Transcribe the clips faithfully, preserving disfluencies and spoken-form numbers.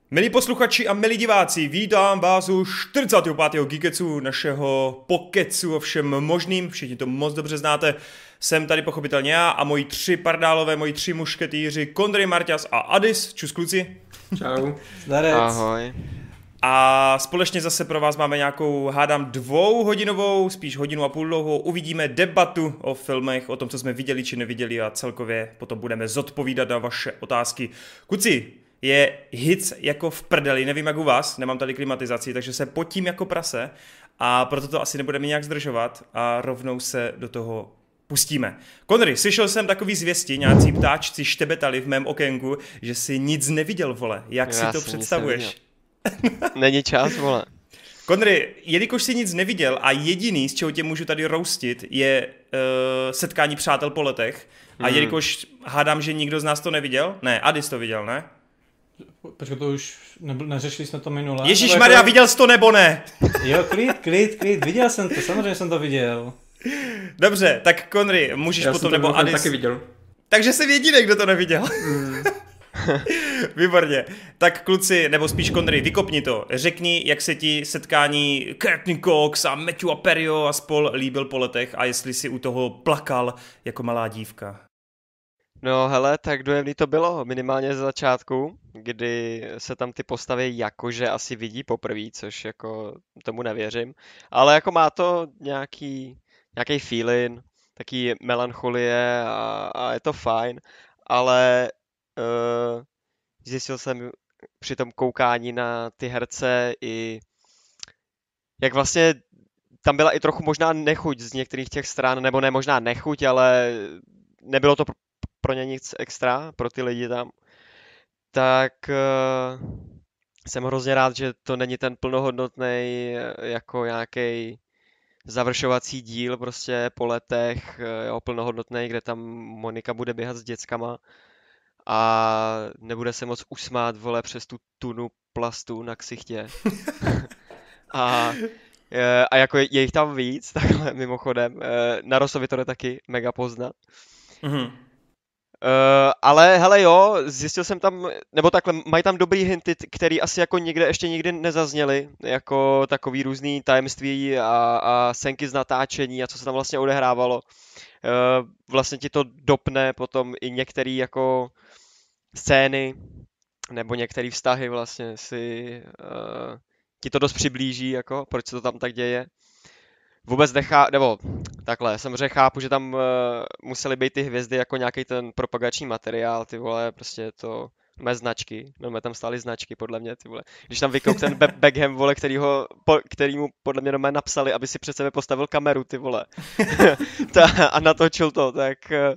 Milí posluchači a milí diváci, vítám vás u čtyřicátého pátého Geeketsu, našeho pokecu o všem možným, všichni to moc dobře znáte. Jsem tady pochopitelně já a moji tři pardálové, moji tři mušketýři, Kondry, Marťas a Adis. Čus kluci. Čau. Zdarec. Ahoj. A společně zase pro vás máme nějakou, hádám, dvouhodinovou, spíš hodinu a půl dlouhou, uvidíme debatu o filmech, o tom, co jsme viděli či neviděli a celkově potom budeme zodpovídat na vaše otázky. Kuci, je hic jako v prdeli, nevím jak u vás, nemám tady klimatizaci, takže se potím jako prase a proto to asi nebudeme nějak zdržovat a rovnou se do toho pustíme. Konry, slyšel jsem takový zvěsti, nějací ptáčci štebetali v mém okénku, že jsi nic neviděl, vole, jak Já si to představuješ? Není čas, vole. Konry, jelikož jsi nic neviděl a jediný, z čeho tě můžu tady roustit, je uh, setkání přátel po letech a Hmm. jelikož hádám, že nikdo z nás to neviděl, ne, Adis to viděl, ne? Počkej, to už nebyl, neřešili jsme to minule. Ježišmarja, Jako- viděl jsi to nebo ne? Jo, klid, klid, klid, viděl jsem to, samozřejmě jsem to viděl. Dobře, tak Konry, můžeš Já potom, jsem to nebo mimochodem Adis. taky viděl. Takže jsem jediný, kdo to neviděl. Mm. Výborně. Tak kluci, nebo spíš Konry, vykopni to. Řekni, jak se ti setkání Courtney Cox a Matthew Perry a spol líbil po letech a jestli si u toho plakal jako malá dívka. No hele, tak dojemný to bylo, minimálně ze začátku, kdy se tam ty postavy jakože asi vidí poprvé, což jako tomu nevěřím, ale jako má to nějaký, nějaký feeling, taký melancholie a, a je to fajn, ale uh, zjistil jsem při tom koukání na ty herce i jak vlastně tam byla i trochu možná nechuť z některých těch stran, nebo ne možná nechuť, ale nebylo to pro ně nic extra, pro ty lidi tam, tak uh, jsem hrozně rád, že to není ten plnohodnotný jako nějaký završovací díl prostě po letech, jo, plnohodnotný, kde tam Monika bude běhat s dětskama a nebude se moc usmát, vole, přes tu tunu plastu na ksichtě. a, a jako je jich tam víc, takhle mimochodem, na Rosovi to jde taky mega poznat. Mhm. Uh, ale hele jo, zjistil jsem tam, nebo takhle, mají tam dobrý hinty, který asi jako nikde ještě nikdy nezazněly, jako takový různý tajemství a, a senky z natáčení a co se tam vlastně odehrávalo. Uh, vlastně ti to dopne potom i některé jako scény, nebo některé vztahy vlastně si uh, ti to dost přiblíží, jako, proč se to tam tak děje. Vůbec nechá, nebo takhle, samozřejmě chápu, že tam uh, musely být ty hvězdy jako nějaký ten propagační materiál, ty vole, prostě to, mé značky, no tam stály značky, podle mě, ty vole. Když tam vykouk ten Be- Beckham, vole, kterýho, po, kterýmu podle mě doma napsali, aby si před sebe postavil kameru, ty vole. Ta, a natočil to, tak, uh,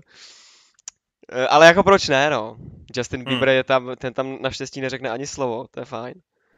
ale jako proč ne, no. Justin Bieber je tam, ten tam naštěstí neřekne ani slovo, to je fajn.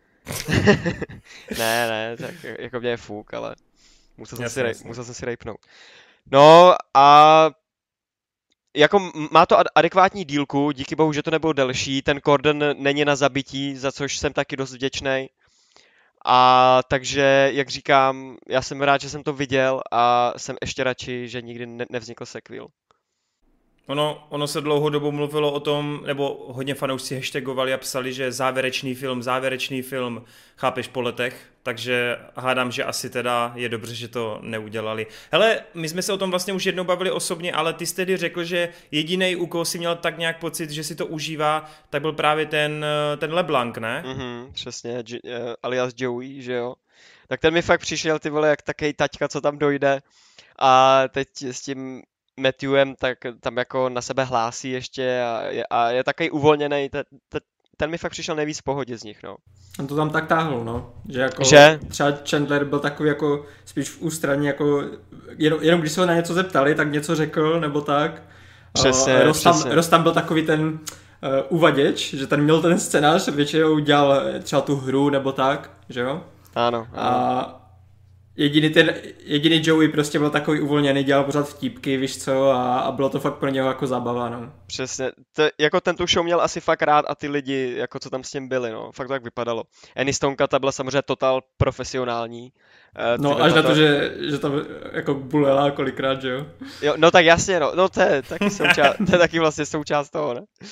ne, ne, tak jako mě je fuk, ale... Musel jsem, Jasně, si rej, jasně. musel jsem si rejpnout. No a jako má to ad- adekvátní dílku, díky bohu, že to nebylo delší, ten Corden není na zabití, za což jsem taky dost vděčnej. A takže, jak říkám, já jsem rád, že jsem to viděl a jsem ještě radši, že nikdy ne- nevznikl sequel. Ono, ono se dlouhou dobu mluvilo o tom, nebo hodně fanoušci hashtagovali a psali, že závěrečný film, závěrečný film, chápeš, po letech, takže hádám, že asi teda je dobře, že to neudělali. Hele, my jsme se o tom vlastně už jednou bavili osobně, ale ty jsi tedy řekl, že jedinej, u koho si měl tak nějak pocit, že si to užívá, tak byl právě ten, ten LeBlanc, ne? Mhm, přesně, J- eh, alias Joey, že jo. Tak ten mi fakt přišel, ty vole, jak takej taťka, co tam dojde. A teď s tím Matthewem, tak tam jako na sebe hlásí ještě a je, a je takový uvolněný, ten, ten, ten mi fakt přišel nejvíc v pohodě z nich, no. On to tam tak táhl, no. Že jako Že? třeba Chandler byl takový jako spíš v ústraní, jako jenom, jenom když se ho na něco zeptali, tak něco řekl, nebo tak. Přesně, Ross tam, přesně. Ross tam byl takový ten uh, uvaděč, že ten měl ten scénář, většinou dělal třeba tu hru, nebo tak, že jo? Ano, ano. A jediný, ten, jediný Joey prostě byl takový uvolněný, dělal pořád vtípky, víš co, a, a bylo to fakt pro něho jako zábava, no. Přesně, to, jako ten tu show měl asi fakt rád a ty lidi, jako co tam s tím byli, no, fakt to tak vypadalo. Anistonka, ta byla samozřejmě totál profesionální. Eh, No ty až na to- to, že, že tam jako bulela kolikrát, že jo. Jo, no tak jasně, no, no to je taky součást, to je taky vlastně součást toho, ne?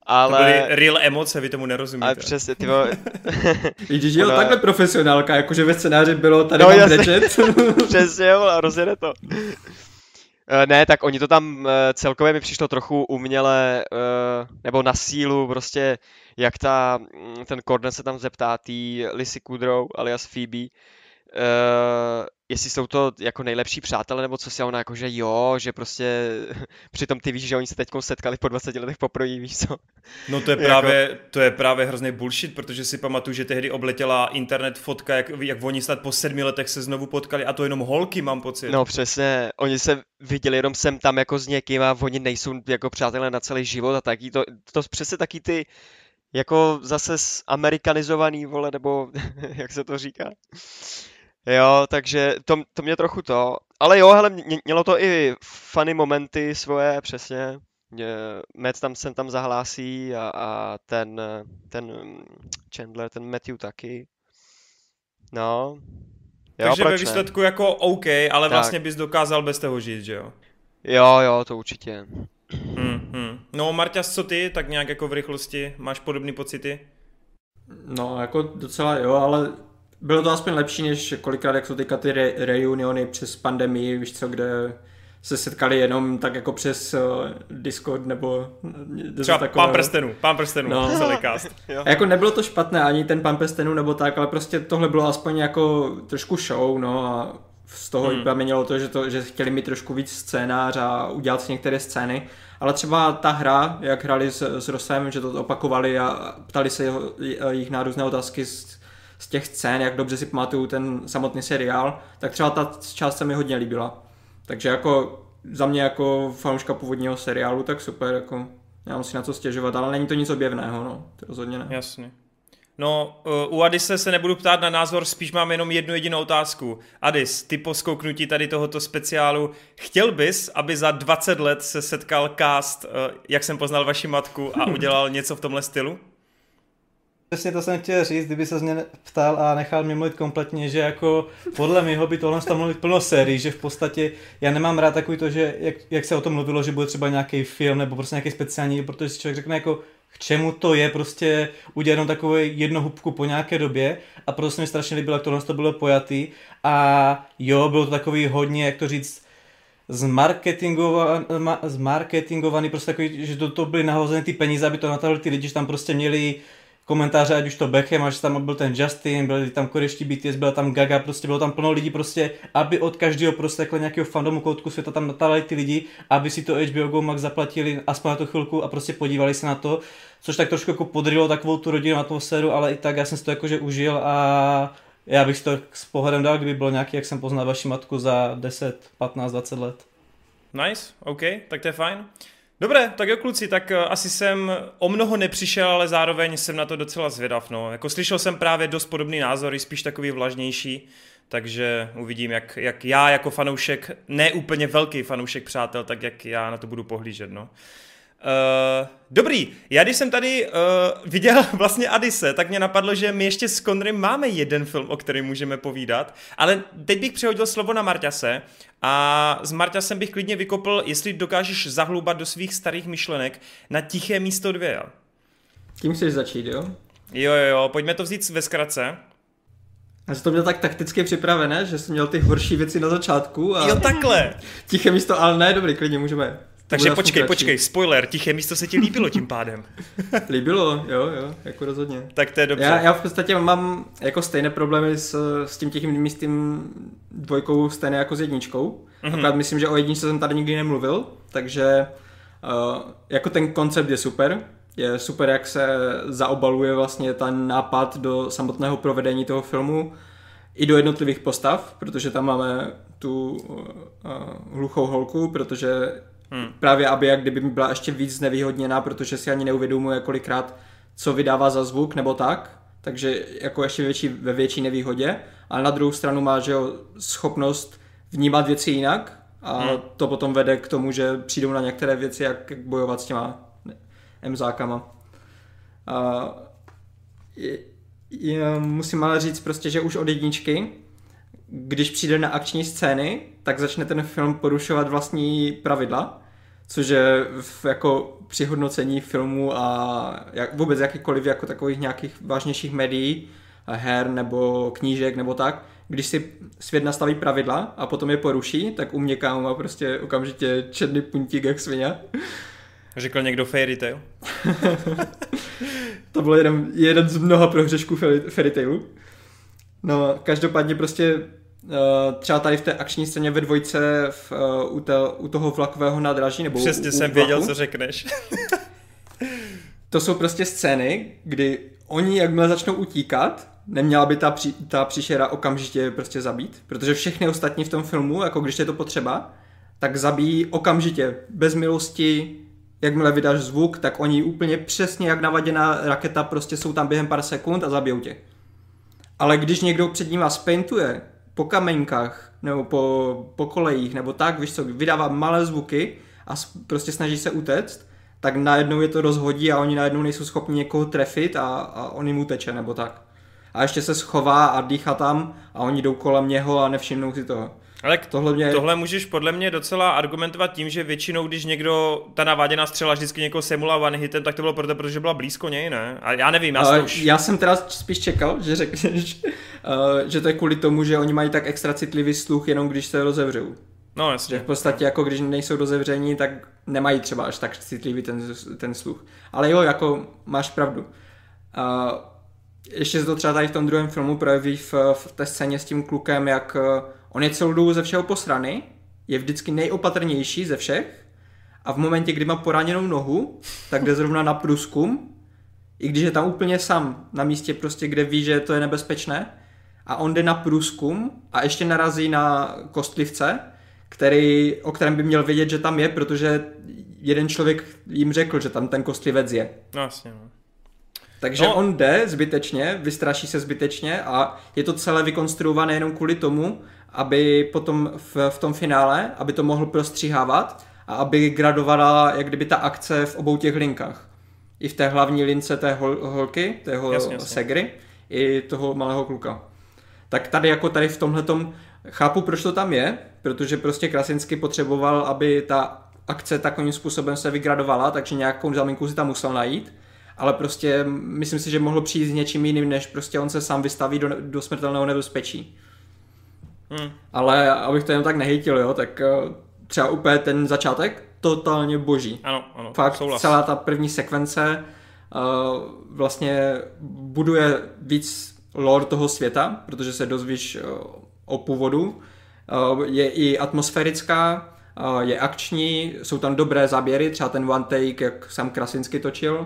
Ale... To byly real emoce, vy tomu nerozumíte. Ale přesně, ty vole... Vidíš, jo, Ona- takhle profesionálka, jakože ve scénáři bylo, tady No, mám jasně. brečet. Přesně, jo, a rozjede to. Eh, Ne, tak oni to tam eh, celkově mi přišlo trochu uměle, eh, nebo na sílu, prostě jak ta, mm, ten Corden se tam zeptá tý Lizzy Kudrow alias Phoebe, eh, jestli jsou to jako nejlepší přátelé, nebo co si, a ona jako, že jo, že prostě přitom ty víš, že oni se teďko setkali po dvaceti letech poprvé, víš co. No to je Jako- právě, to je právě hrozný bullshit, protože si pamatuju, že tehdy obletěla internet fotka, jak, jak oni snad po sedmi letech se znovu potkali a to jenom holky, mám pocit. No přesně, oni se viděli jenom sem tam jako s někým a oni nejsou jako přátelé na celý život a taky to, to přesně taky ty jako zase zamerikanizovaný, vole, nebo jak se to říká. Jo, takže to, to mě trochu to, ale jo, hele, mě- mělo to i funny momenty svoje, přesně. Mě- Matt tam sem tam zahlásí a, a ten, ten mm, Chandler, ten Matthew taky. No, jo, Takže ve proč ne? výsledku jako OK, ale Tak. vlastně bys dokázal bez toho žít, že jo? Jo, jo, to určitě. Hmm, hmm. No Marťas, co ty, tak nějak jako v rychlosti, máš podobné pocity? No, jako docela jo, ale bylo to aspoň lepší, než kolikrát, jak jsou teďka ty re- reuniony přes pandemii, víš co, kde se setkali jenom tak jako přes uh, Discord nebo něco Třeba takového. Pán prstenů, Pán prstenů, No. celý cast. Jo. A jako nebylo to špatné, ani ten Pán prstenů nebo tak, ale prostě tohle bylo aspoň jako trošku show, no a z toho Hmm. hmm. pramení to, že, to, že chtěli mít trošku víc scénář a udělat si některé scény, ale třeba ta hra, jak hrali s, s Rossem, že to opakovali a ptali se jeho, jich na různé otázky z, z těch scén, jak dobře si pamatuju ten samotný seriál, tak třeba ta část se mi hodně líbila. Takže jako za mě jako fanouška původního seriálu, tak super, jako nemám si na co stěžovat, ale není to nic objevného, no, to rozhodně ne. Jasně. No, uh, u Adise se nebudu ptát na názor, spíš mám jenom jednu jedinou otázku. Adis, ty po zkouknutí tady tohoto speciálu, chtěl bys, aby za dvacet let se setkal cast, uh, jak jsem poznal vaši matku a udělal něco v tomhle stylu? Přesně to jsem chtěl říct, kdyby se z mě ptal a nechal mě mluvit kompletně, že jako podle mého by tohle tam mluvit plno sérií, že v podstatě já nemám rád takový to, že jak, jak se o tom mluvilo, že bude třeba nějaký film nebo prostě nějaký speciální, protože si člověk řekne jako k čemu to je prostě udělat jenom takovou jednohubku po nějaké době a proto se mi strašně líbilo, jak tohle to bylo pojatý a jo, bylo to takový hodně, jak to říct, zmarketingovaný, zmarketingovaný prostě takový, že do toho byly nahozeny ty peníze, aby to natáhli ty lidi, že tam prostě měli komentáře, ať už to Beckham, až tam byl ten Justin, byli tam korejští B T S, byla tam Gaga, prostě bylo tam plno lidí prostě, aby od každého prostě takhle nějakého fandomu koutku světa tam natáhli ty lidi, aby si to H B O Go Max zaplatili aspoň na tu chvilku a prostě podívali se na to, což tak trošku jako podrylo takovou tu rodinu atmosféru, ale i tak já jsem si to jakože užil a já bych si to s pohledem dal, kdyby bylo nějaký, jak jsem poznal vaši matku za deset, patnáct, dvacet let. Nice, OK, tak to je fajn. Dobré, tak jo kluci, tak uh, asi jsem o mnoho nepřišel, ale zároveň jsem na to docela zvědav, no. Jako slyšel jsem právě dost podobný názory, spíš takový vlažnější, takže uvidím, jak, jak já jako fanoušek, ne úplně velký fanoušek přátel, tak jak já na to budu pohlížet, no. Uh, dobrý, já když jsem tady uh, viděl vlastně Adise, tak mě napadlo, že my ještě s Conrym máme jeden film, o kterém můžeme povídat, ale teď bych přehodil slovo na Marťase a s Marťasem bych klidně vykopl, jestli dokážeš zahloubat do svých starých myšlenek na Tiché místo dvě. Tím chceš začít, jo? Jo, jo, jo, pojďme to vzít ve zkratce. A jsi to měl tak takticky připravené, že jsi měl ty horší věci na začátku a Jo, takhle. tiché místo, ale ne, dobrý, klidně můžeme. Takže počkej, počkej, spoiler, Tiché místo se ti líbilo tím pádem. Líbilo, jo, jo, jako rozhodně. Tak to je dobře. Já, já v podstatě mám jako stejné problémy s, s tím Tichým místím dvojkou stejné jako s jedničkou. Mm-hmm. Akorát myslím, že o jedničce jsem tady nikdy nemluvil, takže uh, jako ten koncept je super. Je super, jak se zaobaluje vlastně ten nápad do samotného provedení toho filmu i do jednotlivých postav, protože tam máme tu uh, uh, hluchou holku, protože Hmm. právě aby jak kdyby byla ještě víc znevýhodněná, protože si ani neuvědomuje kolikrát, co vydává za zvuk nebo tak, takže jako ještě větší, ve větší nevýhodě, ale na druhou stranu má, že jo, schopnost vnímat věci jinak a hmm. to potom vede k tomu, že přijdou na některé věci, jak bojovat s těma emzákama. A je, je, musím ale říct prostě, že už od jedničky, když přijde na akční scény, tak začne ten film porušovat vlastní pravidla. což je v, jako při hodnocení filmu a jak, vůbec jakýkoliv jako takových nějakých vážnějších médií, her nebo knížek nebo tak, když si svět nastaví pravidla a potom je poruší, tak u mě kámo má prostě okamžitě černý puntík jak svině. Řekl někdo Fairy Tail? To byl jeden, jeden z mnoha prohřešků Fairy Tailu. No, každopádně prostě uh, třeba tady v té akční scéně ve dvojce v, uh, u, te, u toho vlakového nádraží nebo Přesně u, jsem u věděl, vlaku, co řekneš. to jsou prostě scény, kdy oni jakmile začnou utíkat, neměla by ta, pří, ta příšera okamžitě prostě zabít, protože všechny ostatní v tom filmu, jako když je to potřeba, tak zabíjí okamžitě, bez milosti, jakmile vydáš zvuk, tak oni úplně přesně jak navaděná raketa prostě jsou tam během pár sekund a zabijou tě. Ale když někdo před ním vás paintuje po kamenkách nebo po, po kolejích nebo tak, víš co, vydává malé zvuky a prostě snaží se utéct, tak najednou je to rozhodí a oni najednou nejsou schopni někoho trefit a, a on jim uteče nebo tak. A ještě se schová a dýchá tam a oni jdou kolem něho a nevšimnou si toho. Ale tohle, mě... tohle můžeš podle mě docela argumentovat tím, že většinou, když někdo, ta naváděná střela vždycky někoho semula one hitem, tak to bylo proto, protože byla blízko něj, ne? A já nevím, já, uh, už... já jsem teda spíš čekal, že řekneš, uh, že to je kvůli tomu, že oni mají tak extra citlivý sluch, jenom když se rozevřou. No jasně. Že v podstatě jako když nejsou rozevření, tak nemají třeba až tak citlivý ten, ten sluch. Ale jo, jako máš pravdu. Uh, ještě se to třeba tady v tom druhém filmu projeví v, v té scéně s tím klukem, jak on je celou dobu ze všeho posraný, je vždycky nejopatrnější ze všech a v momentě, kdy má poraněnou nohu, tak jde zrovna na průzkum, i když je tam úplně sám na místě prostě, kde ví, že to je nebezpečné a on jde na průzkum a ještě narazí na kostlivce, který, o kterém by měl vědět, že tam je, protože jeden člověk jim řekl, že tam ten kostlivec je. No jasně, no. Takže no. on jde zbytečně, vystraší se zbytečně a je to celé vykonstruované jenom kvůli tomu, aby potom v, v tom finále, aby to mohl prostříhávat a aby gradovala jak kdyby ta akce v obou těch linkách. I v té hlavní lince té hol, holky, tého jasně, jasně. Segry, i toho malého kluka. Tak tady jako tady v tomhletom chápu, proč to tam je, protože prostě Krasinsky potřeboval, aby ta akce takovým způsobem se vygradovala, takže nějakou zaminku si tam musel najít. Ale prostě myslím si, že mohlo přijít s něčím jiným, než prostě on se sám vystaví do, do smrtelného nebezpečí. Hmm. Ale abych to jen tak nehejtil, jo, tak třeba úplně ten začátek totálně boží. Ano, ano, fakt souhlas. Celá ta první sekvence uh, vlastně buduje víc lore toho světa, protože se dozvíš uh, o původu. Uh, je i atmosférická, uh, je akční, jsou tam dobré záběry, třeba ten one take, jak sám Krasinsky točil.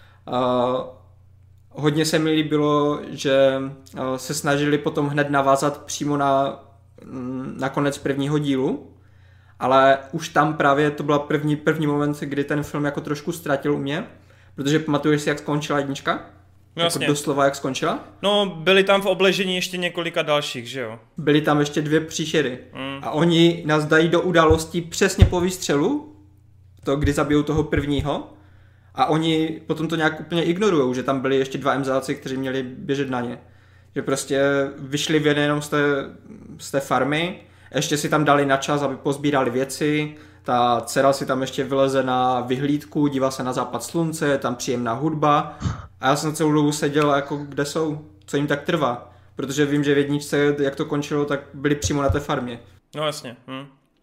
Uh, hodně se mi líbilo, že uh, se snažili potom hned navázat přímo na, na konec prvního dílu, ale už tam právě to byl první, první moment, kdy ten film jako trošku ztratil u mě, protože pamatuješ si, jak skončila jednička? No, jako doslova, jak skončila? No, byli tam v obležení ještě několika dalších, že jo? Byly tam ještě dvě příšery mm. a oni nás dají do událostí přesně po výstřelu, to, kdy zabijou toho prvního. A oni potom to nějak úplně ignorujou, že tam byli ještě dva emzáci, kteří měli běžet na ně. Že prostě vyšli ven jenom z té, z té farmy, ještě si tam dali na čas, aby pozbírali věci, ta dcera si tam ještě vyleze na vyhlídku, dívá se na západ slunce, je tam příjemná hudba a já jsem celou dobu seděl jako kde jsou, co jim tak trvá. Protože vím, že v jedničce, jak to končilo, tak byli přímo na té farmě. No jasně. Hm.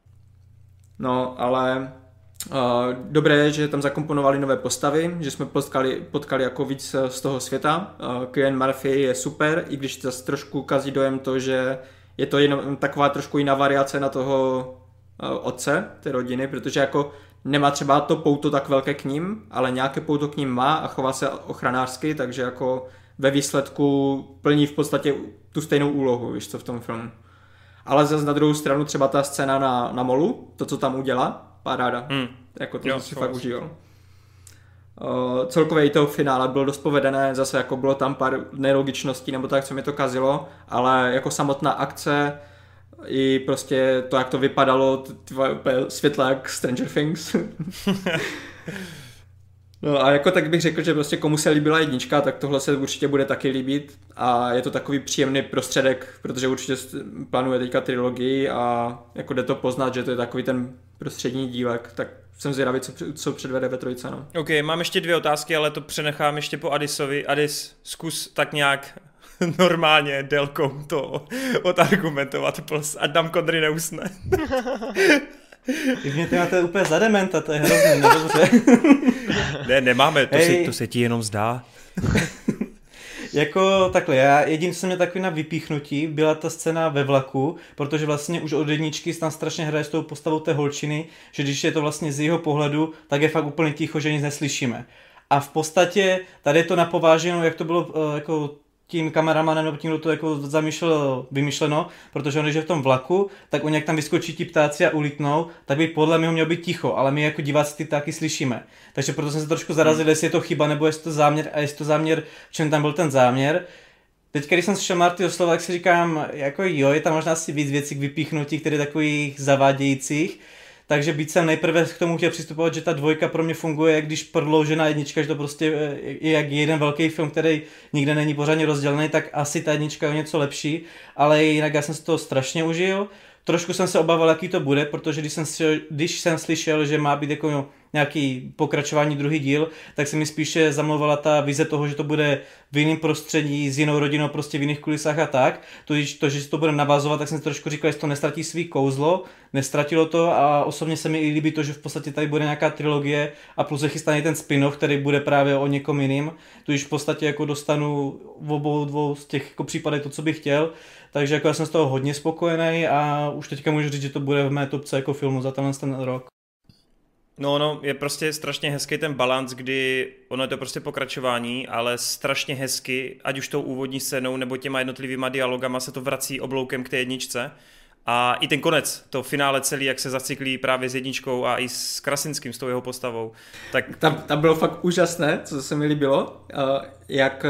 No, ale... Uh, dobré je, že tam zakomponovali nové postavy, že jsme potkali, potkali jako víc z toho světa. Uh, Cillian Murphy je super, i když zase trošku kazí dojem to, že je to jenom taková trošku jiná variace na toho uh, otce té rodiny, protože jako nemá třeba to pouto tak velké k ním, ale nějaké pouto k ním má a chová se ochranářsky, takže jako ve výsledku plní v podstatě tu stejnou úlohu, víš co, v tom filmu. Ale zase na druhou stranu třeba ta scéna na, na molu, to, co tam udělá, paráda. Hmm. Jako to jo, si fakt užíval. Uh, celkově i toho finále bylo dost povedené, zase jako bylo tam pár nelogičností nebo tak, co mi to kazilo, ale jako samotná akce i prostě to, jak to vypadalo, světla jak Stranger Things. No a jako tak bych řekl, že prostě komu se líbila jednička, tak tohle se určitě bude taky líbit a je to takový příjemný prostředek, protože určitě plánuje teďka trilogii a jako jde to poznat, že to je takový ten prostřední dílek, tak jsem zvědavý, co, co předvede ve trojce. No. OK, mám ještě dvě otázky, ale to přenechám ještě po Adisovi. Adis, zkus tak nějak normálně délkou to odargumentovat, plus, ať tam Connery neusne. Vy mě ty máte úplně za dementa, to je hrozně, no dobře. Ne, nemáme, to, Hej. se, to se ti jenom zdá. Jako takhle, já jediný, co jsem měl takový na vypíchnutí, byla ta scéna ve vlaku, protože vlastně už od jedničky tam strašně hraje s tou postavou té holčiny, že když je to vlastně z jeho pohledu, tak je fakt úplně ticho, že nic neslyšíme. A v podstatě tady je to napováženou, jak to bylo jako tím kameramanem nebo tím, kdo to jako zamýšlel, vymyšleno, protože on, když je v tom vlaku, tak oni jak tam vyskočí ti ptáci a ulítnou, tak by podle mě mělo být ticho, ale my jako diváci ty taky slyšíme. Takže proto jsem se trošku zarazil, jestli je to chyba, nebo jestli to záměr a jestli to záměr, v čem tam byl ten záměr. Teď, když jsem slyšel Martyho slova, tak si říkám, jako jo, je tam možná asi víc věcí k vypíchnutí, které takových zavádějících. Takže byť jsem nejprve k tomu chtěl přistupovat, že ta dvojka pro mě funguje, jak když prodloužená jednička, že to prostě je jak jeden velký film, který nikde není pořádně rozdělený, tak asi ta jednička je něco lepší, ale jinak já jsem si to strašně užil. Trošku jsem se obával, jaký to bude, protože když jsem, když jsem slyšel, že má být jako nějaký pokračování druhý díl, tak se mi spíše zamlouvala ta vize toho, že to bude v jiném prostředí, s jinou rodinou, prostě v jiných kulisách a tak. To, to že si to bude navazovat, tak jsem si trošku říkal, že to nestratí svý kouzlo, nestratilo to a osobně se mi i líbí to, že v podstatě tady bude nějaká trilogie a plus je chystaný ten spin-off, který bude právě o někom jiným. Tudíž v podstatě jako dostanu v obou dvou z těch jako případech to, co bych chtěl. Takže jako já jsem z toho hodně spokojený a už teďka můžu říct, že to bude v mé topce jako filmu za tenhle ten rok. No, no, je prostě strašně hezký ten balans, kdy ono je to prostě pokračování, ale strašně hezky, ať už tou úvodní scénou nebo těma jednotlivýma dialogama se to vrací obloukem k té jedničce. A i ten konec, to finále celý, jak se zacyklí právě s jedničkou a i s Krasinským, s tou jeho postavou. Tak... Tam, tam bylo fakt úžasné, co se mi líbilo, jak,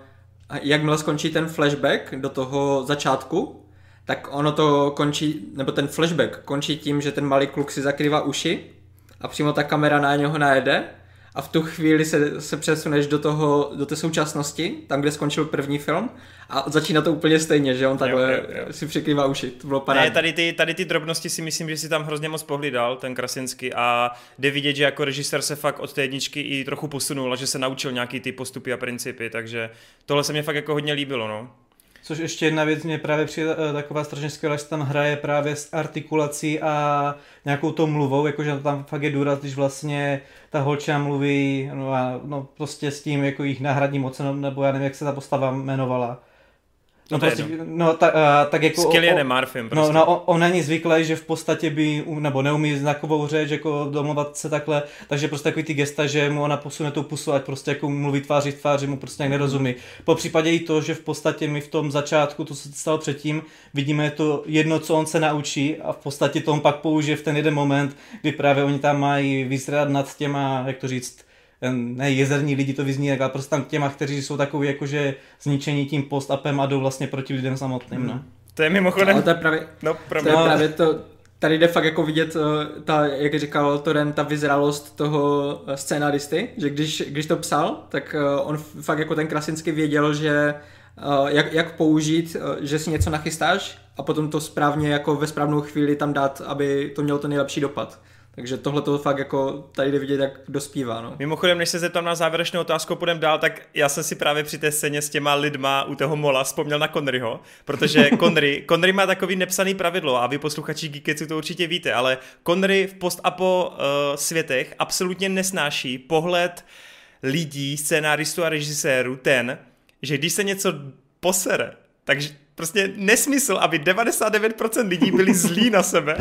jakmile skončí ten flashback do toho začátku, tak ono to končí, nebo ten flashback končí tím, že ten malý kluk si zakrývá uši a přímo ta kamera na něho najede a v tu chvíli se, se přesuneš do toho, do té současnosti, tam, kde skončil první film a začíná to úplně stejně, že on takhle jo, jo, jo. si přikrývá uši, to bylo parádní. Ne, tady ty, tady ty drobnosti si myslím, že si tam hrozně moc pohlídal, ten Krasinský, a jde vidět, že jako režisér se fakt od té jedničky i trochu posunul a že se naučil nějaký ty postupy a principy, takže tohle se mě fakt jako hodně líbilo, no. Což ještě jedna věc mě právě přijde taková strašně skvělá, že tam hraje právě s artikulací a nějakou tou mluvou, jakože tam fakt je důraz, když vlastně ta holčina mluví, no, a, no prostě s tím jako jich náhradní mocem, nebo já nevím, jak se ta postava jmenovala. No, no, prostě, no ta, a, tak jako... S Cillianem Murphym prostě. No, no on, on není zvyklý, že v podstatě by, nebo neumí znakovou řeč, jako domluvat se takhle, takže prostě takový ty gesta, že mu ona posune tu pusu, ať prostě jako mluví tváří v tváři, mu prostě nějak nerozumí. Po případě i to, že v podstatě my v tom začátku, to se stalo předtím, vidíme to jedno, co on se naučí a v podstatě to on pak použije v ten jeden moment, kdy právě oni tam mají vyzrát nad těma, jak to říct, ne jezerní lidi to vyzní, ale prostě tam těma, kteří jsou takový jakože zničení tím post-upem a jdou vlastně proti lidem samotným, no. To je mimochodem... No, to je právě, no, to, je právě to, tady jde fakt jako vidět, ta, jak říkal Toren, ta vyzralost toho scénaristy, že když, když to psal, tak on fakt jako ten Krasinský věděl, že jak, jak použít, že si něco nachystáš a potom to správně jako ve správnou chvíli tam dát, aby to mělo ten nejlepší dopad. Takže tohle to fakt jako tady jde vidět, jak dospívá. No. Mimochodem, než se zeptám na závěrečnou otázku, půjdem dál, tak já jsem si právě při té scéně s těma lidma u toho mola vzpomněl na Conneryho, protože Connery, Connery má takový nepsaný pravidlo a vy posluchači Geeketsu to určitě víte, ale Connery v post-apo uh, světech absolutně nesnáší pohled lidí, scénáristů a režisérů ten, že když se něco posere, takže prostě nesmysl, aby devadesát devět procent lidí byli zlí na sebe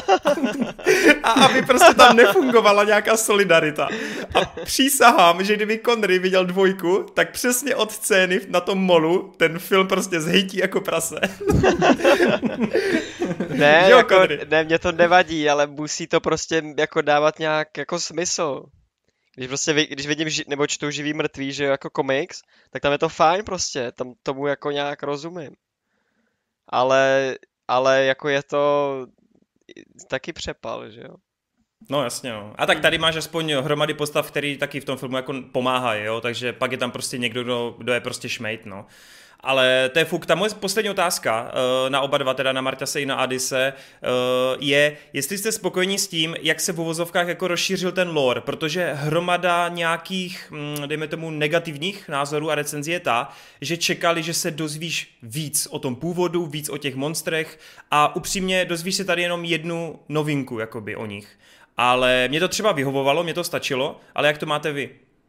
a aby prostě tam nefungovala nějaká solidarita. A přísahám, že kdyby Connery viděl dvojku, tak přesně od scény na tom molu ten film prostě zhejtí jako prase. Ne, jo, jako, ne, mě to nevadí, ale musí to prostě jako dávat nějak jako smysl. Když prostě, když vidím, nebo čtu Živý mrtvý, že jako komiks, tak tam je to fajn prostě, tam tomu jako nějak rozumím. Ale, ale jako je to taky přepal, že jo? No jasně, no. A tak tady máš aspoň hromady postav, který taky v tom filmu jako pomáhají, jo? Takže pak je tam prostě někdo, kdo, kdo je prostě šmejt, no. Ale to je fuk. Ta moje poslední otázka na oba dva, teda na Marťase i na Adise, je, jestli jste spokojení s tím, jak se v uvozovkách jako rozšířil ten lore, protože hromada nějakých, dejme tomu, negativních názorů a recenzí je ta, že čekali, že se dozvíš víc o tom původu, víc o těch monstrech a upřímně dozvíš se tady jenom jednu novinku jakoby o nich. Ale mě to třeba vyhovovalo, mě to stačilo, ale jak to máte vy?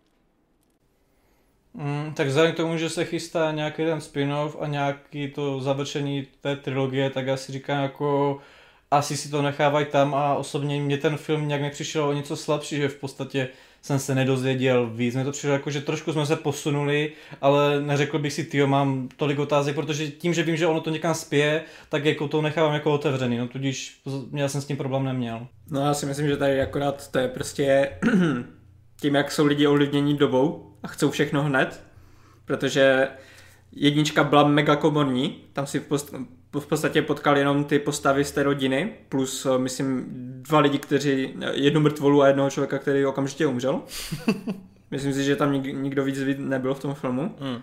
Mm, tak vzhledem k tomu, že se chystá nějaký ten spin-off a nějaký to završení té trilogie, tak já si říkám jako asi si to nechávají tam a osobně mě ten film nějak nepřišel o něco slabší, že v podstatě jsem se nedozvěděl víc. Mně to přišlo jako, že trošku jsme se posunuli, ale neřekl bych si, tyjo, mám tolik otázek, protože tím, že vím, že ono to někam spěje, tak jako to nechávám jako otevřený, no tudíž já jsem s tím problém neměl. No já si myslím, že tady akorát to je prostě tím, jak jsou lidi ovlivnění dobou a chcou všechno hned, protože jednička byla mega komorní, tam si v, post- v podstatě potkal jenom ty postavy z té rodiny, plus myslím dva lidi, kteří, jednu mrtvolu a jednoho člověka, který okamžitě umřel. Myslím si, že tam nik- nikdo víc nebyl v tom filmu. Mm.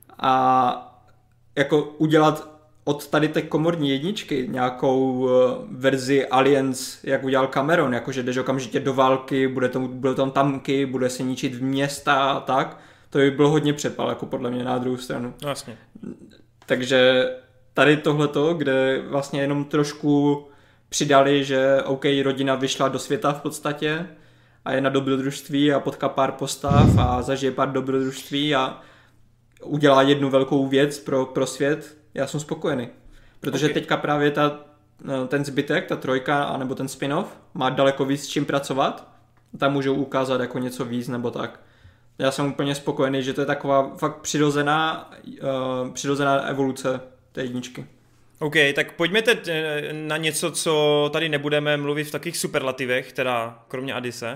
A jako udělat od tady té komorní jedničky nějakou verzi Aliens, jak udělal Cameron, jakože jdeš okamžitě do války, bude tam, budou tam tanky, bude se ničit města a tak, to by bylo hodně přepal, jako podle mě na druhou stranu. Vlastně. Takže tady tohleto, kde vlastně jenom trošku přidali, že OK, rodina vyšla do světa v podstatě a je na dobrodružství a potká pár postav a zažije pár dobrodružství a udělá jednu velkou věc pro, pro svět, já jsem spokojený. Protože okay. teďka právě ta, ten zbytek, ta trojka, anebo ten spin-off má daleko víc s čím pracovat. Tam můžou ukázat jako něco víc nebo tak. Já jsem úplně spokojený, že to je taková fakt přirozená, uh, přirozená evoluce té jedničky. OK, tak pojďme teď na něco, co tady nebudeme mluvit v takých superlativech, teda kromě Adise.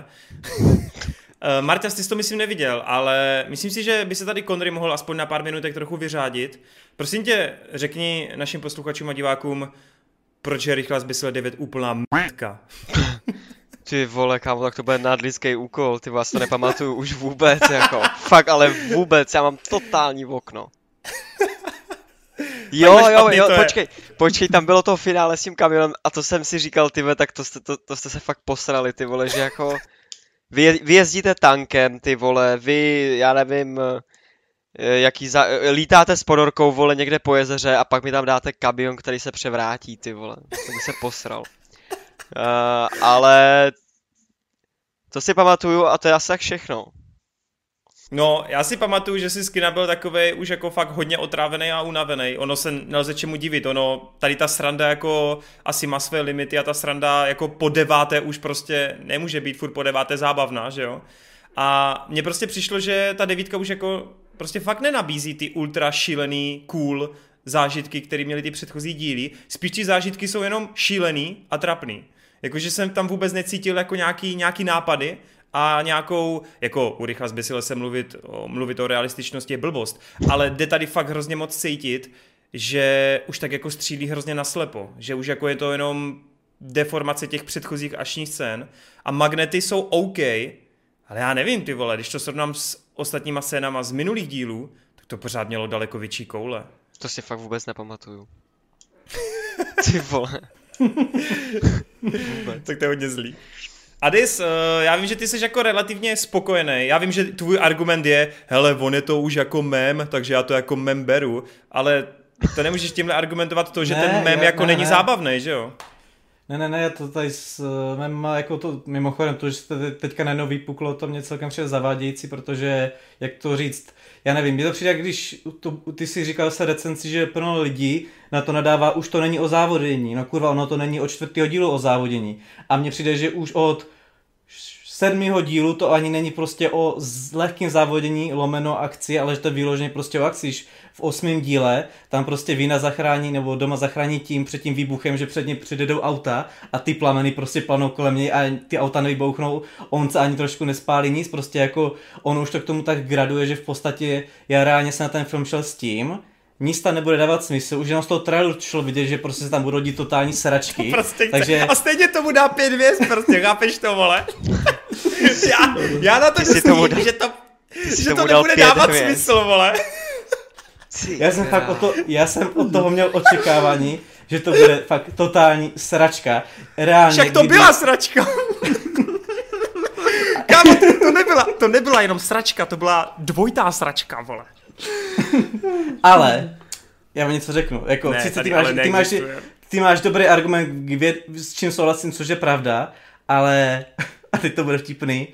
Marta, ty jsi to myslím neviděl, ale myslím si, že by se tady Connery mohl aspoň na pár minutek trochu vyřádit. Prosím tě, řekni našim posluchačům a divákům, proč je Rychlá zbysile devět úplná m***ka. Ty vole, kámo, tak to bude nadlidský úkol, ty vás to nepamatuju už vůbec, jako, fakt, ale vůbec, já mám totální okno. Jo, jo, jo, počkej, počkej, tam bylo to finále s tím kamionem a to jsem si říkal, ty vole, tak to jste, to, to jste se fakt posrali, ty vole, že jako, vy, vy jezdíte tankem, ty vole, vy, já nevím, jaký za, lítáte s ponorkou, vole, někde po jezeře a pak mi tam dáte kamion, který se převrátí, ty vole, to by se posral. Uh, ale to si pamatuju a to je asi tak všechno. No, já si pamatuju, že si Skina byl takovej už jako fakt hodně otrávený a unavený. Ono se nelze čemu divit, ono, tady ta sranda jako asi má své limity a ta sranda jako po deváté už prostě nemůže být furt po deváté zábavná, že jo? A mně prostě přišlo, že ta devítka už jako prostě fakt nenabízí ty ultra šílený, cool zážitky, které měly ty předchozí díly. Spíš ty zážitky jsou jenom šílený a trapný. Jakože jsem tam vůbec necítil jako nějaký, nějaký nápady a nějakou, jako u Rychlá zbysile se mluvit o, mluvit o realističnosti je blbost, ale jde tady fakt hrozně moc cítit, že už tak jako střílí hrozně naslepo, že už jako je to jenom deformace těch předchozích akčních scén a magnety jsou OK, ale já nevím, ty vole, když to srovnám s ostatníma scénama z minulých dílů, tak to pořád mělo daleko větší koule. To si fakt vůbec nepamatuju. Ty vole. Tak to je hodně zlý. Adis, já vím, že ty jsi jako relativně spokojený. Já vím, že tvůj argument je, hele, on je to už jako mem, takže já to jako mem beru, ale to nemůžeš tímhle argumentovat to, že ne, ten mem já, jako ne, není ne. zábavný, že jo? Ne, ne, ne, to tady s memma, jako to, mimochodem, to, že jste teďka najednou vypuklo, to mě celkem přijde zavádějící, protože, jak to říct, já nevím, mě to přijde, když to, ty si říkal se recenzi, že plno lidí na to nadává, už to není o závodění, no kurva, ono to není od čtvrtého dílu o závodění. A mně přijde, že už od sedmého dílu to ani není prostě o lehkém závodění lomeno akci, ale že to je vyloženě prostě o akci. V osmém díle tam prostě Vina zachrání nebo doma zachrání tím před tím výbuchem, že před ně přijedou auta a ty plameny prostě planou kolem něj a ty auta nevybouchnou, on se ani trošku nespálí nic, prostě jako on už to k tomu tak graduje, že v podstatě já reálně se na ten film šel s tím, nic tam nebude dávat smysl, už jenom z toho traileru šlo vidět, že prostě se tam budou dít totální sračky. Prostě takže... A stejně tomu dá pět hvězd, prostě, chápeš to, vole? já, já na to myslím, dá... že to, že to nebude dávat hvězd. Smysl, vole. Já jsem fakt o to, já jsem od toho měl očekávání, že to bude fakt totální sračka. Reálně, Však to kdyby... byla sračka. Kámo, to nebyla, to nebyla jenom sračka, to byla dvojitá sračka, vole. Ale, já vám něco řeknu, jako, Ne, sice ty tady máš, ale ty, máš, neexistuje. ty máš dobrý argument, k vě- s čím souhlasím, což je pravda, ale, a teď to bude vtipný,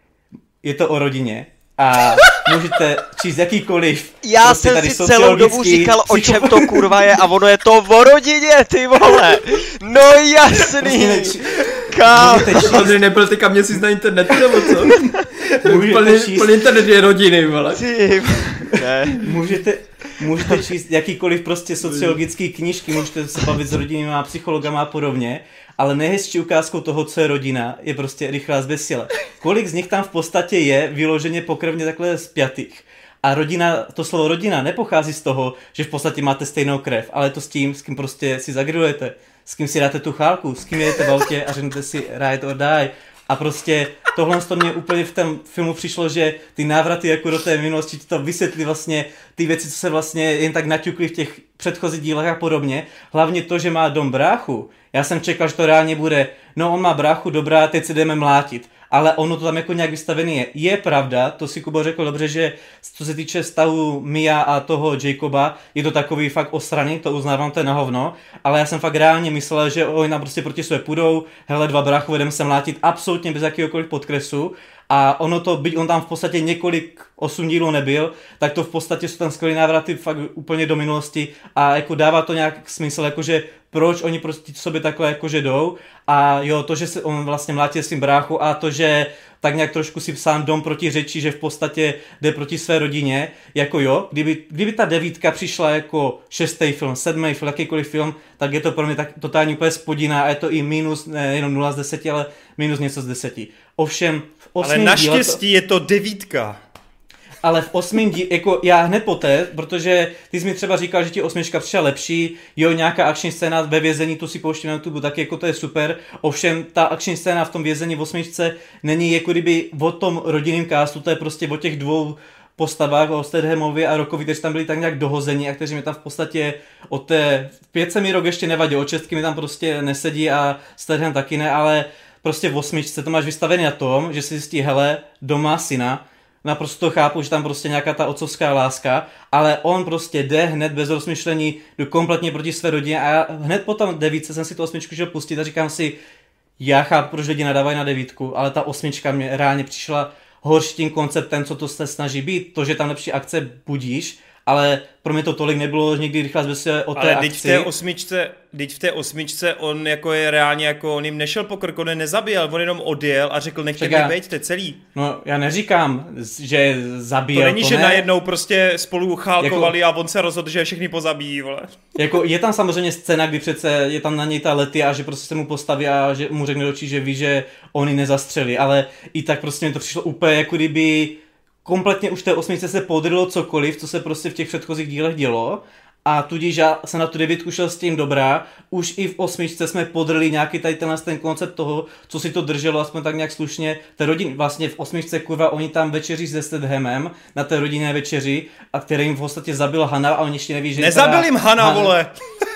je to o rodině. A můžete číst jakýkoliv. Já prostě jsem tady si celou dobu sociologický, říkal, o psycho- čem to kurva je a ono je to o rodině, ty vole. No jasný. Prostě neči- Kámo. můžete číst, Andrej nebyl teďka měsíc na internetu, nebo co? můžete plný, číst, plný internet je rodiny, vole. Ty, ne. můžete, můžete číst jakýkoliv prostě sociologický knížky, můžete se bavit s rodinnými psychologama a podobně, ale nejhezčí ukázkou toho, co je rodina, je prostě rychlá zbesile. Kolik z nich tam v podstatě je vyloženě pokrevně takhle spjatých. A rodina, to slovo rodina nepochází z toho, že v podstatě máte stejnou krev, ale je to s tím, s kým prostě si zagrilujete, s kým si dáte tu chálku, s kým jedete v autě a řeknete si ride or die. A prostě tohle to mě úplně v tom filmu přišlo, že ty návraty jako do té minulosti to vysvětlí vlastně ty věci, co se vlastně jen tak naťukly v těch předchozích dílech a podobně. Hlavně to, že má dom bráchu. Já jsem čekal, že to reálně bude, no on má bráchu, dobrá, teď se jdeme mlátit. Ale ono to tam jako nějak vystavený je. Je pravda, to si Kubo řekl dobře, že co se týče stavu Mia a toho Jacoba, je to takový fakt osraný, to uznávám, to je na hovno, ale já jsem fakt reálně myslel, že oni nám prostě proti sobě půjdou, hele dva bráchu, jdeme se mlátit absolutně bez jakýhokoliv podkresu. A ono to, byť on tam v podstatě několik osm dílů nebyl, tak to v podstatě jsou tam skvělý návraty fakt úplně do minulosti a jako dává to nějak smysl, jakože proč oni prostě sobě takhle jakože jdou a jo, to, že se on vlastně mlátí svým bráchu a to, že tak nějak trošku si sám dom protiřečí, že v podstatě jde proti své rodině, jako jo, kdyby, kdyby ta devítka přišla jako šestý film, sedmý film, jakýkoliv film, tak je to pro mě tak totálně úplně spodina a je to i minus, ne jenom nula z deseti, ale minus něco z deseti. Ovšem, v Ale osmém naštěstí díle je to devítka. ale v osmém díle, jako já hned poté, protože ty jsi mi třeba říkal, že ti osmička přišla lepší, jo, nějaká akční scéna ve vězení, tu si pouštím na YouTube, tak jako to je super, ovšem ta akční scéna v tom vězení v osmičce není jako kdyby o tom rodinném castu, to je prostě o těch dvou postavách, o Stedhamovi a Rockovi, kteří tam byli tak nějak dohození a kteří mi tam v podstatě od té, v pětce mi Rock ještě nevadí, od šestky mi tam prostě nesedí a Stedham taky ne, ale prostě v osmičce to máš vystavený na tom, že si zjistí, hele, doma syna, naprosto chápu, že tam prostě nějaká ta otcovská láska, ale on prostě jde hned bez rozmyšlení do kompletně proti své rodině a já hned po tom devítce jsem si tu osmičku šel pustit a říkám si, já chápu, proč lidi nadávají na devítku, ale ta osmička mě reálně přišla horší tím konceptem, co to se snaží být, to, že tam lepší akce budíš, ale pro mě to tolik nebylo nikdy rychle zbesile o té ale akci. teď v té osmičce, teď v té osmičce on jako je reálně jako, on jim nešel po krku, on je nezabíjel, on jenom odjel a řekl nechte mě bejt, to je celý. No já neříkám, že zabíjel, To není, to že ne. najednou prostě spolu chálkovali Jako- a on se rozhodl, že je všechny pozabíjí, vole. Jako je tam samozřejmě scéna, kdy přece je tam na něj ta Lety a že prostě se mu postaví a že mu řekne do očí, že ví, že on ji nezastřelí, ale i tak prostě mi to přišlo úplně jako kdyby kompletně už té osmičce se podrylo cokoliv, co se prostě v těch předchozích dílech dělo a tudíž já jsem na tu devítku šel s tím dobrá, už i v osmičce jsme podryli nějaký tady tenhle ten koncept toho, co si to drželo aspoň tak nějak slušně, té rodiny, vlastně v osmičce kurva, oni tam večeří se Stedhamem na té rodinné večeři a který jim v podstatě zabil Hana a oni ještě neví, že Nezabil jim Hana, Han- vole.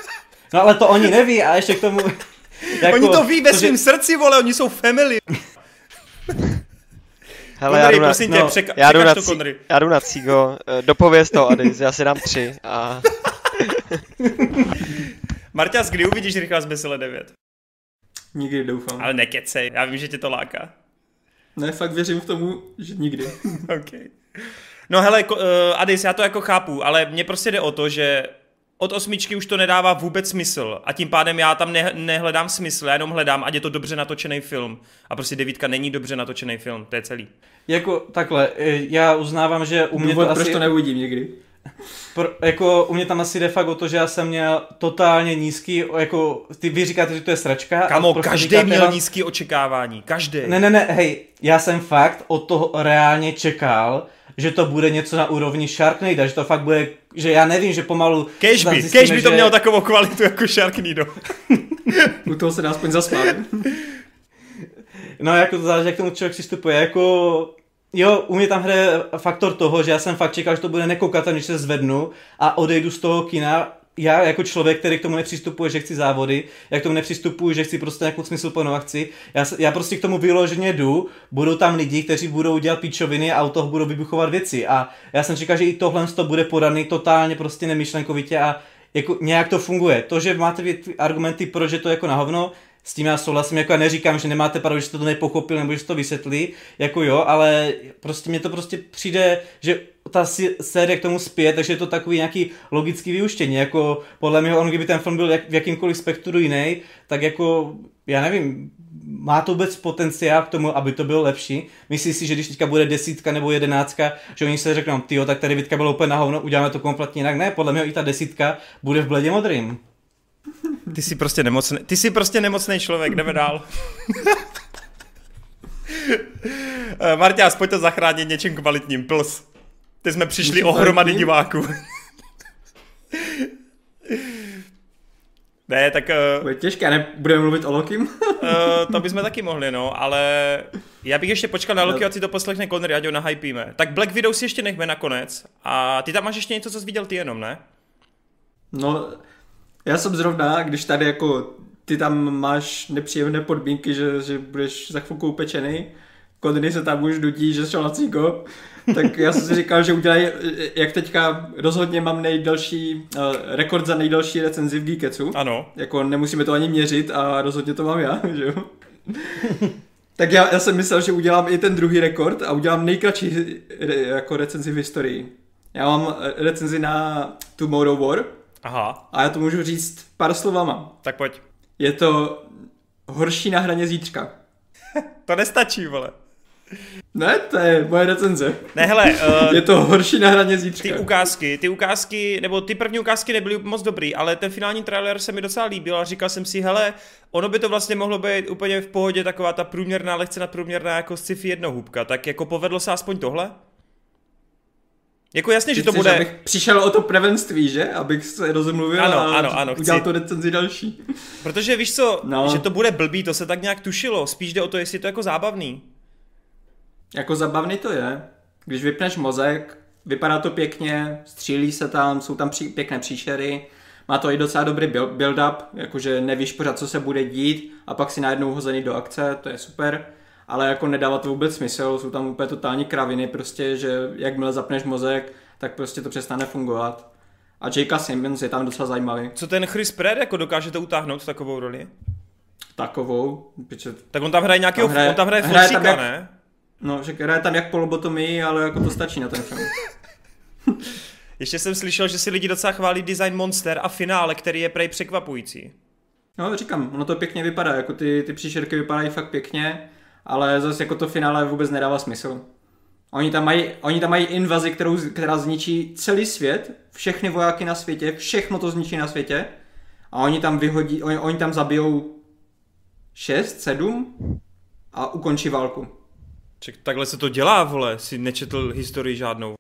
No ale to oni neví a ještě k tomu... Jako, Oni to ví ve že- svém srdci, vole, oni jsou family. Hele, já Konry, jdu na, prosím tě, no, překa- já jdu překaž na, to, cí, Konry. já jdu na Cigo, eh, dopověz to, Adis, já si dám tři a... Marťas, kdy uvidíš rychlá zbesile devět? Nikdy doufám. Ale nekecej, já vím, že tě to láká. Ne, fakt věřím v tomu, že nikdy. Okay. No hele, ko- uh, Adis, já to jako chápu, ale mně prostě jde o to, že od osmičky už to nedává vůbec smysl a tím pádem já tam ne- nehledám smysl, já jenom hledám, ať je to dobře natočený film. A prostě devítka není dobře natočený film, to je celý. Jako takhle, eh, já uznávám, že u mě Důvod, to proč asi... to neuvidím nikdy. Pro, jako u mě tam asi jde fakt o to, že já jsem měl totálně nízký, jako ty vy říkáte, že to je sračka. Kamo, a prostě každý říkáte měl vám- nízký očekávání, každý. Ne, ne, ne, hej, já jsem fakt od toho reálně čekal, že to bude něco na úrovni Sharknado, že to fakt bude, že já nevím, že pomalu... Kež tam by, zjistíme, kež by to že- mělo takovou kvalitu jako Sharknado. U toho se dá aspoň zasmát. No jako to záleží, jak tomu člověk přistupuje, jako... Jo, u mě tam hraje faktor toho, že já jsem fakt čekal, že to bude nekoukatelné, když se zvednu a odejdu z toho kina. Já jako člověk, který k tomu nepřistupuje, že chci závody, já k tomu nepřistupuji, že chci prostě nějakou smysluplnou akci, já, já prostě k tomu vyloženě jdu, budou tam lidi, kteří budou dělat píčoviny a u toho budou vybuchovat věci a já jsem čekal, že i tohle to bude podaný totálně prostě nemyšlenkovitě a jako nějak to funguje. To, že máte argumenty, proč je to jako na hovno, s tím já souhlasím, jako já neříkám, že nemáte pravdu, že jste to nepochopil nebo že jste to vysvětlí, jako jo, ale prostě mně to prostě přijde, že ta série k tomu spěje, takže je to takový nějaký logický vyúštění, jako podle mě, on kdyby ten film byl jak, v jakýmkoliv spektru jiný, tak jako, já nevím, má to vůbec potenciál k tomu, aby to bylo lepší. Myslíš si, že když teďka bude desítka nebo jedenáctka, že oni se řeknou, tyjo, tak tady Vitka bylo úplně na hovno, uděláme to kompletně jinak. Ne, podle mě i ta desítka bude v bledě modrým. Ty jsi prostě nemocný, ty jsi prostě nemocný člověk, jdeme dál. Marťás, pojď to zachránit něčím kvalitním, pls. Ty jsme přišli o hromady diváků. Ne, tak... Uh, Bude těžké, ne? Budeme mluvit o Lokim? uh, to bychom taky mohli, no, ale já bych ještě počkal na Loki, ať si to poslechne Connery, ať ho nahypíme. Tak Black Widow si ještě nechme nakonec. A ty tam máš ještě něco, co jsi viděl ty jenom, ne? No, já jsem zrovna, když tady jako ty tam máš nepříjemné podmínky, že, že budeš za chvilku upečený, Connery se tam už nudí, že šel na cíko, tak já jsem si říkal, že udělají, jak teďka rozhodně mám nejdelší, uh, rekord za nejdelší recenzi v Geeketsu. Ano. Jako nemusíme to ani měřit a rozhodně to mám já, že jo. Tak já, já jsem myslel, že udělám i ten druhý rekord a udělám nejkratší re, jako recenzi v historii. Já mám recenzi na Tomorrow War. Aha. A já to můžu říct pár slovama. Tak pojď. Je to horší na hraně zítřka. To nestačí, vole. Ne, to je moje recenze. Ne, hele, uh, je to horší na hraně zítřka. Ty ukázky, ty ukázky, nebo ty první ukázky nebyly moc dobrý, ale ten finální trailer se mi docela líbil a říkal jsem si, hele, ono by to vlastně mohlo být úplně v pohodě taková ta průměrná, lehce nadprůměrná jako sci-fi jednohubka, tak jako povedlo se aspoň tohle? Jako jasně, že to bude... Abych přišel o to prvenství, že? Abych se rozmluvil ano, a ano, ano, udělal chci... to recenzi další. Protože víš co, no. že to bude blbý, to se tak nějak tušilo, spíš jde o to, jestli je to jako zábavný. Jako zabavný to je. Když vypneš mozek, vypadá to pěkně, střílí se tam, jsou tam pří, pěkné příšery, má to i docela dobrý build-up, jakože nevíš pořád, co se bude dít a pak si najednou hozený do akce, to je super, ale jako nedává to vůbec smysl, jsou tam úplně totální kraviny, prostě, že jakmile zapneš mozek, tak prostě to přestane fungovat. A J K. Simmons je tam docela zajímavý. Co ten Chris Pratt, jako dokáže to utáhnout takovou roli? Takovou? Piče... Tak on tam hraje nějakého, on tam hraje flosíka, ne? No, že hraje tam jak polobotomii, ale jako to stačí na ten film. Ještě jsem slyšel, že si lidi docela chválí design monster a finále, který je prej překvapující. No, říkám, ono to pěkně vypadá, jako ty, ty příšerky vypadají fakt pěkně, ale zase jako to finále vůbec nedává smysl. Oni tam mají, oni tam mají invazi, kterou, která zničí celý svět, všechny vojáky na světě, všechno to zničí na světě a oni tam vyhodí, oni, oni tam zabijou šest, sedm a ukončí válku. Ček, takhle se to dělá, vole, si nečetl historii žádnou.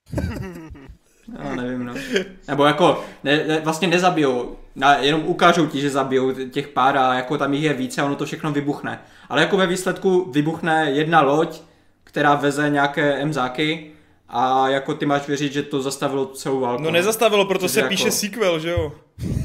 No, nevím, no. Nebo jako, ne, ne, vlastně nezabijou, na, jenom ukážou ti, že zabijou těch pár a jako tam jich je více a ono to všechno vybuchne. Ale jako ve výsledku vybuchne jedna loď, která veze nějaké emzáky a jako ty máš věřit, že to zastavilo celou válku. No nezastavilo, proto Což se jako... píše sequel, že jo?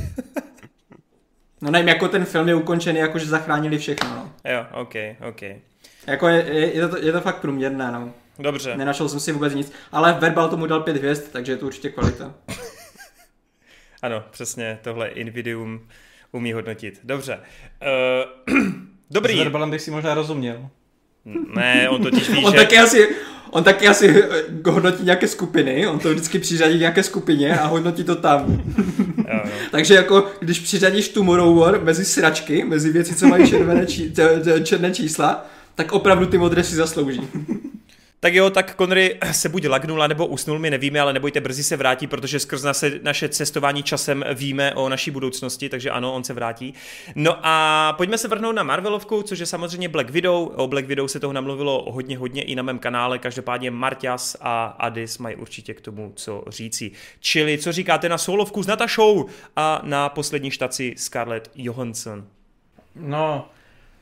No nevím, jako ten film je ukončený, jako že zachránili všechno, no. Jo, ok, ok. Jako je, je, je, to, je to fakt průměrné, no. Dobře. Nenašel jsem si vůbec nic, ale Verbal tomu dal pět hvězd, takže je to určitě kvalita. Ano, přesně, tohle Invidium umí hodnotit. Dobře. Uh, dobrý. S Verbalem bych si možná rozuměl. Ne, on totiž ví, on že... Taky asi, on taky asi hodnotí nějaké skupiny, on to vždycky přiřadí nějaké skupině a hodnotí to tam. Jo, jo. Takže jako, když přiřadíš Tomorrow War mezi sračky, mezi věci, co mají červené čí, černé čísla, tak opravdu ty modré si zaslouží. Tak jo, tak Connery se buď lagnul, nebo usnul, my nevíme, ale nebojte, brzy se vrátí, protože skrz naše, naše cestování časem víme o naší budoucnosti, takže ano, on se vrátí. No a pojďme se vrhnout na Marvelovku, což je samozřejmě Black Widow. O Black Widow se toho namluvilo hodně, hodně i na mém kanále, každopádně Marťas a Adis mají určitě k tomu co říci. Čili, co říkáte na solovku s Natašou a na poslední štaci Scarlett Johansson? No,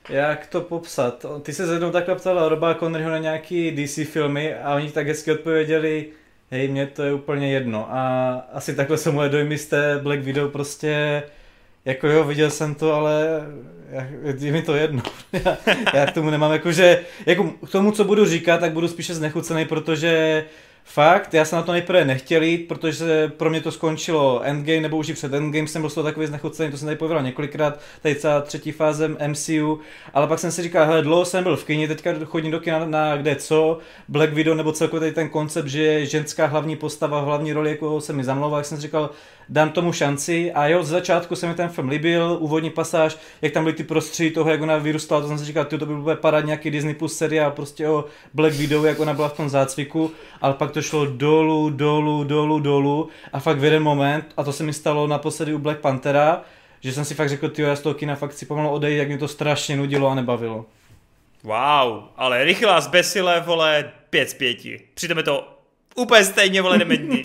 Jak to popsat? Ty se jednou takhle ptala Roba Conneryho na nějaký D C filmy a oni tak hezky odpověděli, hej, mně to je úplně jedno. A asi takhle jsou moje dojmy z té Black Widow prostě, jako jo, viděl jsem to, ale je mi to jedno. já, já k tomu nemám, jakože, jako k tomu, co budu říkat, tak budu spíše znechucený, protože fakt, já jsem na to nejprve nechtěl jít, protože pro mě to skončilo Endgame, nebo už i před Endgame jsem byl z toho takový znechucený, to jsem tady povedal několikrát, tady celá třetí fáze M C U, ale pak jsem si říkal, hele, dlouho jsem byl v kyni, teďka chodím do kina na kde co, Black Widow, nebo celkově tady ten koncept, že je ženská hlavní postava v hlavní roli, jako se mi zamlouval, jak jsem si říkal, dám tomu šanci a jo, z začátku se mi ten film líbil, úvodní pasáž, jak tam byly ty prostředí toho, jak ona vyrůstala, to jsem si říkal, to by bylo padat nějaký Disney Plus seriál prostě o Black Widow, jak ona byla v tom zácviku, ale pak to šlo dolů, dolů, dolů, dolů a fakt v jeden moment, a to se mi stalo naposledy u Black Panthera, že jsem si fakt řekl, tyjo, já z toho kina fakt si pomalu odejít, jak mě to strašně nudilo a nebavilo. Wow, ale rychlá zbesile, vole, pět z pěti. Přitom je to úplně stejně, vole, dementní.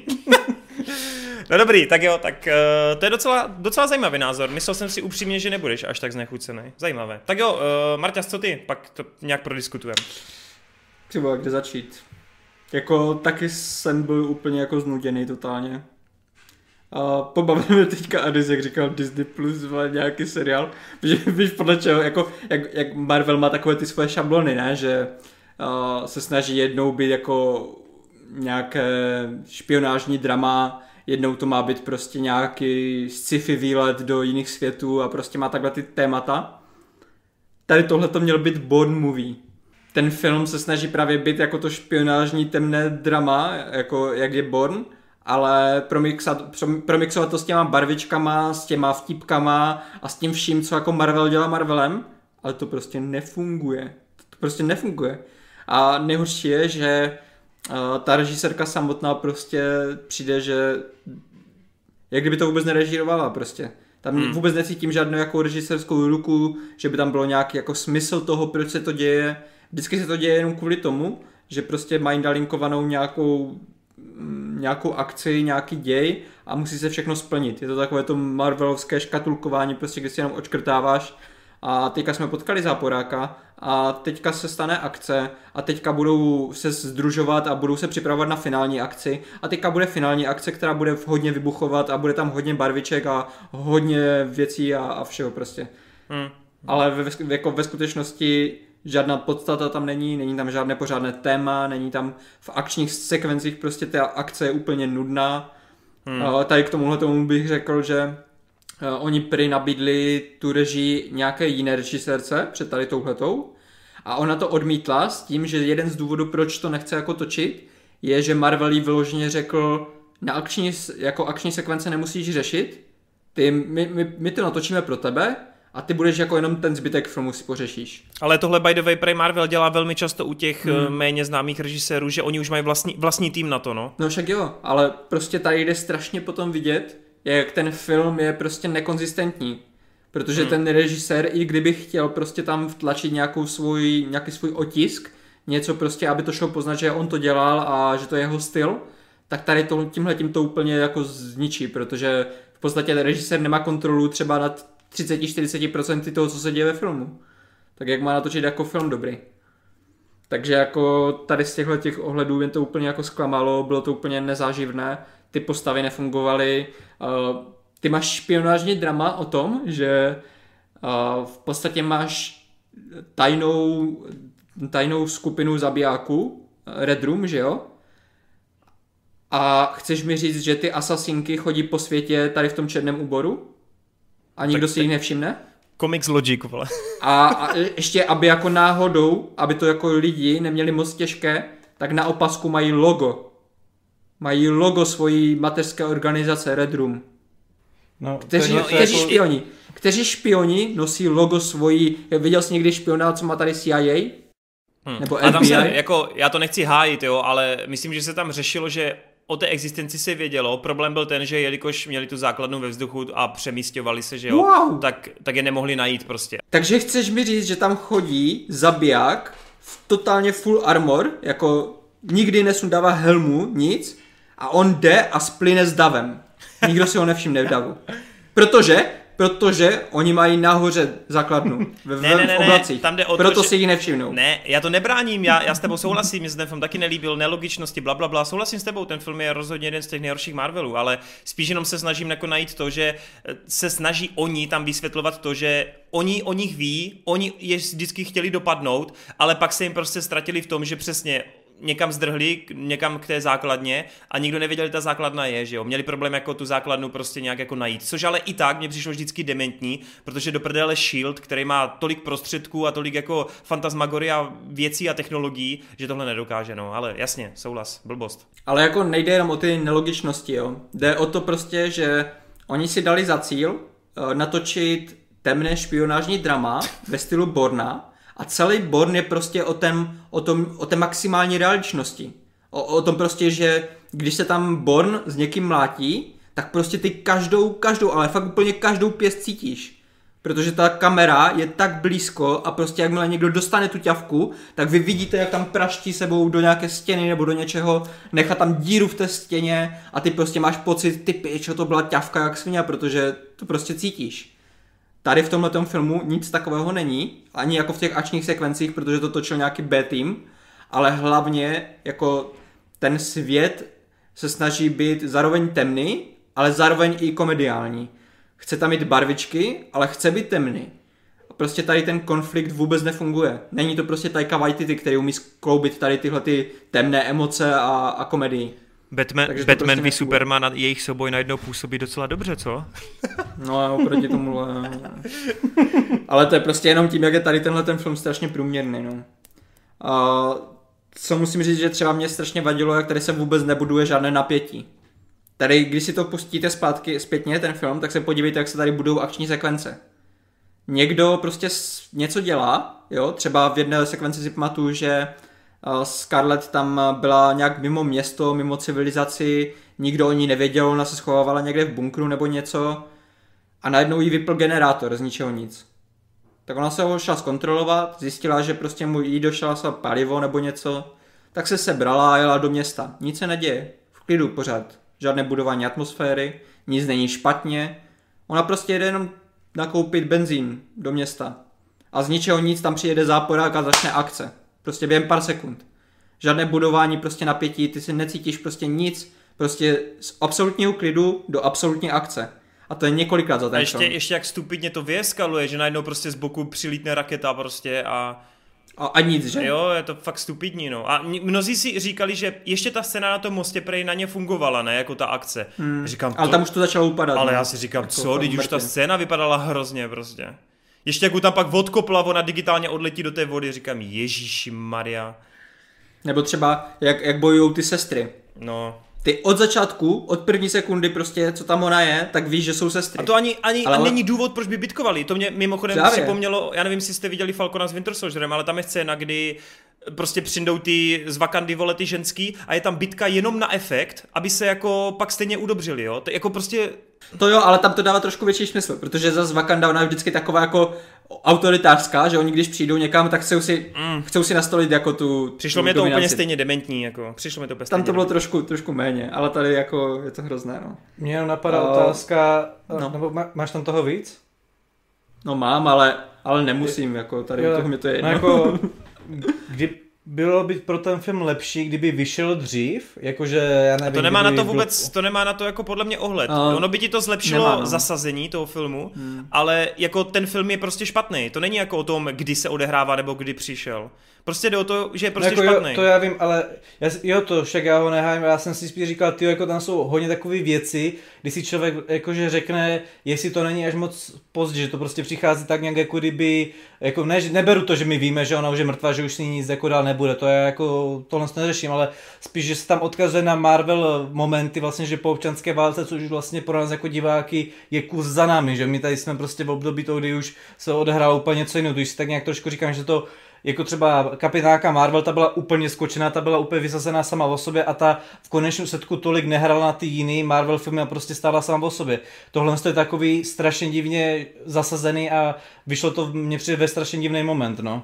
No dobrý, tak jo, tak uh, to je docela, docela zajímavý názor. Myslel jsem si upřímně, že nebudeš až tak znechucený. Zajímavé. Tak jo, uh, Marťas, co ty? Pak to nějak prodiskutujeme. Třeba kde začít? Jako taky jsem byl úplně jako znuděný totálně. A pobavil mě teďka Adis, jak říkal Disney Plus, nějaký seriál. Že víš podle čeho, jako, jak, jak Marvel má takové ty svoje šablony, ne? Že uh, se snaží jednou být jako nějaké špionážní drama, jednou to má být prostě nějaký sci-fi výlet do jiných světů a prostě má takhle ty témata. Tady tohle to měl být Bourne movie. Ten film se snaží právě být jako to špionážní temné drama, jako jak je Bourne, ale promixat, promixovat to s těma barvičkama, s těma vtipkama a s tím vším, co jako Marvel dělá Marvelem, ale to prostě nefunguje. To prostě nefunguje. A nejhorší je, že uh, ta režisérka samotná prostě přijde, že jak kdyby to vůbec nerežírovala prostě. Tam hmm. vůbec necítím žádnou jako režisérskou ruku, že by tam bylo nějaký jako smysl toho, proč se to děje. Vždycky se to děje jenom kvůli tomu, že prostě mají nalinkovanou nějakou, nějakou akci, nějaký děj a musí se všechno splnit. Je to takové to marvelovské škatulkování, prostě kde si jenom očkrtáváš. A teďka jsme potkali záporáka a teďka se stane akce a teďka budou se sdružovat a budou se připravovat na finální akci a teďka bude finální akce, která bude hodně vybuchovat a bude tam hodně barviček a hodně věcí a, a všeho prostě. Hmm. Ale ve, jako ve skutečnosti žádná podstata tam není, není tam žádné pořádné téma, není tam v akčních sekvencích prostě ta akce je úplně nudná. Hmm. A tady k tomuhle tomu bych řekl, že Uh, oni prý nabídli tu režii nějaké jiné režisérce před tady touhletou a ona to odmítla s tím, že jeden z důvodů, proč to nechce jako točit, je, že Marvel jí vyloženě řekl, na akční, jako akční sekvence nemusíš řešit, ty, my, my, my to natočíme pro tebe a ty budeš jako jenom ten zbytek filmu si pořešíš. Ale tohle by the way prej Marvel dělá velmi často u těch hmm. méně známých režisérů, že oni už mají vlastní, vlastní tým na to, no. No však jo, ale prostě tady jde strašně potom vidět, jak ten film je prostě nekonzistentní. Protože hmm. ten režisér, i kdyby chtěl prostě tam vtlačit nějakou svůj, nějaký svůj otisk, něco prostě, aby to šlo poznat, že on to dělal a že to je jeho styl, tak tady to, tímhletím to úplně jako zničí, protože v podstatě ten režisér nemá kontrolu třeba nad třicet až čtyřicet procent toho, co se děje ve filmu. Tak jak má natočit jako film dobrý. Takže jako tady z těchto těch ohledů jen to úplně jako zklamalo, bylo to úplně nezáživné, ty postavy nefungovaly, uh, ty máš špionážní drama o tom, že uh, v podstatě máš tajnou, tajnou skupinu zabijáků, Red Room, že jo? A chceš mi říct, že ty asasinky chodí po světě tady v tom černém úboru? A nikdo tak, si jich nevšimne? Comics Logic, vole. A, a ještě, aby jako náhodou, aby to jako lidi neměli moc těžké, tak na opasku mají logo. Mají logo svojí mateřské organizace Red Room. No, kteří no, kteří jako... špioni. Kteří špioni nosí logo svojí... Viděl jsi někdy špiona, co má tady C I A? Hmm. Nebo F B I? A tam se, jako, já to nechci hájit, jo, ale myslím, že se tam řešilo, že o té existenci se vědělo. Problém byl ten, že jelikož měli tu základnu ve vzduchu a přemísťovali se, že jo, wow. tak, tak je nemohli najít prostě. Takže chceš mi říct, že tam chodí zabiják v totálně full armor, jako nikdy nesundává helmu, nic, a on jde a splyne s davem. Nikdo si ho nevšimne v davu. Protože protože oni mají nahoře základnu v, Ne, ne, ne, v ne, oblacích, tam jde o to, proto že- si jich nevšimnou. Ne, já to nebráním, já, já s tebou souhlasím, mě se ten film taky nelíbil, nelogičnosti, bla, bla, bla, souhlasím s tebou, ten film je rozhodně jeden z těch nejhorších Marvelů, ale spíš jenom se snažím jako najít to, že se snaží oni tam vysvětlovat to, že oni o nich ví, oni je vždycky chtěli dopadnout, ale pak se jim prostě ztratili v tom, že přesně někam zdrhli, někam k té základně a nikdo nevěděl, že ta základna je, že jo. Měli problém jako tu základnu prostě nějak jako najít, což ale i tak mě přišlo vždycky dementní, protože do prdele Shield, který má tolik prostředků a tolik jako fantasmagoria věcí a technologií, že tohle nedokáže, no, ale jasně, souhlas, blbost. Ale jako nejde jenom o ty nelogičnosti, jo. Jde o to prostě, že oni si dali za cíl uh, natočit temné špionážní drama ve stylu Borna a celý Born je prostě o, ten, o, tom, o té maximální realičnosti. O, o tom prostě, že když se tam Born s někým mlátí, tak prostě ty každou, každou, ale fakt úplně každou pěst cítíš. Protože ta kamera je tak blízko a prostě jakmile někdo dostane tu ťavku, tak vy vidíte, jak tam praští sebou do nějaké stěny nebo do něčeho, nechá tam díru v té stěně a ty prostě máš pocit, ty pičo, to byla ťavka jak svině, protože to prostě cítíš. Tady v tomhletom filmu nic takového není, ani jako v těch akčních sekvencích, protože to točil nějaký B-team, ale hlavně jako ten svět se snaží být zároveň temný, ale zároveň i komediální. Chce tam mít barvičky, ale chce být temný. A prostě tady ten konflikt vůbec nefunguje. Není to prostě Taika Waititi, který umí skloubit tady tyhle ty temné emoce a, a komedii. Batman, Takže to Batman prostě v nefunguje. Superman a jejich souboj najednou působí docela dobře, co? No a oproti tomu... Ale to je prostě jenom tím, jak je tady tenhle ten film strašně průměrný, no. A co musím říct, že třeba mě strašně vadilo, jak tady se vůbec nebuduje žádné napětí. Tady, když si to pustíte zpátky, zpětně ten film, tak se podívejte, jak se tady budou akční sekvence. Někdo prostě s- něco dělá, jo, třeba v jedné sekvenci si pamatuju, že uh, Scarlett tam byla nějak mimo město, mimo civilizaci, nikdo o ní nevěděl, ona se schovávala někde v bunkru nebo něco a najednou jí vypl generátor z ničeho nic. Tak ona se ho šla zkontrolovat, zjistila, že prostě mu jí došla se palivo nebo něco, tak se sebrala a jela do města. Nic se neděje, v klidu pořád. Žádné budování atmosféry, nic není špatně. Ona prostě jede jenom nakoupit benzín do města. A z ničeho nic tam přijede záporák a začne akce. Prostě během pár sekund. Žádné budování prostě napětí, ty si necítíš prostě nic. Prostě z absolutního klidu do absolutní akce. A to je několikrát za A ten ještě, film. ještě jak stupidně to vyeskaluje, že najednou prostě z boku přilítne raketa prostě a... A, a nic, že? Jo, je to fakt stupidní, no. A mnozí si říkali, že ještě ta scéna na tom mostě prej na ně fungovala, ne, jako ta akce. Hmm. Říkám, Ale to... tam už to začalo upadat. Ale no. já si říkám, Jako co, tam když už ta mrtvě. scéna vypadala hrozně prostě. Ještě jak u tam pak odkopla, ona digitálně odletí do té vody, říkám, Ježíši Maria. Nebo třeba, jak, jak bojujou ty sestry. No. Ty od začátku, od první sekundy prostě, co tam ona je, tak víš, že jsou sestry. A to ani, ani Ale a on- není důvod, proč by bitkovali. To mě mimochodem Právě. připomnělo, já nevím, jestli jste viděli Falcona s Winter Soldierem, ale tam je scéna, kdy prostě přijdou ty z Wakandy, vole, ty ženský a je tam bitka jenom na efekt, aby se jako pak stejně udobřili, jo. To jako prostě... To jo, ale tam to dává trošku větší smysl, protože zase Wakanda ona je vždycky taková jako autoritářská, že oni když přijdou někam, tak chcou si, mm. chcou si nastolit jako tu Přišlo tu mi to dominaci. úplně stejně dementní, jako. Přišlo mi to úplně Tam stejně to bylo trošku, trošku méně, ale tady jako je to hrozné, no. Mně jenom napadá Uh, otázka, no. nebo má, máš tam toho víc? No mám, ale, ale nemusím, jako tady Jo, u toho mi to je jedno. No jako, kdy bylo by pro ten film lepší, kdyby vyšel dřív, jakože já nevím, To nemá na kdyby to byl- vůbec, to nemá na to jako podle mě ohled. Uh, ono by ti to zlepšilo nemá, no. zasazení toho filmu, hmm. ale jako ten film je prostě špatný. To není jako o tom, kdy se odehrává nebo kdy přišel. Prostě jde o to, že je prostě no jako špatný. jo, to já vím, ale já, si- jo to, však já ho nehájím, já jsem si spíš říkal, tyjo, jako tam jsou hodně takové věci, kdy si člověk jakože řekne, jestli to není až moc pozdě, že to prostě přichází tak nějak jako kdyby, jako ne, že- neberu to, že my víme, že ona už je mrtvá, že už s ní nic jako dál nebude, to je jako, tohle neřeším, ale spíš, že se tam odkazuje na Marvel momenty vlastně, že po občanské válce, což už vlastně pro nás jako diváky je kus za námi, že my tady jsme prostě v období toho, kdy už se odehrálo úplně něco jiného, když si tak nějak trošku říkám, že to jako třeba kapitánka Marvel, ta byla úplně skočená, ta byla úplně vysazená sama o sobě a ta v konečném setku tolik nehrala na ty jiný Marvel filmy a prostě stála sama o sobě. Tohle je takový strašně divně zasazený a vyšlo to mně přijde ve strašně divný moment, no.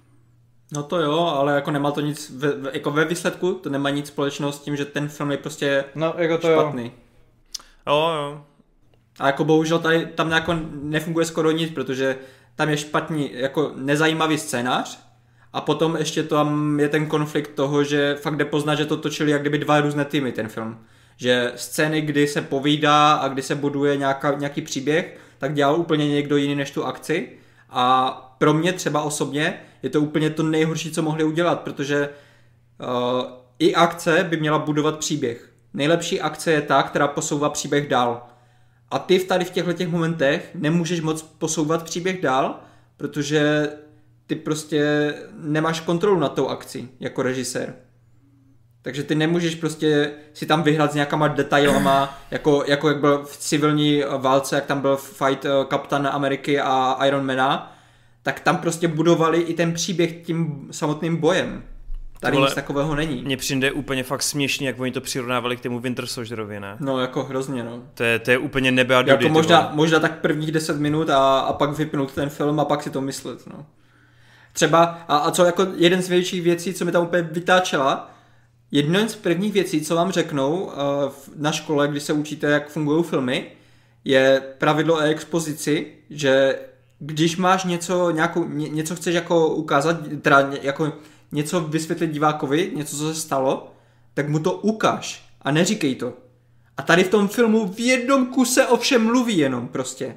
No to jo, ale jako nemá to nic, ve, ve- jako ve výsledku to nemá nic společného s tím, že ten film je prostě No, jako to špatný. Jo, jo. A jako bohužel tady, tam jako nefunguje skoro nic, protože tam je špatný, jako nezajímavý scénář a potom ještě tam je ten konflikt toho, že fakt jde poznat, že to točili jak kdyby dva různé týmy ten film. Že scény, kdy se povídá a kdy se buduje nějaká, nějaký příběh, tak dělal úplně někdo jiný než tu akci. A pro mě třeba osobně je to úplně to nejhorší, co mohli udělat, protože uh, i akce by měla budovat příběh. Nejlepší akce je ta, která posouvá příběh dál. A ty v tady v těchto těch momentech nemůžeš moc posouvat příběh dál, protože ty prostě nemáš kontrolu nad tou akcí jako režisér. Takže ty nemůžeš prostě si tam vyhrát s nějakýma detailama, jako, jako jak byl v civilní válce, jak tam byl fight Kapitána Ameriky a Ironmana, tak tam prostě budovali i ten příběh tím samotným bojem. Tady nic takového není. Mně přijde úplně fakt směšně, jak oni to přirovnávali k tomu Winter Soldierovi, ne? No jako hrozně, no. To je, to je úplně nebe a dudy, jako možná, možná tak prvních deset minut a, a pak vypnout ten film a pak si to myslet, no. Třeba, a, a co jako jeden z větších věcí, co mi tam úplně vytáčela, jedno z prvních věcí, co vám řeknou uh, na škole, když se učíte, jak fungují filmy, je pravidlo o expozici, že když máš něco, nějakou, ně, něco chceš jako ukázat, teda jako něco vysvětlit divákovi, něco, co se stalo, tak mu to ukáž a neříkej to. A tady v tom filmu v jednom kuse ovšem mluví jenom prostě.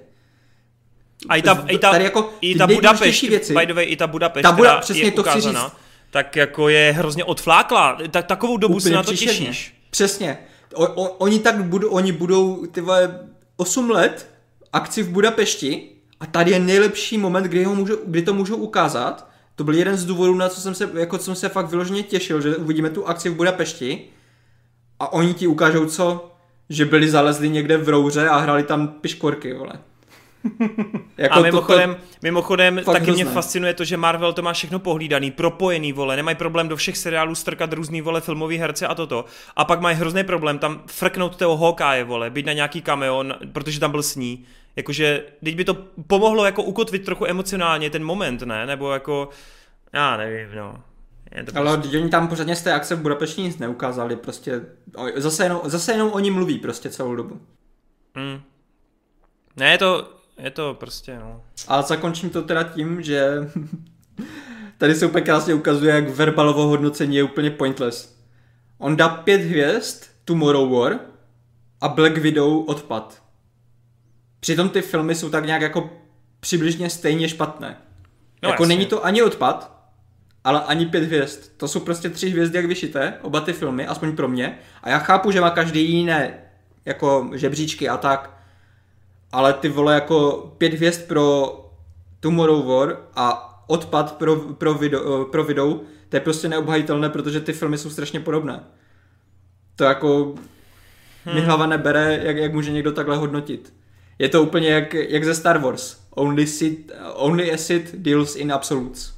A i ta, i ta, tady jako i ta Budapešť, věci, by the way, i ta Budapešť, ta Buda, která je to ukázaná, tak jako je hrozně odfláklá. Tak, takovou dobu se na to příšerně. Těšíš. Přesně. O, o, oni tak budou, oni budou ty vole osm let akci v Budapešti a tady je nejlepší moment, kdy, ho můžu, kdy to můžou ukázat. To byl jeden z důvodů, na co jsem se, jako jsem se fakt vyloženě těšil, že uvidíme tu akci v Budapešti a oni ti ukážou co? Že byli zalezli někde v rouře a hrali tam piškorky, vole. Jako a mimochodem, to, mimochodem taky hrozné. Mě fascinuje to, že Marvel to má všechno pohlídaný, propojený, vole, nemají problém do všech seriálů strkat různý, vole, filmový herce a toto. A pak mají hrozný problém tam frknout toho Hawkeye, vole, být na nějaký cameo, protože tam byl s ní. Jakože, teď by to pomohlo jako ukotvit trochu emocionálně ten moment, ne? Nebo jako, já nevím, no. To ale prostě... oni tam pořádně z té akce v Budapešti nic neukázali, prostě, zase jenom, zase jenom oni mluví prostě celou dobu. Hmm. Ne, je to, je to prostě, no. Ale zakončím to teda tím, že tady se úplně krásně ukazuje, jak verbalovo hodnocení je úplně pointless. On dá pět hvězd Tomorrow War a Black Widow odpad. Přitom ty filmy jsou tak nějak jako přibližně stejně špatné. No jako jasně. není to ani odpad, ale ani pět hvězd. To jsou prostě tři hvězdy jak vyšité, oba ty filmy, aspoň pro mě. A já chápu, že má každý jiné jako žebříčky a tak. Ale ty vole jako pět hvězd pro Tomorrow War a odpad pro, pro, video, pro Widow, to je prostě neobhajitelné, protože ty filmy jsou strašně podobné. To jako hmm. mi hlava nebere, jak, jak může někdo takhle hodnotit. Je to úplně jak, jak ze Star Wars. Only, Sith, only a Sith deals in absolutes.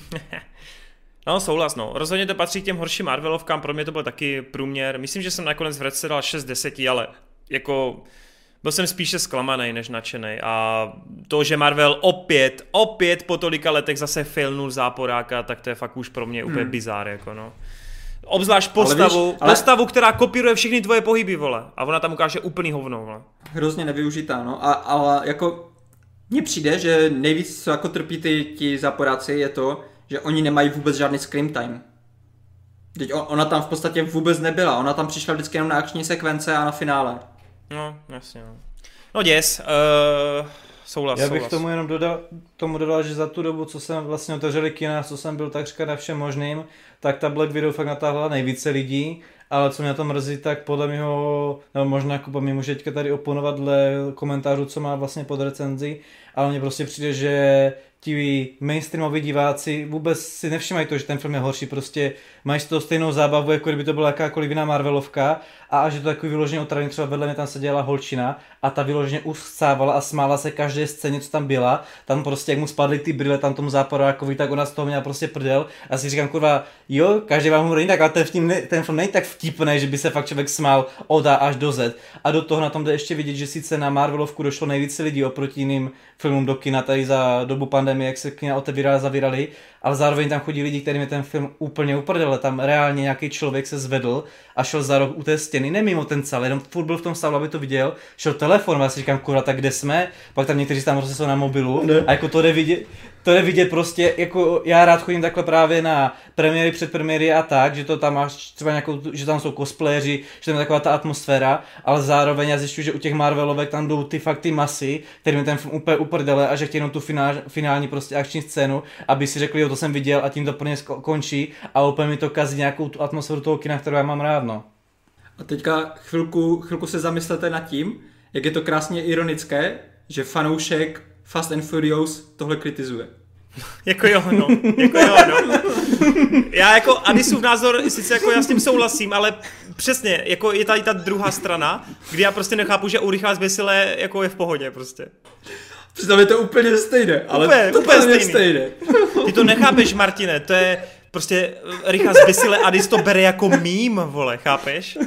No, souhlas, no. Rozhodně to patří k těm horším Marvelovkám, pro mě to byl taky průměr. Myslím, že jsem nakonec v Redce dal šest z deseti, ale jako byl jsem spíše zklamaný než nadšený. A to, že Marvel opět, opět po tolika letech zase failnul záporáka, tak to je fakt už pro mě úplně hmm. bizár, jako no. Obzvlášť postavu, ale víš, ale... postavu, která kopíruje všechny tvoje pohyby, vole. A ona tam ukáže úplný hovno, vole. Hrozně nevyužitá, no. A, ale jako mně přijde, že nejvíc, co jako trpí ty, ti záporáci, je to, že oni nemají vůbec žádný screen time. Teď ona tam v podstatě vůbec nebyla. Ona tam přišla vždycky jenom na akční sekvence a na finále. No, jasně, no. No děs, uh, souhlas, Já bych souhlas. tomu jenom dodal, tomu dodal, že za tu dobu, co jsem vlastně otevřeli kina, co jsem byl takřka na všem možným, tak ta Black Widow fakt natáhla nejvíce lidí, ale co mě na tom mrzí, tak podle mého, nebo možná Kuba mi může teďka tady oponovat dle komentářů, co má vlastně pod recenzí, ale mně prostě přijde, že ti mainstreamoví diváci vůbec si nevšimají to, že ten film je horší, prostě mají z toho stejnou zábavu, jako kdyby to byla jakákoliv jiná Marvelovka a až je to takový vyloženě otravný, třeba vedle mě tam se dělala holčina a ta vyloženě uscávala a smála se každé scéně, co tam byla, tam prostě jak mu spadly ty brýle tam tomu záporákovi, tak ona z toho měla prostě prdel a si říkám, kurva, jo, každý vám humor jinak, ale ten, vtip, ten film není tak vtipný, že by se fakt člověk smál od A až do Z a do toho na tom jde ještě vidět, že sice na Marvelovku došlo nejvíce lidí oproti jiným filmům do kina tady za dobu pandemie, pandemie, jak se kina otevírala, zavírali, ale zároveň tam chodí lidi, kterým je ten film úplně uprdele. Tam reálně nějaký člověk se zvedl a šel za roh u té stěny, ne mimo ten sál, jenom furt byl v tom sálu, aby to viděl, šel telefon, já si říkám, kurva, tak kde jsme? Pak tam někteří tam prostě jsou na mobilu ne. A jako to jde vidět, to jde vidět prostě, jako já rád chodím takhle právě na premiéry, předpremiéry a tak, že to tam máš třeba nějakou, že tam jsou cosplayeři, že tam je taková ta atmosféra, ale zároveň já zjišťuji, že u těch Marvelovek tam jdou ty fakt ty masy, kterým je ten film úplně uprdele a že chtějí jenom tu finál, finální prostě akční scénu, aby si řekli, jo, to jsem viděl a tím to pro ně končí a úplně mi to kazí nějakou tu atmosféru toho kina, kterou já mám rád, no. A teďka chvilku, chvilku se zamyslete nad tím, jak je to krásně ironické, že fanoušek Fast and Furious tohle kritizuje. Jako jo, no. Jako jo, no. Já jako Adisův názor, sice jako já s tím souhlasím, ale přesně, jako je tady ta druhá strana, kdy já prostě nechápu, že u Rychlá zběsilé jako je v pohodě prostě. Přitom je to úplně stejné, ale úplně, to úplně stejné. stejné. Ty to nechápeš, Martine, to je prostě Rychlá zběsilé, Adis to bere jako mím, vole, chápeš?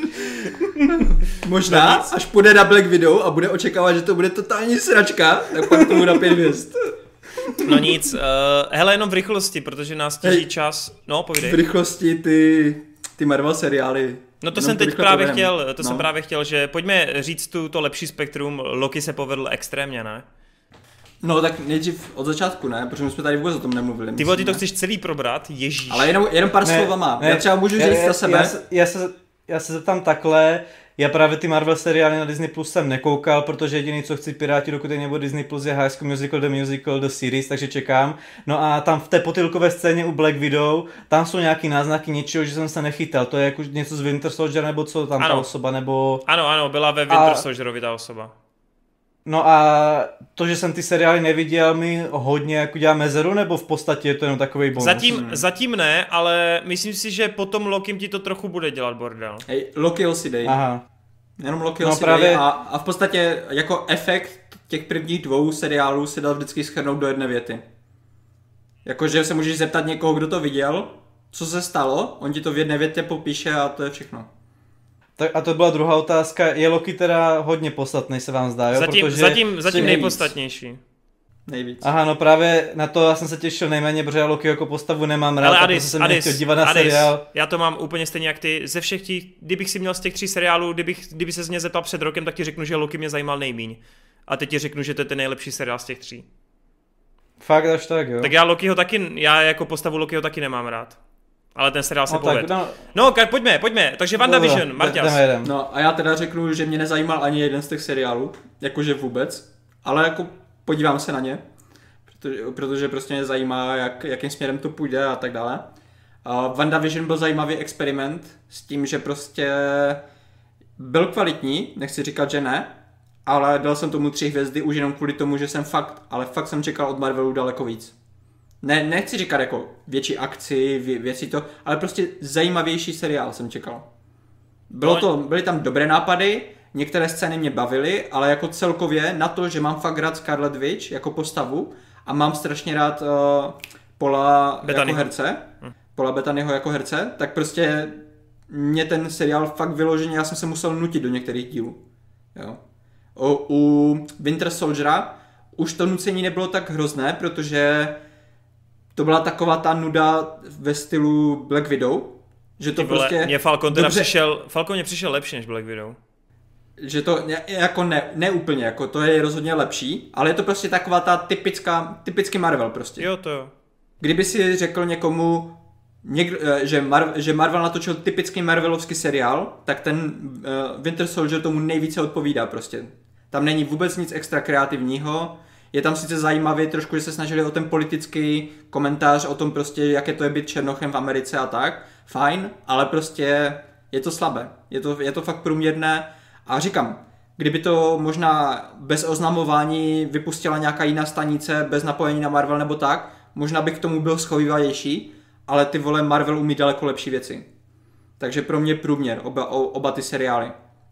Možná, až půjde na Black Widow a bude očekávat, že to bude totální sračka, tak pak tomu na pět hvězd. No nic, uh, hele, jenom v rychlosti, protože nás těží hey, čas. No, povídej. V rychlosti ty, ty Marvel seriály. No to jsem teď právě provedem. chtěl, to no. jsem právě chtěl, že pojďme říct tu to lepší spektrum. Loki se povedl extrémně, ne? No tak nejdřív od začátku, ne? Protože my jsme tady vůbec o tom nemluvili. Ty vole, ty to chceš celý probrat, ježíš. Ale jenom, jenom pár ne, slovama. Ne, já třeba můžu říct já, za sebe. Já, já, se, já se zeptám takhle. Já právě ty Marvel seriály na Disney Plus jsem nekoukal, protože jediný, co chci piráti, dokud je nebo Disney Plus, je High School Musical, The Musical, The Series, takže čekám. No a tam v té potylkové scéně u Black Widow, tam jsou nějaký náznaky něčeho, že jsem se nechytal. To je jako něco z Winter Soldier, nebo co tam ano. ta osoba, nebo... Ano, ano, byla ve Winter a... Soldierovi ta osoba. No a to, že jsem ty seriály neviděl, mi hodně jako dělá mezeru, nebo v podstatě je to jenom takovej bonus? Zatím, hmm. zatím ne, ale myslím si, že potom Lokim ti to trochu bude dělat bordel. Hej, Lokiho si dej. Aha. Jenom Lokiho no, si právě... dej a, a v podstatě jako efekt těch prvních dvou seriálů se dal vždycky shrnout do jedné věty. Jakože se můžeš zeptat někoho, kdo to viděl, co se stalo, on ti to v jedné větě popíše a to je všechno. Tak a to byla druhá otázka. Je Loki teda hodně podstatný, se vám zdá, jo? Zatím, Protože zatím, zatím nejpodstatnější. Nejvíc. Aha, no právě na to já jsem se těšil nejméně, protože já Loki jako postavu nemám rád, ale a Adis, jsem Adis, nechtěl dívat na Adis, seriál. Já to mám úplně stejně jak ty. Ze všech těch, kdybych si měl z těch tří seriálů, kdybych, kdyby se z mě zeptal před rokem, tak ti řeknu, že Loki mě zajímal nejmíň. A teď ti řeknu, že to je ten nejlepší seriál z těch tří. Fakt až tak, jo? Tak já Lokiho taky, já jako postavu Lokiho taky nemám rád. Ale ten seriál se no, poved. No, no ka- pojďme, pojďme. Takže WandaVision, Marťas. No a já teda řeknu, že mě nezajímal ani jeden z těch seriálů. Jakože vůbec. Ale jako podívám se na ně. Protože, protože prostě mě zajímá, jak, jakým směrem to půjde a tak dále. Uh, WandaVision byl zajímavý experiment s tím, že prostě byl kvalitní, nechci říkat, že ne, ale dal jsem tomu tři hvězdy už jenom kvůli tomu, že jsem fakt, ale fakt jsem čekal od Marvelu daleko víc. Ne, nechci říkat jako větší akci, vě, věci to, ale prostě zajímavější seriál jsem čekal. Bylo to, byly tam dobré nápady, některé scény mě bavily, ale jako celkově na to, že mám fakt rád Scarlet Witch jako postavu a mám strašně rád uh, Paula Bettany. Jako herce, hm. Paula Bettanyho jako herce, tak prostě mě ten seriál fakt vyloženě, já jsem se musel nutit do některých dílů. Jo. O, u Winter Soldiera už to nucení nebylo tak hrozné, protože to byla taková ta nuda ve stylu Black Widow, že to vole, prostě... Mě Falcon teda dobře... přišel, Falcon mě přišel lepší než Black Widow. Že to jako ne, ne úplně, jako to je rozhodně lepší, ale je to prostě taková ta typická, typický Marvel prostě. Jo, to jo. Kdyby si řekl někomu, někdo, že, Mar, že Marvel natočil typický Marvelovský seriál, tak ten uh, Winter Soldier tomu nejvíce odpovídá prostě. Tam není vůbec nic extra kreativního. Je tam sice zajímavý trošku, že se snažili o ten politický komentář, o tom prostě, jaké to je být černochem v Americe a tak. Fajn, ale prostě je to slabé. Je to, je to fakt průměrné. A říkám, kdyby to možná bez oznamování vypustila nějaká jiná stanice, bez napojení na Marvel nebo tak, možná bych k tomu byl schovývavější, ale ty vole Marvel umí daleko lepší věci. Takže pro mě průměr, oba, oba ty seriály.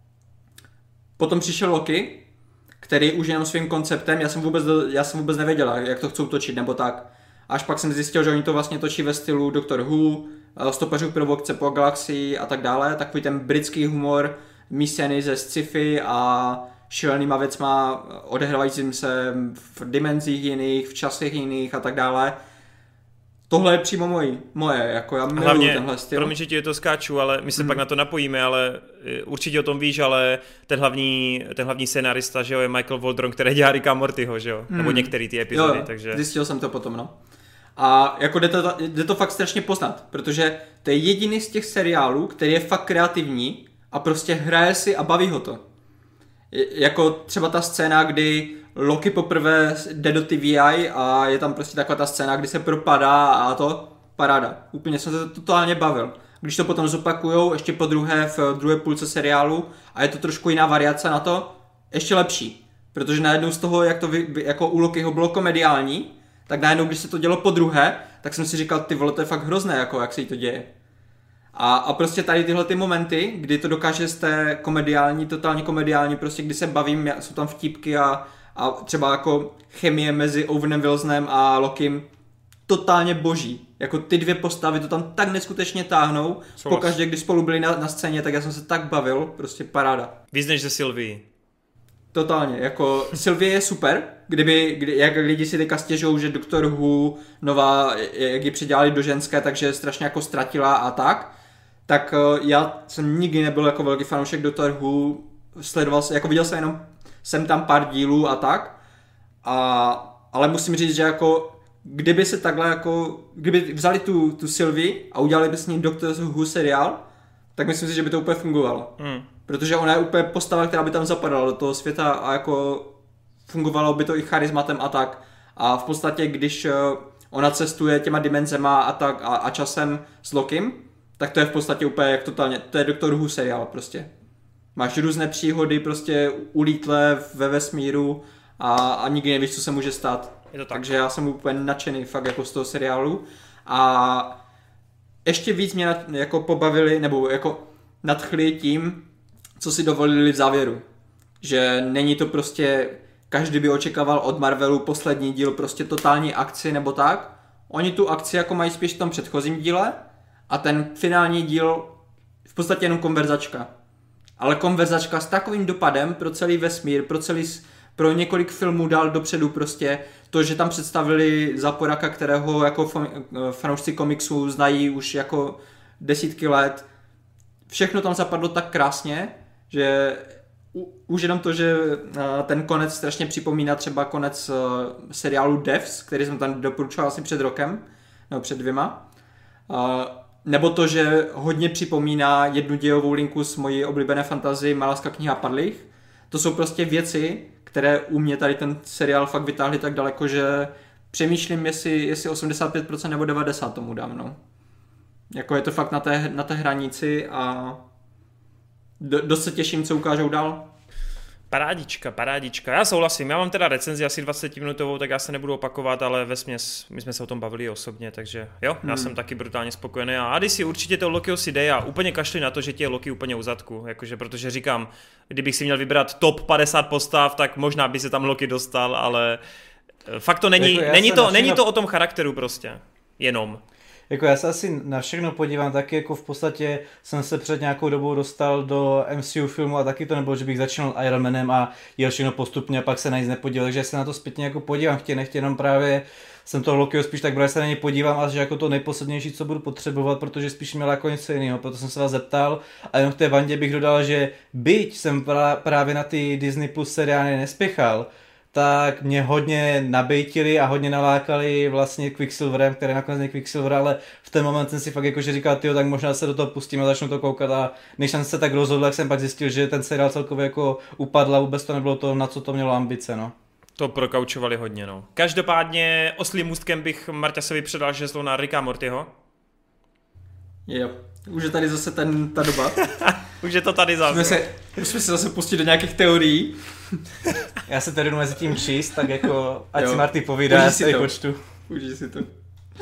Potom přišel Loki, který už jenom svým konceptem, já jsem vůbec, já jsem vůbec nevěděl, jak to chcou točit nebo tak. Až pak jsem zjistil, že oni to vlastně točí ve stylu Doctor Who, Stopařů provokace po galaxii a tak dále. Takový ten britský humor, místěný ze sci-fi a šílenýma věcma, odehrávajícím se v dimenzích jiných, v časech jiných a tak dále. Tohle je přímo můj, moje, jako já miluji hlavně, tenhle styl. Promiň, že ti to skáču, ale my se mm. pak na to napojíme, ale určitě o tom víš, ale ten hlavní, ten hlavní scénarista, že jo, je Michael Waldron, který dělá Ricka Mortyho, že jo, mm. nebo některé ty epizody, jo, takže... zjistil jsem to potom, no. A jako jde to, jde to fakt strašně poznat, protože to je jediný z těch seriálů, který je fakt kreativní a prostě hraje si a baví ho to. Je, jako třeba ta scéna, kdy Loki poprvé jde do T V I a je tam prostě taková ta scéna, kdy se propadá a to, paráda. Úplně jsem se totálně bavil. Když to potom zopakujou ještě po druhé v druhé půlce seriálu a je to trošku jiná variace na to, ještě lepší. Protože najednou z toho, jak to vy, jako u Lokiho bylo komediální, tak najednou, když se to dělo po druhé, tak jsem si říkal, ty vole, to je fakt hrozné, jako jak se jí to děje. A, a prostě tady tyhle ty momenty, kdy to dokáže z té komediální, totálně komediální, prostě kdy se bavím, jsou tam vtipky a, a třeba jako chemie mezi Owenem Wilsonem a Lokim, totálně boží. Jako ty dvě postavy to tam tak neskutečně táhnou. Pokaždé, když spolu byli na, na scéně, tak já jsem se tak bavil, prostě paráda. Víc než ze Sylvie. Totálně, jako Sylvie je super, kdyby, kdy, jak lidi si teďka stěžují, že Doctor Who nová, jak ji předělali do ženské, takže strašně jako ztratila a tak, tak já jsem nikdy nebyl jako velký fanoušek Doctor Who, sledoval jsem, jako viděl jsem jenom, jsem tam pár dílů a tak, a, ale musím říct, že jako kdyby se takhle jako, kdyby vzali tu, tu Sylvie a udělali by s ní Doctor Who seriál, tak myslím si, že by to úplně fungovalo. Mm. Protože ona je úplně postava, která by tam zapadala do toho světa a jako fungovalo by to i charismatem a tak. A v podstatě, když ona cestuje těma dimenzema a tak a, a časem s Lokim, tak to je v podstatě úplně jak totálně, to je Doctor Who seriál prostě. Máš různé příhody prostě ulítlé ve vesmíru a, a nikdy nevíš, co se může stát. Je to tak. Takže já jsem úplně nadšený fakt jako z toho seriálu. A ještě víc mě jako pobavili, nebo jako nadchli tím, co si dovolili v závěru. Že není to prostě, každý by očekával od Marvelu poslední díl prostě totální akci nebo tak. Oni tu akci jako mají spíš v tom předchozím díle a ten finální díl v podstatě jenom konverzačka. Ale konverzačka s takovým dopadem pro celý vesmír, pro celý, pro několik filmů dál dopředu prostě. To, že tam představili Zaporaka, kterého jako fanoušci komiksů znají už jako desítky let. Všechno tam zapadlo tak krásně, že u, už jenom to, že ten konec strašně připomíná třeba konec seriálu Devs, který jsem tam doporučoval asi před rokem, nebo před dvěma. Nebo to, že hodně připomíná jednu dějovou linku z mojí oblíbené fantasy Malaska kniha padlých. To jsou prostě věci, které u mě tady ten seriál fakt vytáhly tak daleko, že přemýšlím, jestli, jestli osmdesát pět procent nebo devadesát procent tomu dám, no. Jako je to fakt na té, na té hranici a do, dost se těším, co ukážou dál. Parádička, parádička. Já souhlasím, já mám teda recenzi asi dvacetiminutovou, tak já se nebudu opakovat, ale vesměs my jsme se o tom bavili osobně, takže jo, já hmm. jsem taky brutálně spokojený. A Ady si určitě toho Lokiho si dej a úplně kašli na to, že ti je Loki úplně u zadku, jakože, protože říkám, kdybych si měl vybrat top padesát postav, tak možná by se tam Loki dostal, ale fakt to není, jako není, to, není to o tom charakteru prostě, jenom. Jako já se asi na všechno podívám, taky jako v podstatě jsem se před nějakou dobou dostal do M C U filmu a taky to nebylo, že bych začal Iron Manem a jel všechno postupně a pak se na nic nepodíval, takže se na to zpětně jako podívám, chtě nechtě, jenom právě jsem toho Lokiho spíš tak bral, se na něj podívám a že jako to nejposlednější, co budu potřebovat, protože spíš měl jako něco jiného, proto jsem se vás zeptal a jenom v té Vandě bych dodal, že byť jsem právě na ty Disney Plus seriály nespěchal, tak mě hodně nabejtili a hodně nalákali vlastně Quicksilverem, který nakonec není Quicksilver, ale v ten moment jsem si fakt jakože říkal, tyjo, tak možná se do toho pustím a začnu to koukat a než jsem se tak rozhodl, tak jsem pak zjistil, že ten seriál celkově jako upadl a vůbec to nebylo to, na co to mělo ambice, no. To prokaučovali hodně, no. Každopádně oslým můstkem bych Marťasovi předal žezlo na Ricka Mortyho. Jo, už je tady zase ten, ta doba. Už je to tady zase. Musíme se, musíme se zase pustit do nějakých teorií. Já se tady jdu mezi tím číst, tak jako ať jo. si Marty povídá, já si počtu. Užij si to. Uh,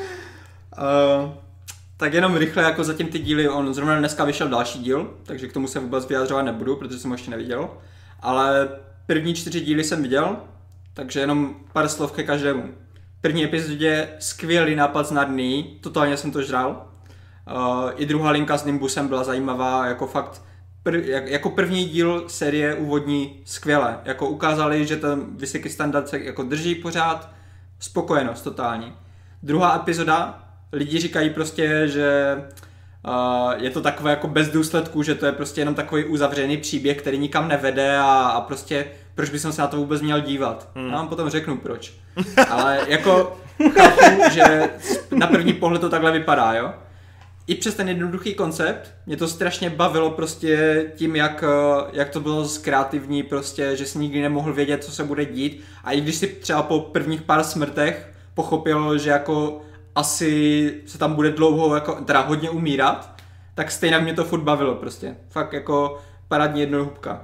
tak jenom rychle, jako zatím ty díly, on zrovna dneska vyšel další díl, takže k tomu se vůbec vyjádřovat nebudu, protože jsem ho ještě neviděl. Ale první čtyři díly jsem viděl, takže jenom pár slov ke každému. První epizodě skvělý nápad snadný, totálně jsem to žral. Uh, I druhá linka s Nimbusem byla zajímavá, jako fakt Pr- jako první díl série úvodní skvěle. Jako ukázali, že ten vysoký standard se jako drží pořád. Spokojenost totální. Druhá epizoda, lidi říkají prostě, že uh, je to takové jako bez důsledků, že to je prostě jenom takový uzavřený příběh, který nikam nevede a, a prostě proč bych se na to vůbec měl dívat. Hmm. Já vám potom řeknu proč. Ale jako chápu, že na první pohled to takhle vypadá, jo. I přes ten jednoduchý koncept mě to strašně bavilo prostě tím, jak, jak to bylo kreativní, prostě, že si nikdy nemohl vědět, co se bude dít. A i když si třeba po prvních pár smrtech pochopil, že jako asi se tam bude dlouho, jako, teda hodně umírat, tak stejně mě to furt bavilo prostě. Fakt jako parádní jednohubka.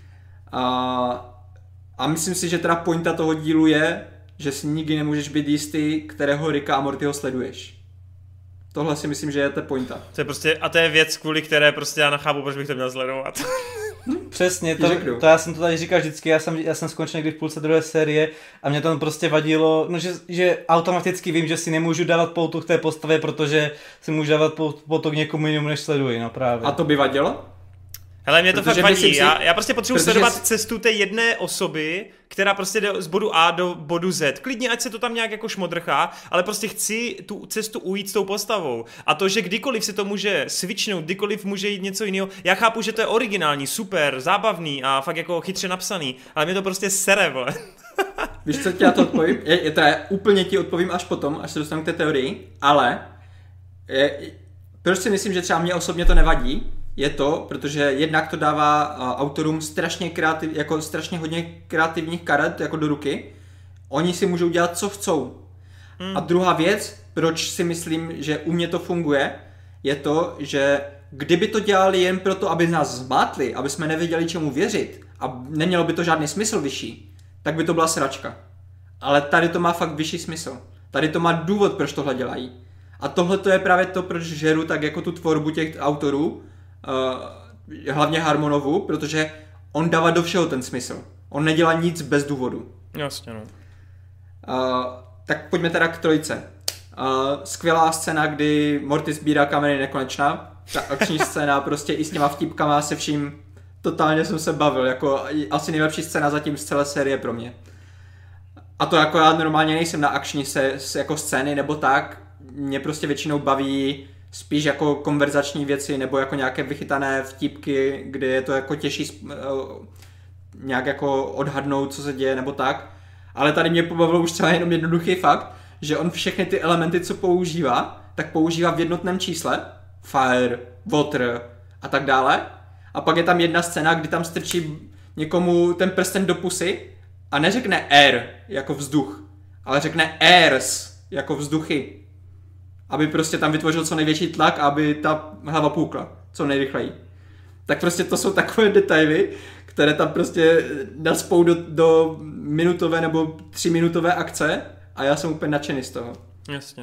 A, a myslím si, že teda pointa toho dílu je, že si nikdy nemůžeš být jistý, kterého Ricka a Mortyho sleduješ. Tohle si myslím, že je ta pointa. To je prostě, a to je věc, kvůli které prostě já nechápu, proč bych to měl sledovat. Přesně, to, to já jsem to tady říkal vždycky, já jsem, já jsem skončil někdy v půlce druhé série a mě to prostě vadilo, no, že, že automaticky vím, že si nemůžu dávat poutu k té postavě, protože si můžu dávat poutu k někomu jinému, než sleduji, no právě. A to by vadilo? Hele, mě to protože fakt vadí, si... já, já prostě potřebuji sledovat si... cestu té jedné osoby, která prostě jde z bodu A do bodu Z. Klidně, ať se to tam nějak jako šmodrchá, ale prostě chci tu cestu ujít s tou postavou. A to, že kdykoliv se to může switchnout, kdykoliv může jít něco jiného, já chápu, že to je originální, super, zábavný a fakt jako chytře napsaný, ale mě to prostě sere, vole. Víš, co ti já to odpovím? Je, je teda, úplně ti odpovím až potom, až se dostanu k té teorii, ale je, proč si myslím, že třeba mě osobně to nevadí, je to, protože jednak to dává uh, autorům strašně kreativ, jako strašně hodně kreativních karet jako do ruky. Oni si můžou dělat, co chcou. Hmm. A druhá věc, proč si myslím, že u mě to funguje, je to, že kdyby to dělali jen proto, aby nás zmátli, aby jsme nevěděli, čemu věřit a nemělo by to žádný smysl vyšší, tak by to byla sračka. Ale tady to má fakt vyšší smysl. Tady to má důvod, proč tohle dělají. A tohle to je právě to, proč žeru tak jako tu tvorbu těch autorů, Uh, hlavně Harmonovu, protože on dává do všeho ten smysl. On nedělá nic bez důvodu. Jasně, no. Uh, tak pojďme teda k trojce. Uh, skvělá scéna, kdy Morty sbírá kameny nekonečná. Ta akční scéna prostě i s těma vtipkama se vším totálně jsem se bavil. Jako asi nejlepší scéna zatím z celé série pro mě. A to jako já normálně nejsem na akční se, jako scény nebo tak. Mě prostě většinou baví spíš jako konverzační věci nebo jako nějaké vychytané vtipky, kde je to jako těžší uh, nějak jako odhadnout, co se děje nebo tak. Ale tady mě pobavilo už třeba jenom jednoduchý fakt, že on všechny ty elementy, co používá, tak používá v jednotném čísle. Fire, water a tak dále. A pak je tam jedna scéna, kdy tam strčí někomu ten prsten do pusy a neřekne air jako vzduch, ale řekne airs jako vzduchy. Aby prostě tam vytvořil co největší tlak, aby ta hlava půkla co nejrychleji. Tak prostě to jsou takové detaily, které tam prostě naspou do, do minutové nebo tři minutové akce a já jsem úplně nadšený z toho. Jasně.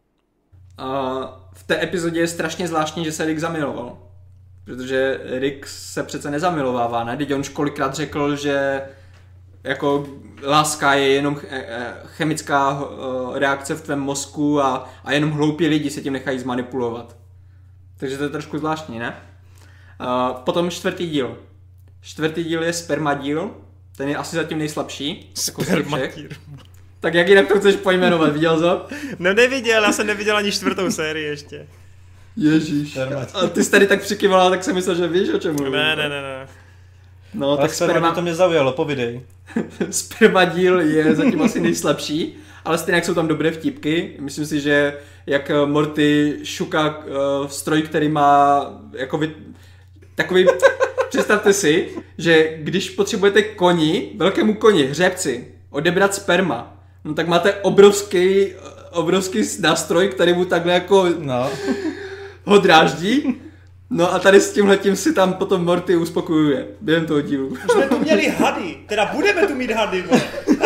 A v té epizodě je strašně zvláštní, že se Rick zamiloval. Protože Rick se přece nezamilovává, ne? Teď on už kolikrát řekl, že jako láska je jenom chemická reakce v tvém mozku a, a jenom hloupí lidi se tím nechají zmanipulovat. Takže to je trošku zvláštní, ne? Uh, potom čtvrtý díl. Čtvrtý díl je spermadíl, ten je asi zatím nejslabší. Spermadíl. Tak jak jinak to chceš pojmenovat, viděl jsi? No neviděl, já jsem neviděl ani čtvrtou sérii ještě. Ježíš. A ty jsi tady tak přikyvala, tak jsem myslel, že víš, o čem mluvím. Ne, ne, ne, ne. No, ale tak sperma... to mě zaujalo, povidej. Spermadíl je zatím asi nejslabší, ale stejně jak jsou tam dobré vtipky. Myslím si, že jak Morty šuká uh, stroj, který má jako vy... takový... Představte si, že když potřebujete koni, velkému koni, hřebci, odebrat sperma, no tak máte obrovský, obrovský nástroj, který mu takhle jako no. ho dráždí. No a tady s tímhletím si tam potom Morty uspokojuje během toho dílu. Už jsme tu měli hady, teda budeme tu mít hady, vole.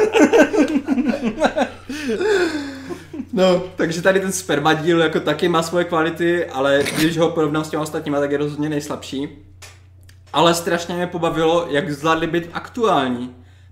No, takže tady ten spermadíl jako taky má svoje kvality, ale když ho porovnám s těma ostatníma, tak je rozhodně nejslabší. Ale strašně mě pobavilo, jak zvládli být aktuální.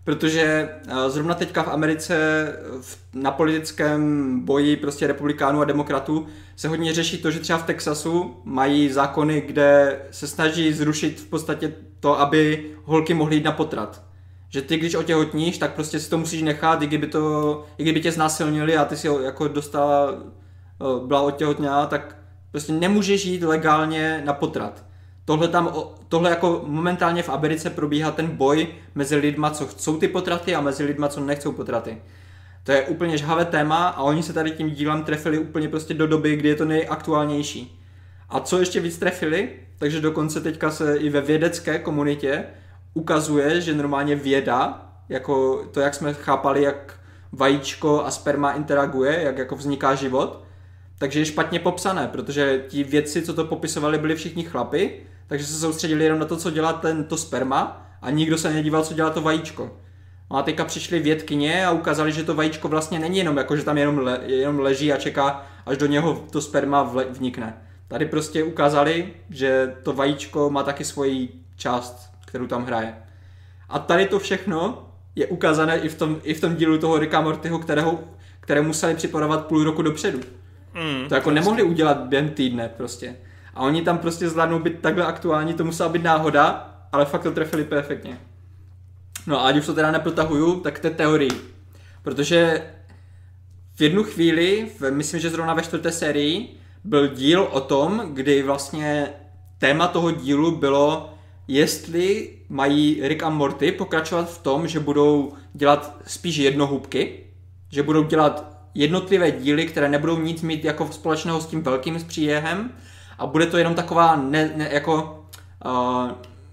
Protože zrovna teďka v Americe na politickém boji prostě republikánů a demokratů se hodně řeší to, že třeba v Texasu mají zákony, kde se snaží zrušit v podstatě to, aby holky mohly jít na potrat. Že ty, když otěhotníš, tak prostě si to musíš nechat, i kdyby, to, i kdyby tě znásilnili a ty si jako dostala, byla otěhotněná, tak prostě nemůžeš jít legálně na potrat. Tohle tam, tohle jako momentálně v Americe probíhá ten boj mezi lidma, co chcou ty potraty a mezi lidma, co nechcou potraty. To je úplně žhavé téma a oni se tady tím dílem trefili úplně prostě do doby, kdy je to nejaktuálnější. A co ještě víc trefili, takže dokonce teďka se i ve vědecké komunitě ukazuje, že normálně věda, jako to, jak jsme chápali, jak vajíčko a sperma interaguje, jak jako vzniká život, takže je špatně popsané, protože ti vědci, co to popisovali, byli všichni chlapi, takže se soustředili jenom na to, co dělá ten, to sperma a nikdo se nedíval, co dělá to vajíčko. No a teďka přišli vědkyně a ukázali, že to vajíčko vlastně není jenom jako, že tam jenom, le, jenom leží a čeká, až do něho to sperma vle, vnikne. Tady prostě ukázali, že to vajíčko má taky svoji část, kterou tam hraje. A tady to všechno je ukázané i v tom, i v tom dílu toho Ricka Mortyho, kterého, které museli připravovat půl roku dopředu. Mm, to jako prostě nemohli udělat během týdne prostě. A oni tam prostě zvládnou být takhle aktuální, to musela být náhoda, ale fakt to trefili perfektně. No a ať už to teda neprotahuju, tak to je teorii. Protože v jednu chvíli, v, myslím, že zrovna ve čtvrté sérii, byl díl o tom, kdy vlastně téma toho dílu bylo, jestli mají Rick a Morty pokračovat v tom, že budou dělat spíš jednohubky, že budou dělat jednotlivé díly, které nebudou nic mít jako společného s tím velkým příběhem a bude to jenom taková ne, ne, jako uh,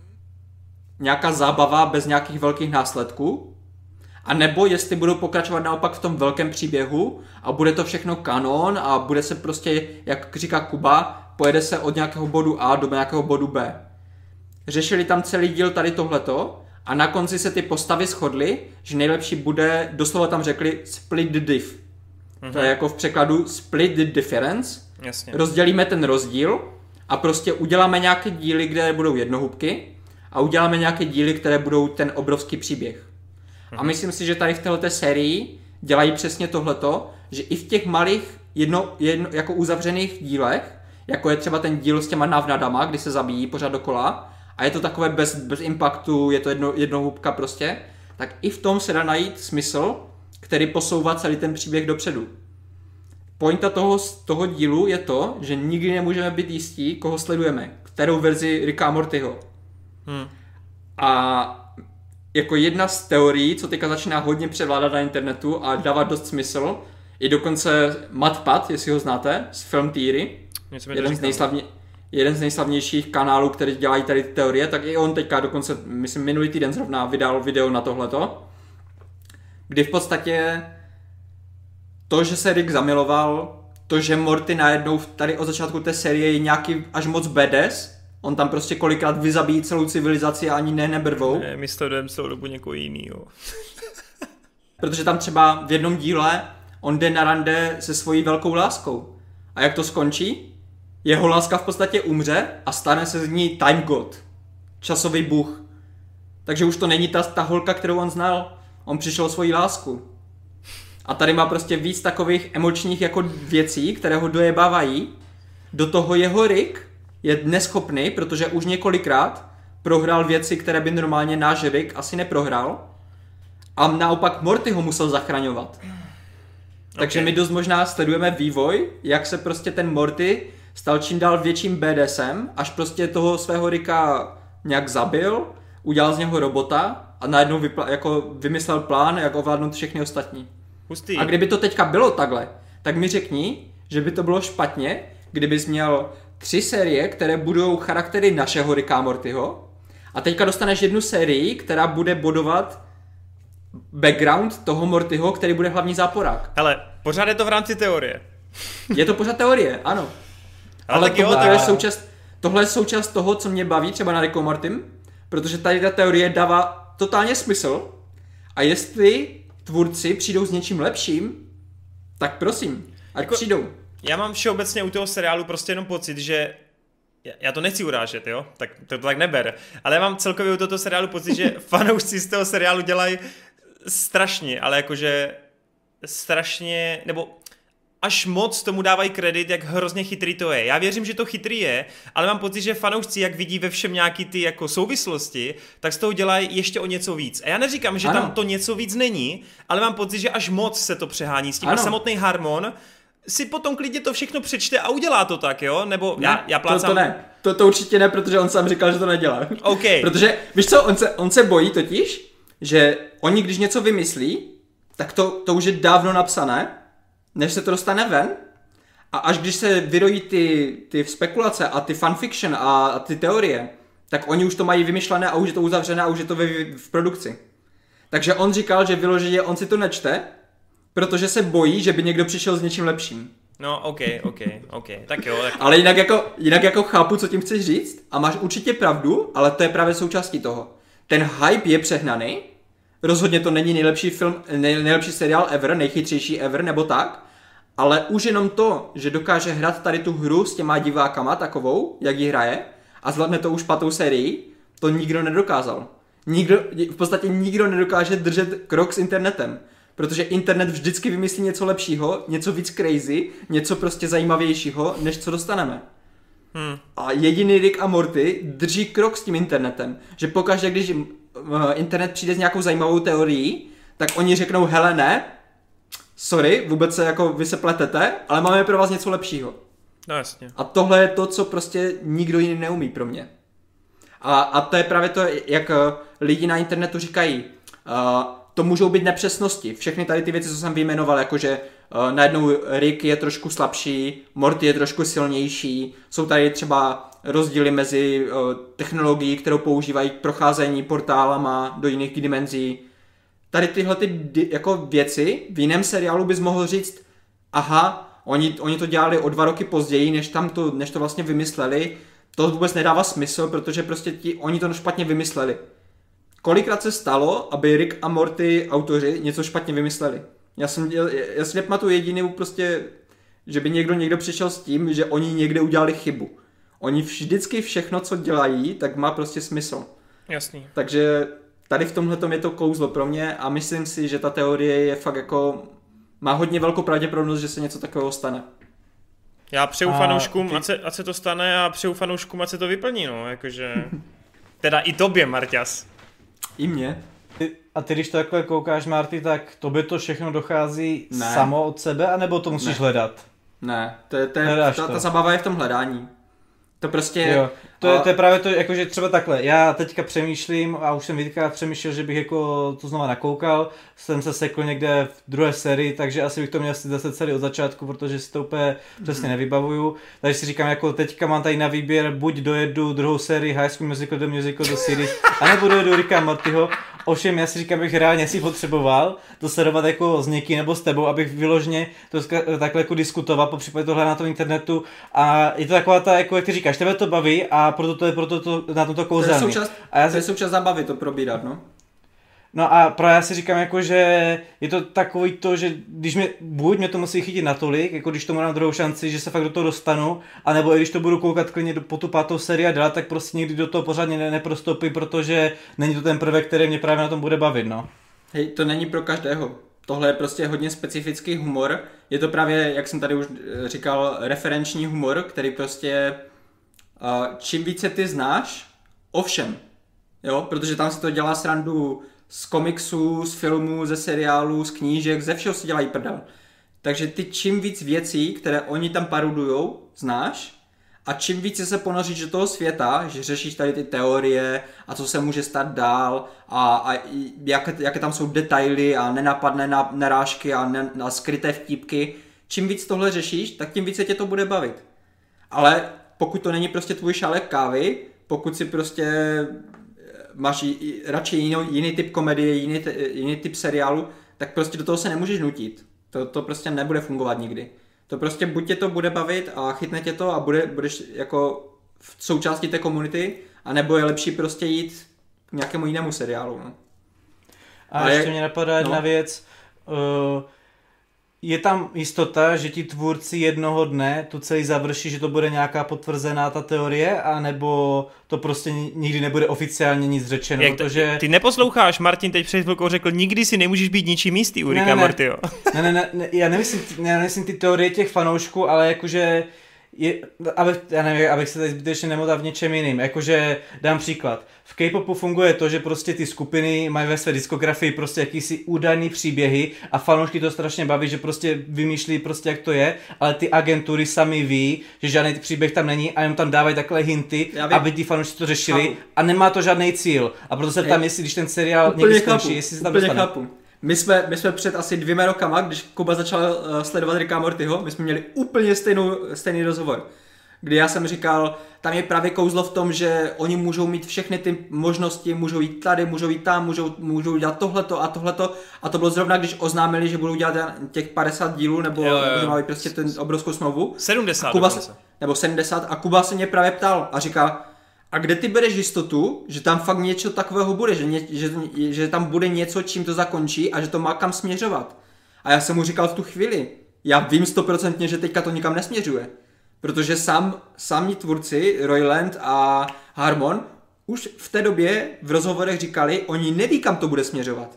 nějaká zábava bez nějakých velkých následků, a nebo jestli budou pokračovat naopak v tom velkém příběhu a bude to všechno kanon a bude se prostě, jak říká Kuba, pojede se od nějakého bodu A do nějakého bodu B. Řešili tam celý díl tady tohleto a na konci se ty postavy shodly, že nejlepší bude, doslova tam řekli, split the diff. Mm-hmm. To je jako v překladu split the difference. Jasně. Rozdělíme ten rozdíl a prostě uděláme nějaké díly, kde budou jednohubky a uděláme nějaké díly, které budou ten obrovský příběh. Mm-hmm. A myslím si, že tady v této sérii dělají přesně tohleto, že i v těch malých jedno, jedno, jako uzavřených dílech, jako je třeba ten díl s těma návnadama, kdy se zabíjí pořád dokola a je to takové bez, bez impaktu, je to jedno, jednohubka prostě, tak i v tom se dá najít smysl, který posouvá celý ten příběh dopředu. Pointa toho, toho dílu je to, že nikdy nemůžeme být jistí, koho sledujeme, kterou verzi Ricka a Mortyho. Hmm. A jako jedna z teorií, co teďka začíná hodně převládat na internetu a dávat dost smysl, i dokonce MatPat, jestli ho znáte, z Film Theory, jeden z, nejslavně, jeden z nejslavnějších kanálů, který dělají tady ty teorie, tak i on teďka dokonce, myslím minulý týden zrovna vydal video na tohleto, kdy v podstatě to, že se Rick zamiloval, to, že Morty najednou tady od začátku té série je nějaký až moc badass, on tam prostě kolikrát vyzabíjí celou civilizaci a ani nehne brvou. Ne, my sledujeme celou dobu někoho jinýho. Protože tam třeba v jednom díle on jde na rande se svojí velkou láskou. A jak to skončí? Jeho láska v podstatě umře a stane se z ní Time God. Časový bůh. Takže už to není ta, ta holka, kterou on znal. On přišel o svoji lásku. A tady má prostě víc takových emočních jako věcí, které ho dojebávají. Do toho jeho Rick je neschopný, protože už několikrát prohrál věci, které by normálně náš Rick asi neprohrál. A naopak Morty ho musel zachraňovat. Okay. Takže my dost možná sledujeme vývoj, jak se prostě ten Morty stal čím dál větším BDSem, až prostě toho svého Ricka nějak zabil, udělal z něho robota a najednou vypla- jako vymyslel plán, jak ovládnout všechny ostatní. Hustý. A kdyby to teďka bylo takhle, tak mi řekni, že by to bylo špatně, kdybys měl tři série, které budou charaktery našeho Ricka a Mortyho, a teďka dostaneš jednu sérii, která bude bodovat background toho Mortyho, který bude hlavní záporák. Hele, pořád je to v rámci teorie. Je to pořád teorie, ano. Ale, Ale tak jo, tohle, tak... je součást, tohle je součást toho, co mě baví třeba na Ricku a Mortym, protože tady ta teorie dává totálně smysl a jestli tvůrci přijdou s něčím lepším, tak prosím, ať jako, přijdou. Já mám všeobecně u toho seriálu prostě jenom pocit, že já to nechci urážet, jo, tak to, to tak neber, ale já mám celkově u tohoto seriálu pocit, že fanoušci z toho seriálu dělají strašně, ale jakože strašně, nebo až moc tomu dávají kredit, jak hrozně chytrý to je. Já věřím, že to chytrý je, ale mám pocit, že fanoušci, jak vidí ve všem nějaký ty jako souvislosti, tak z toho dělají ještě o něco víc. A já neříkám, že ano. tam to něco víc není, ale mám pocit, že až moc se to přehání s tím. Ano. A samotný Harmon si potom klidně to všechno přečte a udělá to tak, jo? Nebo ne, já, já plácám... To, to ne, to, to určitě ne, protože on sám říkal, že to nedělá. Okay. Protože, víš co, on se, on se bojí totiž, že oni když něco vymyslí, tak to, to už je dávno napsané, než se to dostane ven. A až když se vyrojí ty, ty spekulace a ty fanfiction a, a ty teorie, tak oni už to mají vymyšlené a už je to uzavřené a už je to v, v produkci. Takže on říkal, že vyloženě on si to nečte, protože se bojí, že by někdo přišel s něčím lepším. No, ok, ok, ok, tak jo. Tak... Ale jinak jako, jinak jako chápu, co tím chceš říct a máš určitě pravdu, ale to je právě součástí toho. Ten hype je přehnaný, rozhodně to není nejlepší film, nej, nejlepší seriál ever, nejchytřejší ever nebo tak, ale už jenom to, že dokáže hrát tady tu hru s těma divákama takovou, jak ji hraje a zvládne to už pátou sérii, to nikdo nedokázal. Nikdo, v podstatě nikdo nedokáže držet krok s internetem. Protože internet vždycky vymyslí něco lepšího, něco víc crazy, něco prostě zajímavějšího, než co dostaneme. Hmm. A jediný Rick a Morty drží krok s tím internetem. Že pokaždé, když internet přijde s nějakou zajímavou teorií, tak oni řeknou, hele ne, sorry, vůbec se jako vy se pletete, ale máme pro vás něco lepšího. No jasně. A tohle je to, co prostě nikdo jiný neumí pro mě. A, a to je právě to, jak lidi na internetu říkají, uh, to můžou být nepřesnosti. Všechny tady ty věci, co jsem vyjmenoval, jakože uh, najednou Rick je trošku slabší, Morty je trošku silnější, jsou tady třeba rozdíly mezi uh, technologií, kterou používají k procházení portálama do jiných dimenzí. Tady tyhle ty di- jako věci v jiném seriálu bys mohl říct, aha, oni, oni to dělali o dva roky později, než, tam to, než to vlastně vymysleli. To vůbec nedává smysl, protože prostě ti, oni to špatně vymysleli. Kolikrát se stalo, aby Rick a Morty autoři něco špatně vymysleli? Já jsem, já si nepamatuju jediný prostě, že by někdo někdo přišel s tím, že oni někde udělali chybu. Oni vždycky všechno, co dělají, tak má prostě smysl. Jasný. Takže tady v tomhletom je to kouzlo pro mě a myslím si, že ta teorie je fakt jako, má hodně velkou pravděpodobnost, že se něco takového stane. Já přeju a fanouškům, ty... ať, se, ať se to stane a přeju fanouškům, ať se to vyplní, no, jakože... Teda i tobě, Marťas. I mě. A ty, když to takhle koukáš, Marty, tak tobě to všechno dochází ne. samo od sebe, anebo to musíš ne. hledat? Ne, to je, to je, ta, ta zabava je v tom hledání. To prostě... Jo. To, a... je, to je právě to, jakože třeba takhle, já teďka přemýšlím a už jsem teďka přemýšlel, že bych jako to znova nakoukal, jsem se sekl někde v druhé sérii, takže asi bych to měl zase celý od začátku, protože si to úplně mm-hmm. přesně nevybavuju, takže si říkám, jako teďka mám tady na výběr, buď dojedu druhou sérii High School Musical, The Musical, The Series, anebo dojedu Ricka a Mortyho. Ovšem, já si říkám, bych reálně si potřeboval to sledovat jako s někým nebo s tebou, abych vyložně to takhle jako diskutoval, po případě tohle na tom internetu a je to taková ta, jako jak ty říkáš, tebe to baví a proto to je proto to, na tomto kouzelný. To je součást, a já to je součást zábavy to probírat, no. No a právě já si říkám, jako, že je to takový to, že když mě, buď mě to musí chytit natolik, jako když tomu dám druhou šanci, že se fakt do toho dostanu, anebo i když to budu koukat klidně po tu pátou sérii a dál, tak prostě nikdy do toho pořádně ne, neprostoupím, protože není to ten prvek, který mě právě na tom bude bavit, no. Hej, to není pro každého. Tohle je prostě hodně specifický humor. Je to právě, jak jsem tady už říkal, referenční humor, který prostě uh, čím více ty znáš, ovšem, jo, protože tam se to dělá srandu z komiksů, z filmů, ze seriálů, z knížek, ze všeho si dělají prdel. Takže ty čím víc věcí, které oni tam parodujou, znáš a čím více se ponoříš do toho světa, že řešíš tady ty teorie a co se může stát dál a, a jaké, jaké tam jsou detaily a nenapadné narážky a, ne, a skryté vtípky, čím víc tohle řešíš, tak tím více tě to bude bavit. Ale pokud to není prostě tvůj šálek kávy, pokud si prostě máš radši jiný, jiný typ komedie, jiný, jiný typ seriálu, tak prostě do toho se nemůžeš nutit. To, to prostě nebude fungovat nikdy. To prostě buď tě to bude bavit a chytne tě to a bude, budeš jako v součástí té komunity, anebo je lepší prostě jít k nějakému jinému seriálu. No. A, a ještě je, mě napadá jedna no. věc. Uh, je tam jistota, že ti tvůrci jednoho dne to celý završí, že to bude nějaká potvrzená ta teorie, anebo to prostě nikdy nebude oficiálně nic řečeno, Jak to, protože... Ty neposloucháš, Martin teď před chvilkou řekl, nikdy si nemůžeš být ničím jistý u Ricka Mortyho. Ne, ne, ne, ne, já nemyslím, já nemyslím ty teorie těch fanoušků, ale jakože... Je, abych, já nevím, abych se tady zbytečně nemotal v něčem jiným, jakože dám příklad. V K-popu funguje to, že prostě ty skupiny mají ve své diskografii prostě jakýsi údajný příběhy a fanoušky to strašně baví, že prostě vymýšlí prostě jak to je, ale ty agentury sami ví, že žádný příběh tam není a jenom tam dávají takové hinty, aby ti fanoušci to řešili chápu. A nemá to žádný cíl. A proto se tam, jestli když ten seriál někdy skončí, chápu, jestli se tam dostane. Chápu. My jsme, my jsme před asi dvěma rokama, když Kuba začal uh, sledovat Ricka Mortyho, my jsme měli úplně stejnou, stejný rozhovor, kdy já jsem říkal, tam je právě kouzlo v tom, že oni můžou mít všechny ty možnosti, můžou jít tady, můžou jít tam, můžou, můžou dělat tohleto a tohleto a to bylo zrovna, když oznámili, že budou dělat těch padesát dílů, nebo jo, jo. že mají prostě ten obrovskou smlouvu. sedmdesát Kuba se, nebo sedmdesát a Kuba se mě právě ptal a říká, a kde ty bereš jistotu, že tam fakt něco takového bude, že, ně, že, že tam bude něco, čím to zakončí a že to má kam směřovat. A já jsem mu říkal v tu chvíli, já vím stoprocentně, že teďka to nikam nesměřuje. Protože sám, sami tvůrci, Roiland a Harmon, už v té době v rozhovorech říkali, oni neví, kam to bude směřovat.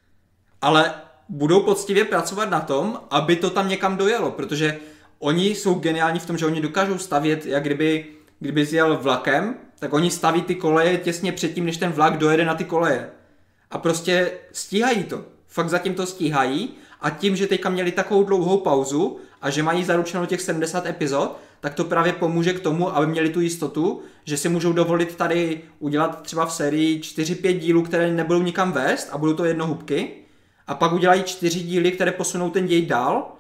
Ale budou poctivě pracovat na tom, aby to tam někam dojelo, protože oni jsou geniální v tom, že oni dokážou stavět, jak kdyby, kdyby jel vlakem, tak oni staví ty koleje těsně předtím, než ten vlak dojede na ty koleje. A prostě stíhají to. Fakt zatím to stíhají a tím, že teďka měli takovou dlouhou pauzu a že mají zaručeno těch sedmdesát epizod, tak to právě pomůže k tomu, aby měli tu jistotu, že si můžou dovolit tady udělat třeba v sérii čtyři pět dílů, které nebudou nikam vést a budou to jednohubky a pak udělají čtyři díly, které posunou ten děj dál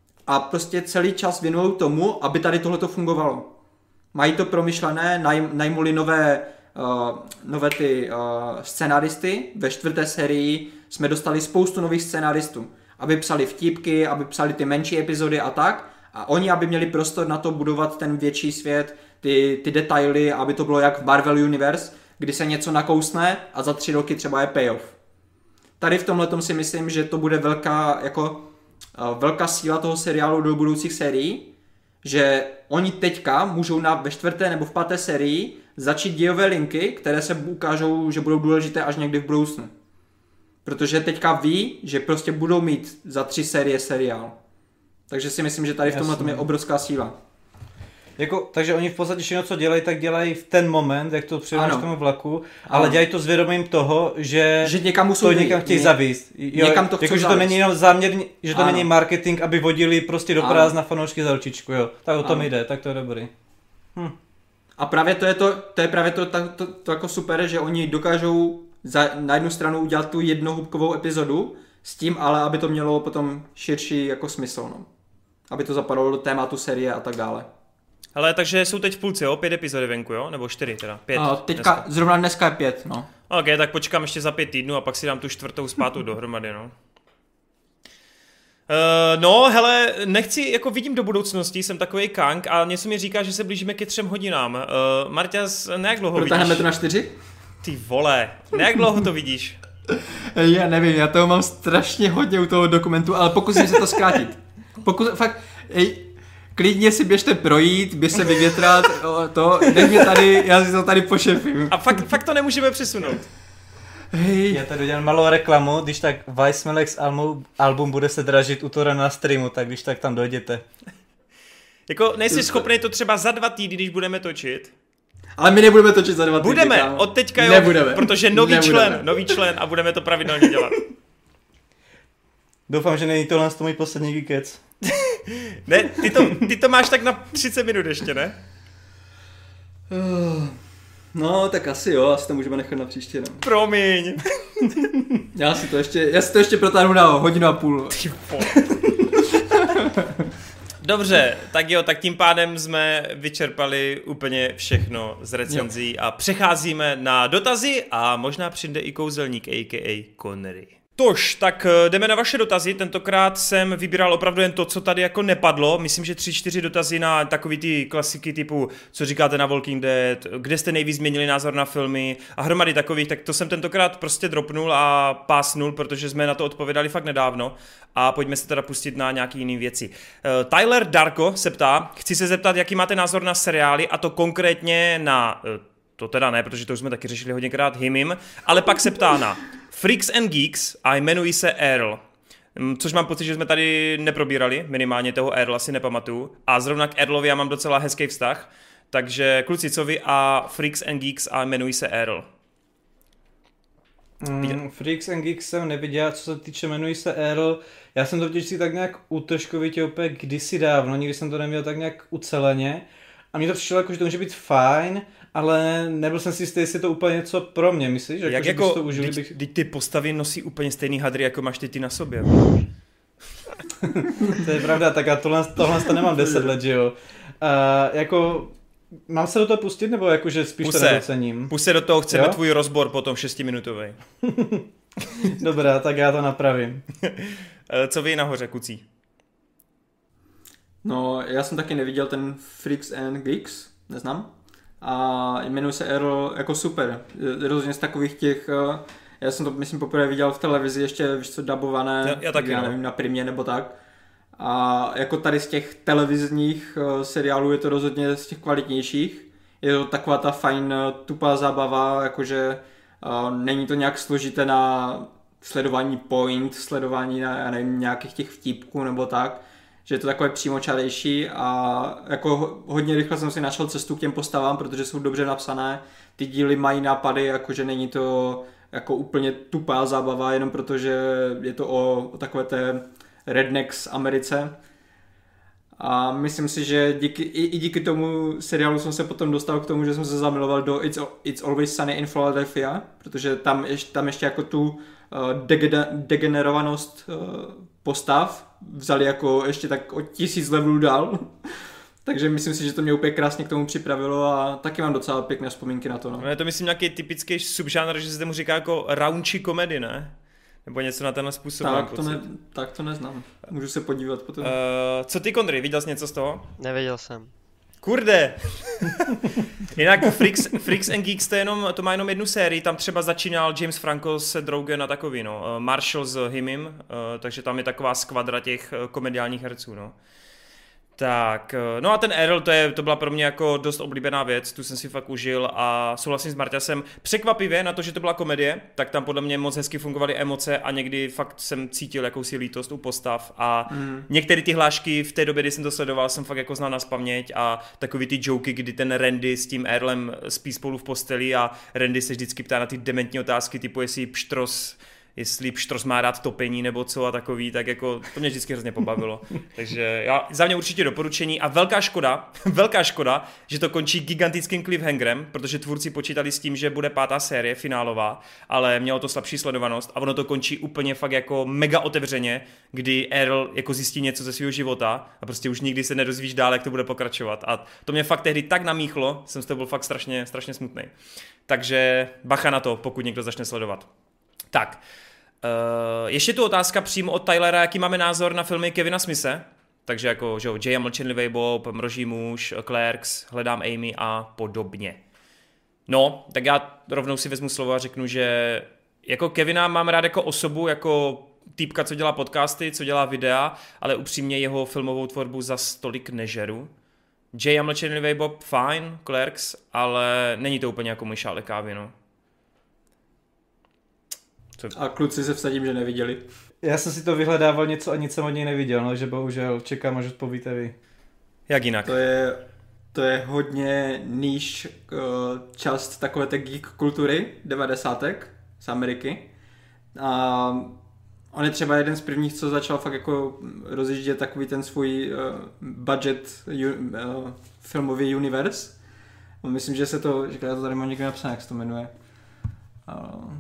a prostě celý čas věnují tomu, aby tady tohleto fungovalo. Mají to promyšlené, naj, najmuli nové, uh, nové ty uh, scenáristy. Ve čtvrté sérii jsme dostali spoustu nových scenáristů, aby psali vtípky, aby psali ty menší epizody a tak. A oni, aby měli prostor na to budovat ten větší svět, ty, ty detaily, aby to bylo jak v Marvel Universe, kdy se něco nakousne a za tři roky třeba je payoff. Tady v tomhletom si myslím, že to bude velká, jako, uh, velká síla toho seriálu do budoucích sérií, že oni teďka můžou na, ve čtvrté nebo v páté sérii začít dějové linky, které se ukážou, že budou důležité až někdy v budoucnu. Protože teďka ví, že prostě budou mít za tři série seriál. Takže si myslím, že tady v tomhle tom je obrovská síla. Jako, takže oni v podstatě všechno, co dělají, tak dělají v ten moment, jak to přidáš k tomu vlaku, ale ano. Dělají to s vědomím toho, že, že někam to někam chtějí zavíst. Jo, někam to jako, že to není jenom záměrně, že to ano. není marketing, aby vodili prostě do prázdna fanoušky za ručičku, jo. Tak o tom ano. jde, tak to je dobrý. Hm. A právě to je to, to je právě to, to, to, to jako super, že oni dokážou za, na jednu stranu udělat tu jednohubkovou epizodu, s tím ale, aby to mělo potom širší jako smysl, no. Aby to zapadalo do tématu série a tak dále. Ale takže jsou teď v půlce, jo? Pět epizody venku, jo? Nebo čtyři teda? Pět. A teďka, dneska. Zrovna dneska je pět, no. Ok, tak počkám ještě za pět týdnů a pak si dám tu čtvrtou zpátou dohromady, no. Uh, no, hele, nechci, jako vidím do budoucnosti, jsem takovej kank a něco mi říká, že se blížíme ke třem hodinám. Uh, Marťas, nejak dlouho vidíš? Protáhneme to na čtyři? Ty vole, nejak dlouho to vidíš? Já nevím, já toho mám strašně hodně u toho dokumentu, ale pokusím se to zkrátit. Pokus, fakt, ej, klidně si běžte projít, běž se vyvětrat, to, nech mě tady, já si to tady pošefím. A fakt, fakt to nemůžeme přesunout. Hej. Já tady udělám malou reklamu, když tak Weissmelex album, album bude se dražit u Tora na streamu, tak když tak tam dojděte. Jako nejsi schopný to třeba za dva týdny, když budeme točit? Ale my nebudeme točit za dva týdny. Budeme, kámo. od teďka jo, nebudeme. Protože nový nebudeme. člen, nový člen a budeme to pravidelně dělat. Doufám, že není tohle můj poslední Geekec. Ne, ty to, ty to máš tak na třicet minut ještě, ne? No, tak asi jo, asi to můžeme nechat na příště, no. Promiň. Já si to ještě, já si to ještě protáhnu na hodinu a půl. Ty Dobře, tak jo, tak tím pádem jsme vyčerpali úplně všechno z recenzí jo. A přecházíme na dotazy a možná přijde i kouzelník, a k a. Connery. Tož, tak jdeme na vaše dotazy, tentokrát jsem vybíral opravdu jen to, co tady jako nepadlo, myslím, že tři, čtyři dotazy na takový ty klasiky typu, co říkáte na Walking Dead, kde jste nejvíc změnili názor na filmy a hromady takových, tak to jsem tentokrát prostě dropnul a pásnul, protože jsme na to odpovědali fakt nedávno a pojďme se teda pustit na nějaký jiný věci. Tyler Darko se ptá, chci se zeptat, jaký máte názor na seriály a to konkrétně na... To teda ne, protože to už jsme taky řešili hodněkrát hymim, ale pak se ptá na Freaks and Geeks a jmenuji se Earl. Což mám pocit, že jsme tady neprobírali, minimálně toho Earla si nepamatuju. A zrovna k Earlovi já mám docela hezký vztah. Takže kluci, co vy a Freaks and Geeks a jmenuji se Earl. Mm, Freaks and Geeks jsem neviděl, co se týče jmenuji se Earl. Já jsem to totiž si tak nějak utržkovitě opět kdysi dávno, nikdy jsem to neměl tak nějak uceleně. A mně to přišlo jako, že to může být fajn, ale nebyl jsem si jistý, jestli je to úplně něco pro mě, myslíš? Jak jako, jako, že to užili, teď, bych... teď ty postavy nosí úplně stejný hadry, jako máš ty ty na sobě. To je pravda, tak a tohle, tohle to nemám deset let, že jo. Uh, jako, mám se do toho pustit, nebo jako, že spíš Puse. to nedocením? Puse do toho, chceme jo? tvůj rozbor potom šestiminutový. Dobrá, tak já to napravím. Co vy nahoře, kucí? No, já jsem taky neviděl ten Freaks and Geeks, neznám. A jmenuje se Earl jako super. Rozhodně z takových těch, já jsem to myslím poprvé viděl v televizi, ještě víš co, dabované, já, já, taky, já nevím, na Primě nebo tak. A jako tady z těch televizních seriálů je to rozhodně z těch kvalitnějších. Je to taková ta fajn tupá zábava, jakože uh, není to nějak složité na sledování point, sledování na, já nevím, nějakých těch vtipků nebo tak. Že je to takové přímočarejší a jako hodně rychle jsem si našel cestu k těm postavám, protože jsou dobře napsané, ty díly mají nápady, jakože není to jako úplně tupá zábava, jenom protože je to o, o takové té rednecks Americe. A myslím si, že díky, i, i díky tomu seriálu jsem se potom dostal k tomu, že jsem se zamiloval do It's, It's Always Sunny in Philadelphia, protože tam, ještě, tam ještě jako tu uh, dege, degenerovanost uh, postav vzali jako ještě tak o tisíc levelů dál. Takže myslím si, že to mě úplně krásně k tomu připravilo a taky mám docela pěkné vzpomínky na to. No. No je to myslím nějaký typický subžánr, že se tomu říká jako raunchy komedy, ne? Nebo něco na tenhle způsob. Tak to, ne, tak to neznám. Můžu se podívat potom. Uh, co ty, Kondry, viděl jsi něco z toho? Nevěděl jsem. Kurde! Jinak Freaks, Freaks and Geeks to, jenom, to má jenom jednu sérii, tam třeba začínal James Franco s Rogen a takový, no. Marshall s Hymim, uh, takže tam je taková skvadra těch komediálních herců, no. Tak, no a ten Earl, to, je, to byla pro mě jako dost oblíbená věc, tu jsem si fakt užil a souhlasím s Marťasem. Překvapivě na to, že to byla komedie, tak tam podle mě moc hezky fungovaly emoce a někdy fakt jsem cítil jakousi lítost u postav a mm. některé ty hlášky v té době, kdy jsem to sledoval, jsem fakt jako znal nazpaměť a takový ty joky, kdy ten Randy s tím Earlem spí spolu v posteli a Randy se vždycky ptá na ty dementní otázky, typu jestli pštros jestli pštros má rád topení nebo co a takový, tak jako to mě vždycky hrozně pobavilo. Takže já, za mě určitě doporučení a velká škoda, velká škoda, že to končí gigantickým cliffhangerem, protože tvůrci počítali s tím, že bude pátá série finálová, ale mělo to slabší sledovanost a ono to končí úplně fakt jako mega otevřeně, kdy Earl jako zjistí něco ze svého života a prostě už nikdy se nedozvíš dál, jak to bude pokračovat. A to mě fakt tehdy tak namíchlo, jsem z toho byl fakt strašně, strašně smutný. Takže bacha na to, pokud někdo začne sledovat. Tak, uh, ještě tu otázka přímo od Tylera, jaký máme názor na filmy Kevina Smithe, takže jako, že jo, Jay a mlčenlivý Bob, Mroží muž, Clerks, Hledám Amy a podobně. No, tak já rovnou si vezmu slovo a řeknu, že jako Kevina mám rád jako osobu, jako týpka, co dělá podcasty, co dělá videa, ale upřímně jeho filmovou tvorbu za stolik nežeru. Jay a mlčenlivý Bob, fajn, Clerks, ale není to úplně jako můj šálek kávy, no. A kluci se vsadím, že neviděli. Já jsem si to vyhledával něco a nic jsem od něj neviděl, no, že bohužel čekám, až odpovíte vy. Jak jinak? To je, to je hodně níž část takové té geek kultury devadesátek z Ameriky. A on je třeba jeden z prvních, co začal fakt jako rozjíždět takový ten svůj budget uh, filmový univerz. Myslím, že se to, že já to tady mám někde napsané, jak se to jmenuje. Uh,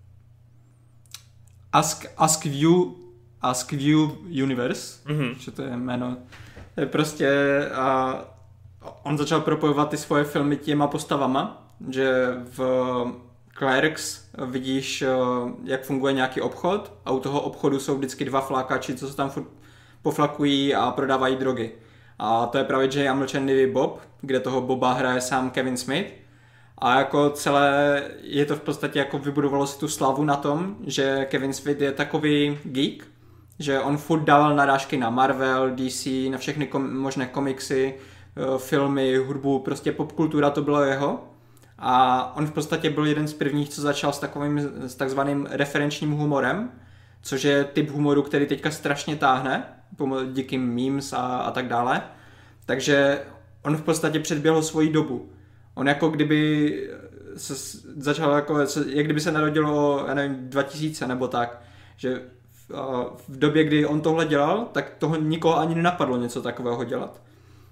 Ask, Ask View Ask View Universe, mm-hmm. že to je jméno. To je prostě a on začal propojovat ty svoje filmy těma postavama, že v Clerks vidíš, jak funguje nějaký obchod a u toho obchodu jsou vždycky dva flákači, co se tam furt poflakují a prodávají drogy. A to je právě Jay a mlčenlivý Bob, kde toho Boba hraje sám Kevin Smith. A jako celé je to v podstatě jako vybudovalo si tu slavu na tom, že Kevin Smith je takový geek, že on furt dával narážky na Marvel, D C, na všechny kom- možné komiksy, filmy, hudbu, prostě popkultura to bylo jeho. A on v podstatě byl jeden z prvních, co začal s takovým, s takzvaným referenčním humorem, což je typ humoru, který teďka strašně táhne, díky memes a, a tak dále. Takže on v podstatě předběhl svoji dobu. On jako kdyby se začal jako, jak kdyby se narodilo, já nevím, dva tisíce nebo tak, že v, v době, kdy on tohle dělal, tak toho nikoho ani nenapadlo něco takového dělat.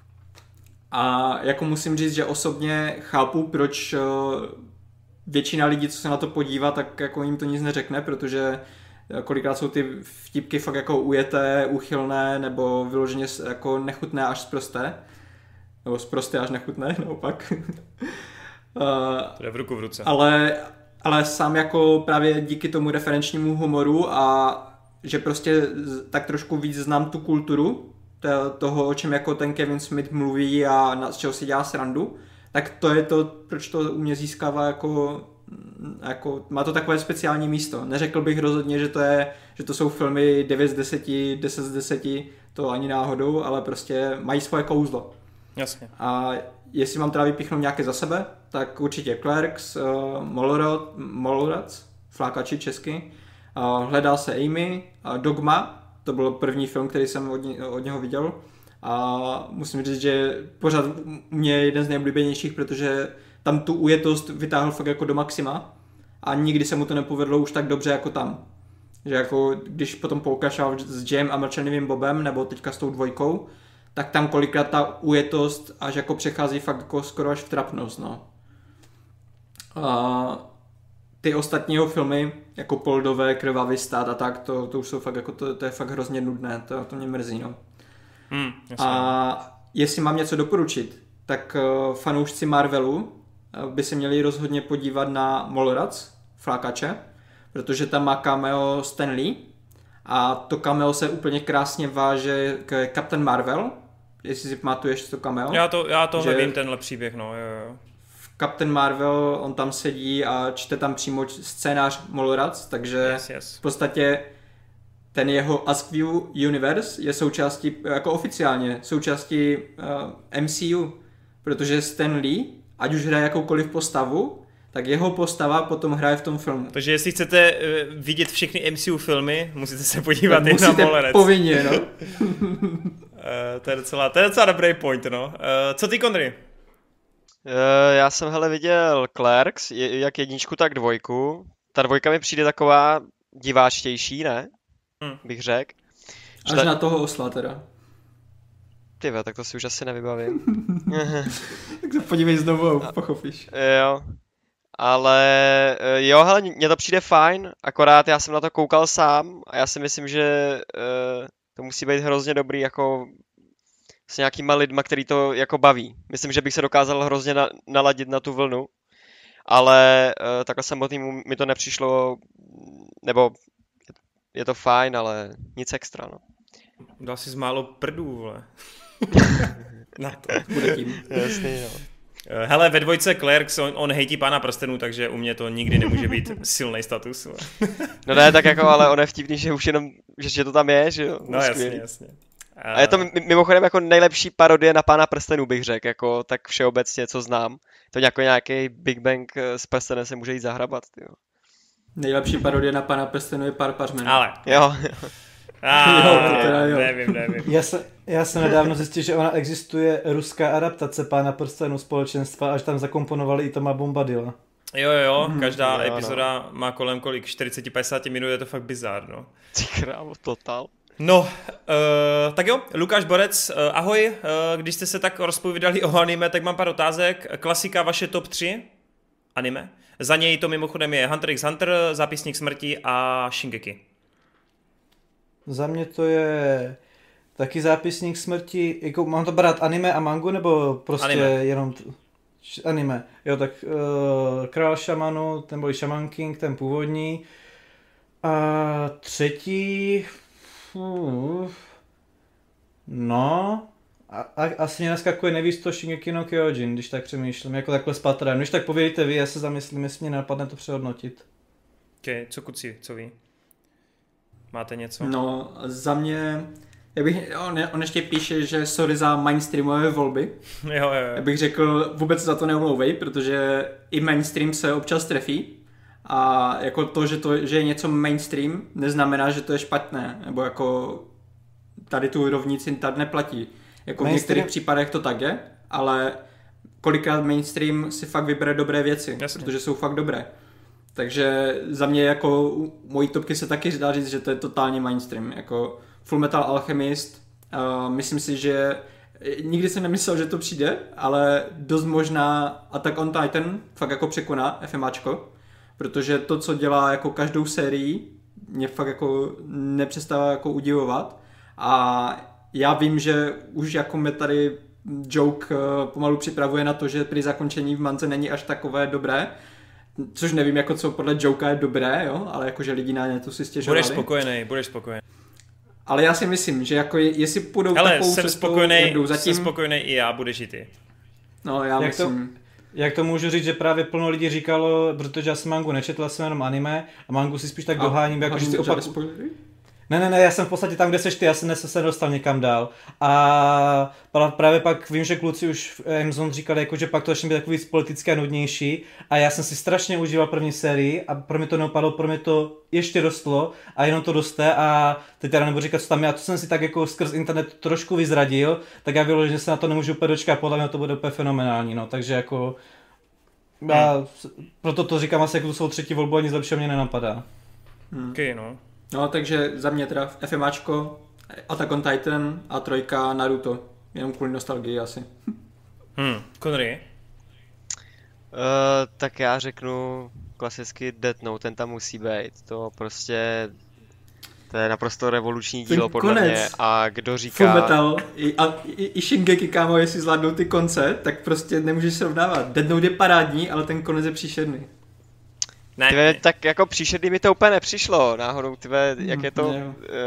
A jako musím říct, že osobně chápu, proč většina lidí, co se na to podívá, tak jako jim to nic neřekne, protože kolikrát jsou ty vtipky fakt jako ujeté, úchylné, nebo vyloženě jako nechutné až sprosté. Nebo sprosté až nechutné, naopak. To jde v ruku v ruce. Ale, ale sám jako právě díky tomu referenčnímu humoru a že prostě tak trošku víc znám tu kulturu, toho, o čem jako ten Kevin Smith mluví a z čeho si dělá srandu, tak to je to, proč to u mě získává jako, jako má to takové speciální místo. Neřekl bych rozhodně, že to je, že to jsou filmy devět z deseti, deset z deseti, to ani náhodou, ale prostě mají svoje kouzlo. Jasně. A jestli mám teda vypíchnout nějaké za sebe, tak určitě Clerks, uh, Mallrats, flákači česky, uh, Hledá se Amy, uh, Dogma, to byl první film, který jsem od, ně, od něho viděl a musím říct, že pořád mě je jeden z nejoblíbenějších, protože tam tu ujetost vytáhl fakt jako do maxima a nikdy se mu to nepovedlo už tak dobře jako tam. Že jako když potom pokračoval s Jayem a mlčenlivým Bobem nebo teďka s tou dvojkou, tak tam kolikrát ta ujetost až jako přechází fakt jako skoro až v trapnost, no. A ty ostatního filmy, jako Poldové, Krvavý stát a tak, to, to už jsou fakt jako, to, to je fakt hrozně nudné, to, to mě mrzí, no. Hmm, a jestli mám něco doporučit, tak uh, fanoušci Marvelu uh, by se měli rozhodně podívat na Mallrats, flákače, protože tam má cameo Stan Lee a to cameo se úplně krásně váže k Captain Marvel, jestli si pamatuješ to cameo. Já to, já to nevím, tenhle příběh, no, jo, jo. Captain Marvel, on tam sedí a čte tam přímo scénář Mallrats, takže yes, yes. v podstatě ten jeho Askew Universe je součástí, jako oficiálně, součástí uh, M C U, protože Stan Lee, ať už hraje jakoukoliv postavu, tak jeho postava potom hraje v tom filmu. Takže jestli chcete uh, vidět všechny M C U filmy, musíte se podívat i na Mallrats. Povinně, no. uh, to je docela, to je docela dobrý point, no. Uh, co ty, Kondry? Uh, já jsem hele viděl Clerks, jak jedničku, tak dvojku. Ta dvojka mi přijde taková diváčtější, ne? Hmm. Bych řekl. Až ta... na toho osla teda. Tyve, tak to si už asi nevybavím. Tak se podívej znovu, pochopíš. Jo. Ale jo, hele, mně to přijde fajn, akorát já jsem na to koukal sám a já si myslím, že uh, to musí být hrozně dobrý jako s nějakýma lidma, který to jako baví. Myslím, že bych se dokázal hrozně na, naladit na tu vlnu, ale uh, takhle samotnému mi to nepřišlo, nebo je to fajn, ale nic extra, no. Dal si z málo prdů, vole. Na to. Bude tím. Jasný, no. Hele, ve dvojce Clerks, on, on hejtí Pána prstenů, takže u mě to nikdy nemůže být silný status. No ne, tak jako, ale on je vtipný, že už jenom, že, že to tam je, že jo. No jasně, jasně. A... a je to mimochodem jako nejlepší parodie na Pána prstenů, bych řekl, jako tak všeobecně, co znám. To jako nějaký Big Bang s prstenem se může jít zahrabat, tyjo. Nejlepší parodie na Pána prstenů je Pár pařmenů. Ale. Jo. Ah, jo, teda jo. Nevím, nevím. Já, se, já jsem nedávno zjistil, že ona existuje ruská adaptace Pána prstenů Společenstva, až tam zakomponovali i Toma Bombadila. Jo, jo, každá jo, epizoda no. má kolem kolik, čtyřicet padesát minut, je to fakt bizár, no. Ty krávo, total. No, uh, tak jo, Lukáš Borec, uh, ahoj, uh, když jste se tak rozpovídali o anime, tak mám pár otázek. Klasika vaše top tři anime. Za něj to mimochodem je Hunter x Hunter, Zápisník smrti a Shingeki. Za mě to je taky Zápisník smrti, jako mám to brát anime a mangu, nebo prostě anime. jenom... T... Anime, jo, tak uh, Král šamanu, ten byl Shaman King, ten původní. A třetí... Uh, no... A, a, asi mě naskakuje nejvíc to Shingeki no Kyojin, když tak přemýšlím, jako takhle s patrem. Když tak povědějte vy, já se zamyslím, jestli mě napadne to přehodnotit. Okay, co kuci, co ví? Máte něco? No, za mě... Já bych, on, on ještě píše, že sorry za mainstreamové volby. Jo, jo, jo. Já bych řekl, vůbec za to neomlouvej, protože i mainstream se občas trefí. A jako to, že, to, že je něco mainstream, neznamená, že to je špatné. Nebo jako tady tu rovnici tady neplatí. Jako v některých případech to tak je, ale kolikrát mainstream si fakt vybere dobré věci, Jasně. protože jsou fakt dobré. Takže za mě jako mojí topky se taky dá říct, že to je totálně mainstream. Jako Full Metal Alchemist, uh, myslím si, že nikdy jsem nemyslel, že to přijde, ale dost možná Attack on Titan fakt jako překoná FMAčko, protože to, co dělá jako každou sérii, mě fakt jako nepřestává jako udivovat. A já vím, že už jako mě tady joke uh, pomalu připravuje na to, že při zakončení v mance není až takové dobré, což nevím, jako co podle Joka je dobré, jo, ale jakože lidi na ně to si stěžovali. Budeš spokojený, budeš spokojený. Ale já si myslím, že jako je, jestli půjdou Hele, takovou jsem cestou, spokojený, zatím... jsem spokojený i já, budeš i ty. No, já jak myslím... To, jak to můžu říct, že právě plno lidí říkalo, protože já jsem mangu nečetl, jsem jenom anime a mangu si spíš tak a, doháním, jako že si opakuju. Ne, ne, ne, já jsem v podstatě tam, kde seš ty, já jsem se dostal někam dál. A právě pak vím, že kluci už v Amazon říkali, jako, že pak to začne být takový politické a nudnější. A já jsem si strašně užíval první sérii a pro mě to neopadlo, pro mě to ještě rostlo a jenom to roste. A teď teda nebudu říkat, co tam je. A to jsem si tak jako skrz internet trošku vyzradil, tak já vyloženě se na to nemůžu úplně dočkat, podle mě to bude úplně fenomenální. No. Takže jako... Já proto to říkám asi, jako to jsou třetí volbu, ani lepšího mě nenapadá. Hmm. Okay, no. No, takže za mě teda FMAčko, Attack on Titan a trojka Naruto. Jenom kvůli nostalgii asi. Hmm, Connery? Uh, tak já řeknu klasicky Death Note, ten tam musí být. To prostě... To je naprosto revoluční dílo ten podle konec. Mě. A kdo říká... Full Metal i, a, i, i Shingeki, kámo, jestli zvládnou ty konce, tak prostě nemůžeš srovnávat. Death Note je parádní, ale ten konec je příšerný. Ne. Tyve, tak jako příšerný mi to úplně nepřišlo, náhodou, tyve, jak je to uh,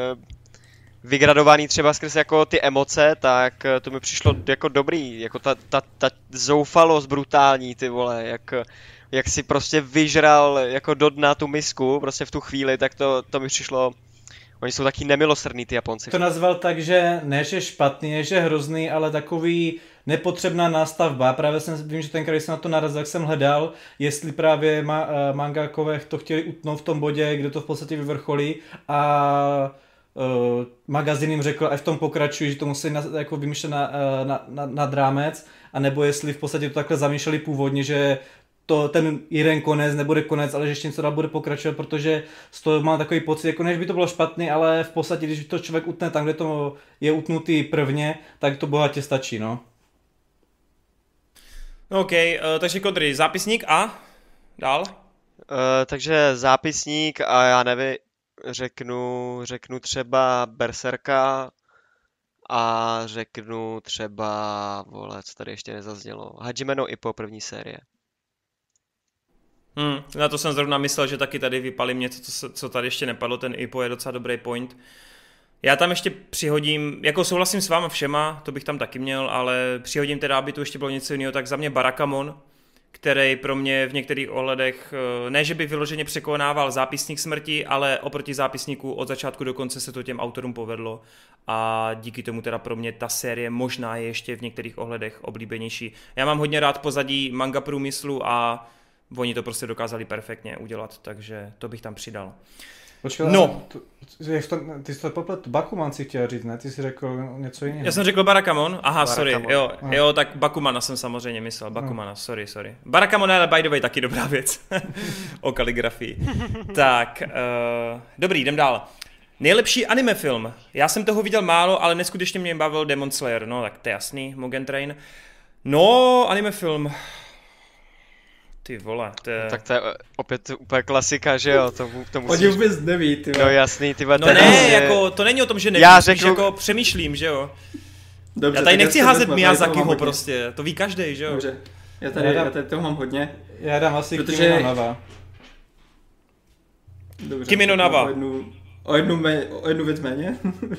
vygradovaný třeba skrz jako ty emoce, tak to mi přišlo jako dobrý, jako ta, ta, ta zoufalost brutální, ty vole, jak, jak si prostě vyžral jako do dna tu misku, prostě v tu chvíli, tak to, to mi přišlo, oni jsou taky nemilosrdný ty Japonci. To nazval tak, že ne, že špatný, ne, že hrozný, ale takový nepotřebná nástavba. Právě jsem, vím, že tenkrát, když jsem na to narazil, tak jsem hledal, jestli právě ma, uh, mangakové to chtěli utnout v tom bodě, kde to v podstatě vyvrcholí a uh, magazín jim řekl, až v tom pokračují, že to musí na, jako vymýšlet na, na, na, nad rámec, anebo jestli v podstatě to takhle zamýšleli původně, že to, ten jeden konec nebude konec, ale že ještě něco dál bude pokračovat, protože z toho mám takový pocit, jako než by to bylo špatný, ale v podstatě, když to člověk utne tam, kde to je utnutý prvně, tak to bohatě stačí, no. OK, uh, takže Kodry, zápisník a dál? Uh, takže zápisník a já nevím, řeknu, řeknu třeba Berserka a řeknu třeba, vole, co tady ještě nezaznělo, Hajime no Ippo první série. Hmm, na to jsem zrovna myslel, že taky tady vypalím něco, co, co tady ještě nepadlo, ten Ippo je docela dobrý point. Já tam ještě přihodím, jako souhlasím s váma všema, to bych tam taky měl, ale přihodím teda, aby tu ještě bylo něco jiného, tak za mě Barakamon, který pro mě v některých ohledech, ne že by vyloženě překonával zápisník smrti, ale oproti zápisníku od začátku do konce se to těm autorům povedlo a díky tomu teda pro mě ta série možná je ještě v některých ohledech oblíbenější. Já mám hodně rád pozadí manga průmyslu a oni to prostě dokázali perfektně udělat, takže to bych tam přidal. Počkej, no. Tu, ty jsi to poplet, Bakuman si chtěl říct, ne? Ty jsi řekl něco jiného. Já jsem řekl Barakamon, aha, Barakamon. sorry, jo, aha. jo, tak Bakumana jsem samozřejmě myslel, Bakumana, sorry, sorry. Barakamon je by the way taky dobrá věc, o kaligrafii. Tak, uh, dobrý, jdem dál. Nejlepší anime film, já jsem toho viděl málo, ale neskutečně mě bavil Demon Slayer, no tak to je jasný, Mugen Train. No, anime film... Ty vole, to je... No, tak to je opět úplně klasika, že jo, to, to musíš... Oni vůbec neví, ty No jasný, ty No ne, je... jako, to není o tom, že nevím, Já spíš řeknu... jako přemýšlím, že jo. Dobře, já tady nechci házet vezme, Miyazakiho prostě, to ví každej, že jo. Dobře. Já tady, Já dám- já tady toho mám hodně. Já dám asi Protože- Kimi no Nawa. Dobře, Kimi no Nawa. O jednu, o jednu, mé, o jednu věc méně.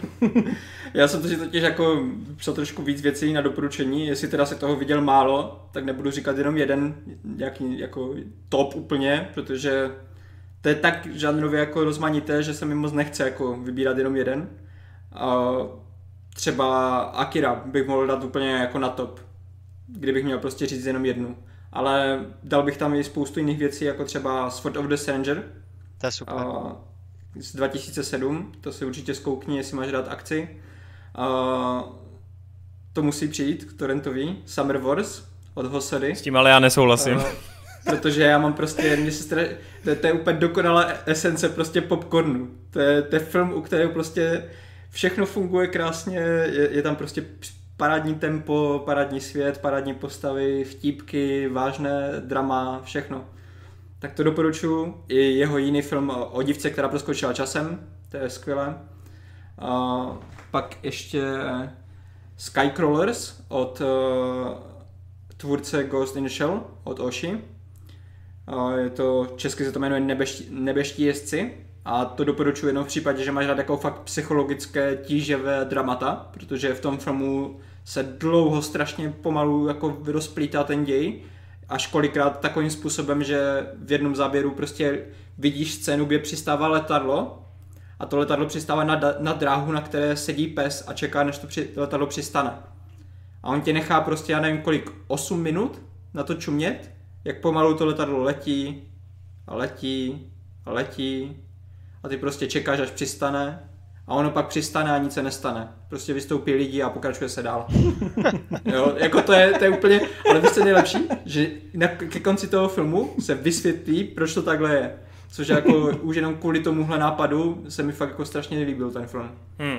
Já jsem to si totiž jako psal trošku víc věcí na doporučení, jestli teda se toho viděl málo, tak nebudu říkat jenom jeden, nějaký jako top úplně, protože to je tak žánrově jako rozmanité, že se mi moc nechce jako vybírat jenom jeden. A třeba Akira bych mohl dát úplně jako na top, kdybych měl prostě říct jenom jednu. Ale dal bych tam i spoustu jiných věcí, jako třeba Sword of the Stranger, To je super. a z dva tisíce sedm, to si určitě zkoukni, jestli máš rád akci. A to musí přijít k torrentovi. Summer Wars od Hossody. S tím ale já nesouhlasím. A, protože já mám prostě, mě se stra... to, je, to je úplně dokonalá esence prostě popcornu. To je, to je film, u kterého prostě všechno funguje krásně, je, je tam prostě parádní tempo, parádní svět, parádní postavy, vtípky, vážné drama, všechno. Tak to doporučuji. I jeho jiný film o dívce, která proskočila časem, to je skvělé. A pak ještě Skycrawlers od uh, tvůrce Ghost in the Shell, od Oshi. A je to, česky se to jmenuje Nebeští, Nebeští jezdci. A to doporučuji jenom v případě, že máš rád jako fakt psychologické, tíživé dramata, protože v tom filmu se dlouho strašně pomalu jako rozplítá ten děj, až kolikrát takovým způsobem, že v jednom záběru prostě vidíš scénu, kde přistává letadlo a to letadlo přistává na, na dráhu, na které sedí pes a čeká, než to při, letadlo přistane. A on tě nechá prostě, já nevím kolik, osm minut na to čumět, jak pomalu to letadlo letí a letí a letí a ty prostě čekáš, až přistane a ono pak přistane a nic se nestane. Prostě vystoupí lidi a pokračuje se dál. Jo, jako to je, to je úplně, ale víš co je nejlepší? Že na, ke konci toho filmu se vysvětlí, proč to takhle je. Což jako už jenom kvůli tomuhle nápadu se mi fakt jako strašně nelíbil ten film. Hmm.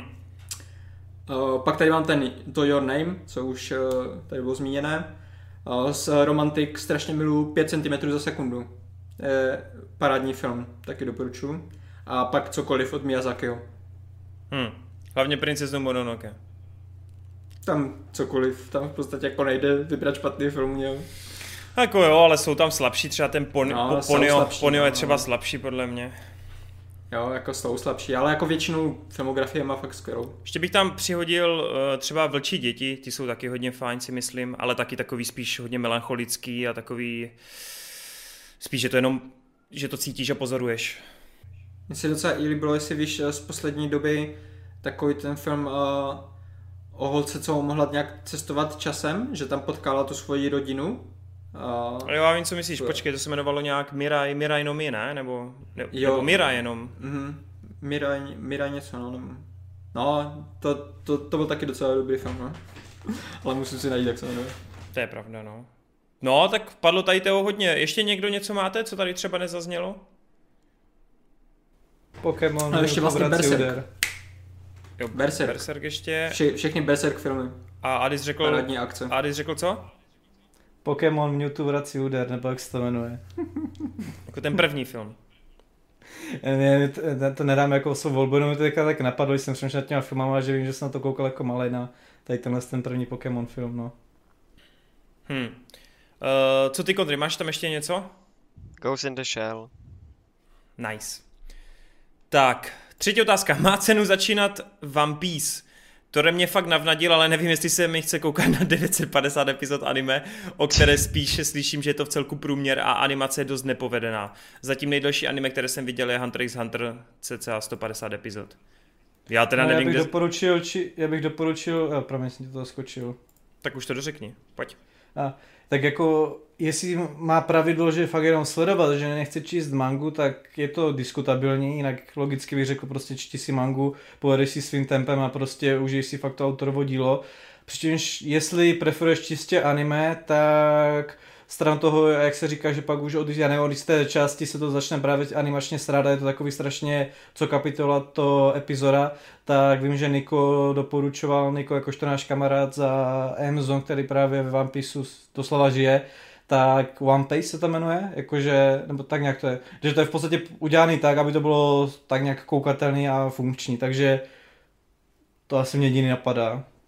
Uh, pak tady mám ten To Your Name, co už uh, tady bylo zmíněné. Uh, s Romantik strašně miluju pět centimetrů za sekundu. Je parádní film, taky doporučuji. A pak cokoliv od Miyazakiho. Hmm. Hlavně Princeznu Mononoke. Tam cokoliv, tam v podstatě jako nejde vybrat špatný film, jo. Jako jo, ale jsou tam slabší, třeba ten pon, No, po, jsou Ponyo, slabší, Ponyo je no, třeba no. slabší podle mě. Jo, jako jsou slabší, ale jako většinu filmografie má fakt skvělou. Ještě bych tam přihodil uh, třeba Vlčí děti, ty jsou taky hodně fajn, si myslím, ale taky takový spíš hodně melancholický a takový spíš, že to jenom, že to cítíš a pozoruješ. Mně se docela i líbilo, jestli víš z poslední doby takový ten film uh, o holce, co mohla nějak cestovat časem, že tam potkala tu svoji rodinu. Uh, Jo, já vím, co myslíš, počkej, to se jmenovalo nějak Mirai, Mirai no Mi, ne? Nebo, ne, Jo. nebo Mirai jenom. mhm, Mirai, Mirai něco, no. Nebo... No, to, to, to byl taky docela dobrý film, no. Ale musím si najít, jak se jmenuje. To je pravda, no. No, tak padlo tady toho hodně. Ještě někdo něco máte, co tady třeba nezaznělo? Pokémon, A ještě vlastně Vrací Berserk. úder. Jo, Berserk. Berserk ještě. Vše, všechny Berserk filmy, A Adis řekl, parádní akce. Adis řekl co? Pokémon Mewtwo vrací úder, nebo jak se to jmenuje. Jako ten první film. Ne, to, to nedám jako svou volbu, jenom mi to teďka tak napadlo, když jsem přemýšlel nad těma filmama, že vím, že jsem na to koukal jako malej na tady tenhle ten první Pokémon film, no. Hm. Uh, co ty, Kondry, máš tam ještě něco? Ghost in the Shell. Nice. Tak, třetí otázka. Má cenu začínat One Piece? To mě fakt navnadil, ale nevím, jestli se mi chce koukat na devět set padesát epizod anime, o které spíše slyším, že je to v celku průměr a animace je dost nepovedená. Zatím nejdelší anime, které jsem viděl, je Hunter x Hunter, cca sto padesát epizod. Já teda no, nevím, já bych kde... doporučil, či, já bych doporučil, jo, promiň, jsem ti to skočil. Tak už to dořekni, pojď. A, tak jako, jestli má pravidlo, že fakt jenom sledovat, že nechce číst mangu, tak je to diskutabilní, jinak logicky bych řekl prostě čti si mangu, povedeš si svým tempem a prostě užij si fakt to autorovo dílo. Přičemž jestli preferuješ čistě anime, tak stran toho, jak se říká, že pak už od, já nevím, od té části se to začne právě animačně srádat, je to takový strašně co kapitola, to epizoda, tak vím, že Niko doporučoval, Niko jakožto náš kamarád za Amazon, který právě ve One Pieceu doslova žije, tak One Piece se to jmenuje, jakože, nebo tak nějak to je, že to je v podstatě udělaný tak, aby to bylo tak nějak koukatelný a funkční, takže to asi mě jediný napadá.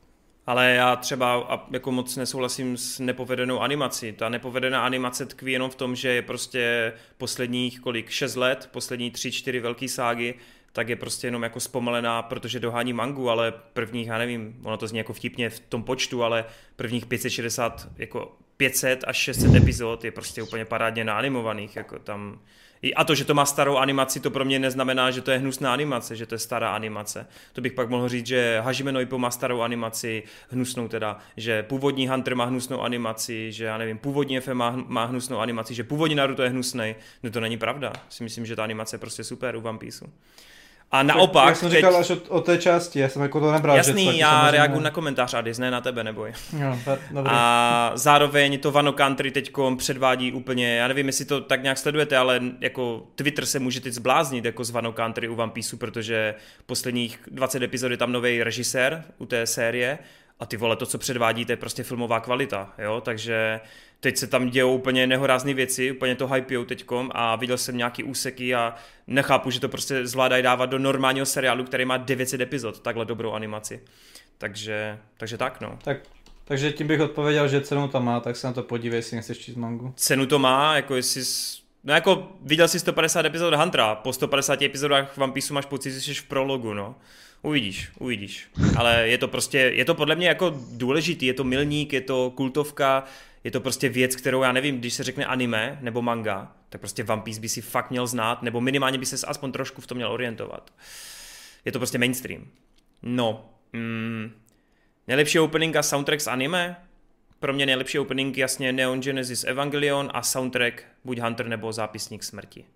Ale já třeba jako moc nesouhlasím s nepovedenou animací. Ta nepovedená animace tkví jenom v tom, že je prostě posledních kolik, šest let, poslední tři, čtyři velký ságy, tak je prostě jenom jako zpomalená, protože dohání mangu, ale prvních, já nevím, ono to zní jako vtipně v tom počtu, ale prvních pět set šedesát, jako pět set až šest set epizod je prostě úplně parádně naanimovaných, jako tam. A to, že to má starou animaci, to pro mě neznamená, že to je hnusná animace, že to je stará animace. To bych pak mohl říct, že Hajime no Ippo má starou animaci, hnusnou teda, že původní Hunter má hnusnou animaci, že já nevím, původní F M má, má hnusnou animaci, že původní Naruto je hnusnej. No to není pravda. Si myslím, že ta animace je prostě super u One Pieceu. A naopak... Já jsem teď... říkal až o, o té části, já jsem jako to nebral. Jasný, že já samozřejmě... reaguju na komentář, Adis, ne na tebe, neboj. Jo, dobrý. A zároveň to Wano Country teďkom předvádí úplně, já nevím, jestli to tak nějak sledujete, ale jako Twitter se může teď zbláznit jako z Wano Country u One Pieceu, protože posledních dvacet epizod je tam nový režisér u té série a ty vole, to, co předvádí, to je prostě filmová kvalita, jo, takže teď se tam dějou úplně nehorázné věci, úplně to hypejou teďkom a viděl jsem nějaký úseky a nechápu, že to prostě zvládají dávat do normálního seriálu, který má devět set epizod, takhle dobrou animaci. Takže, takže tak, no. Tak, takže tím bych odpověděl, že cenu to má, tak se na to podívej, jestli nechceš číst mangu. Cenu to má, jako jestli... Jsi, no jako viděl jsi sto padesát epizod Huntera, po sto padesáti epizodách One Pieceu máš pocit, že jsi v prologu, no. Uvidíš, uvidíš. Ale je to prostě, je to podle mě jako důležitý, je to milník, je to kultovka, je to prostě věc, kterou já nevím, když se řekne anime nebo manga, tak prostě One Piece by si fakt měl znát, nebo minimálně by se aspoň trošku v tom měl orientovat. Je to prostě mainstream. No, mm, nejlepší opening a soundtrack z anime? Pro mě nejlepší opening jasně Neon Genesis Evangelion a soundtrack buď Hunter nebo Zápisník smrti.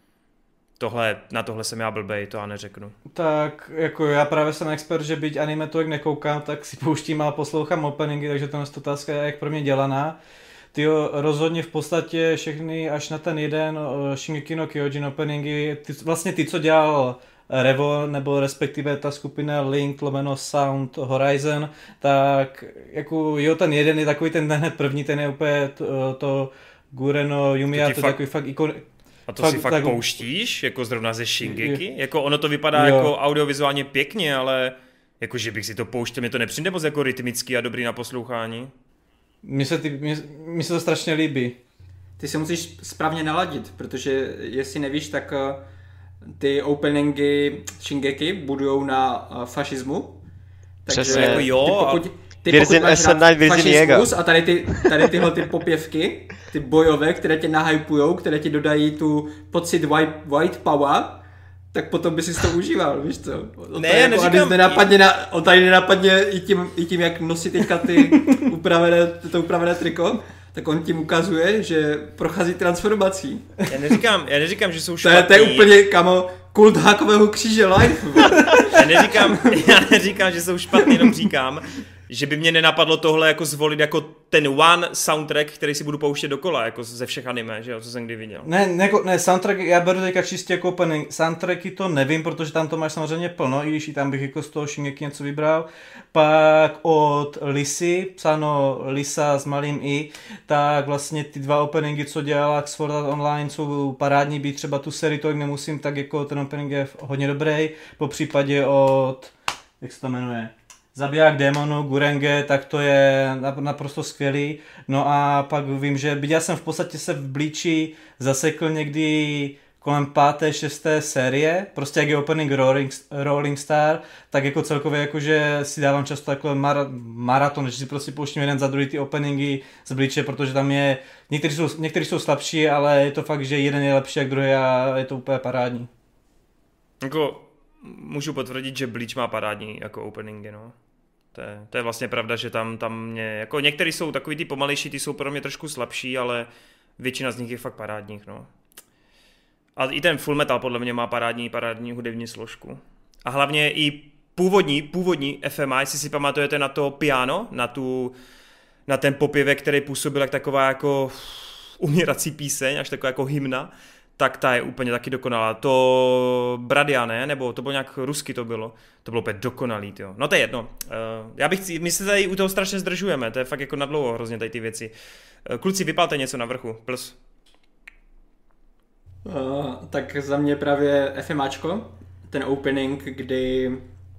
Tohle, na tohle jsem já blbej, to já neřeknu. Tak jako já právě jsem expert, že byť anime tolik nekoukám, tak si pouštím a poslouchám openingy, takže to je otázka, jak pro mě dělaná. Tyjo, rozhodně v podstatě všechny až na ten jeden uh, Shingeki no Kyojin openingy, ty, vlastně ty, co dělal Revo, nebo respektive ta skupina Link, lomeno Sound Horizon, tak jako jo, ten jeden je takový ten hned první, ten je úplně to, to Gureno Yumiya, to, to fakt... takový fakt ikon... A to fakt, si fakt tak... pouštíš, jako zrovna ze Shingeki? Je... Jako ono to vypadá jo. Jako audiovizuálně pěkně, ale jako že bych si to pouštěl, mě to nepřijde moc jako rytmický a dobrý na poslouchání. Mně se, ty, mně, mně se to strašně líbí. Ty se musíš správně naladit, protože jestli nevíš, tak ty openingy Shingeki budujou na fašismu. Přesně. Jako jo, ty pokud, ty Virzin pokud máš rád fašismus a tady, ty, tady tyhle ty popěvky, ty bojové, které tě nahypujou, které ti dodají tu pocit white, white power, tak potom by si to užíval, víš co? On ne, tady, jako, neříkám... nenapadně na, on tady nenapadně i tím, i tím, jak nosí teďka ty upravené, to upravené triko, tak on tím ukazuje, že prochází transformací. Já neříkám, já neříkám, že jsou špatný. To je, to je úplně, kamo, kult hákového kříže live. já, neříkám, já neříkám, že jsou špatný, jenom říkám, že by mě nenapadlo tohle jako zvolit jako ten one soundtrack, který si budu pouštět dokola, jako ze všech anime, že jo, co jsem kdy viděl. Ne, ne, ne soundtrack, já beru teďka čistě jako opening. Soundtracky to nevím, protože tam to máš samozřejmě plno, i když i tam bych jako z toho Shingeki něco vybral. Pak od Lisy, psáno Lisa s malým i, tak vlastně ty dva openingy, co dělala Sword Art Online, jsou parádní, být třeba tu sérii tolik nemusím, tak jako ten opening je hodně dobrý, po případě od, jak se to jmenuje, Zabiják démonů, Gurenge, tak to je naprosto skvělý. No a pak vím, že byť já jsem v podstatě se v Bleachi zasekl někdy kolem páté, šesté série, prostě jak je opening Rolling, Rolling Star, tak jako celkově jakože si dávám často takhle mar, maraton, že si prostě pouštím jeden za druhý ty openingy z Bleache, protože tam je, někteří jsou, někteří jsou slabší, ale je to fakt, že jeden je lepší jak druhý a je to úplně parádní. Jako můžu potvrdit, že Bleach má parádní jako openingy, no. To je, to je vlastně pravda, že tam, tam mě, jako některý jsou takový ty pomalejší, ty jsou pro mě trošku slabší, ale většina z nich je fakt parádních, no. A i ten Full Metal podle mě má parádní, parádní hudební složku. A hlavně i původní, původní F M A, jestli si pamatujete na to piano, na tu, na ten popěvek, který působil jak taková jako umírací píseň, až taková jako hymna, tak ta je úplně taky dokonalá. To Bradia, ne? Nebo to bylo nějak rusky to bylo. To bylo úplně dokonalý, tyjo. No to je jedno. Uh, já bych, my se tady u toho strašně zdržujeme, to je fakt jako nadlouho hrozně tady ty věci. Uh, kluci, vypalte něco na vrchu, plus. Uh, tak za mě právě FMAčko, ten opening, kdy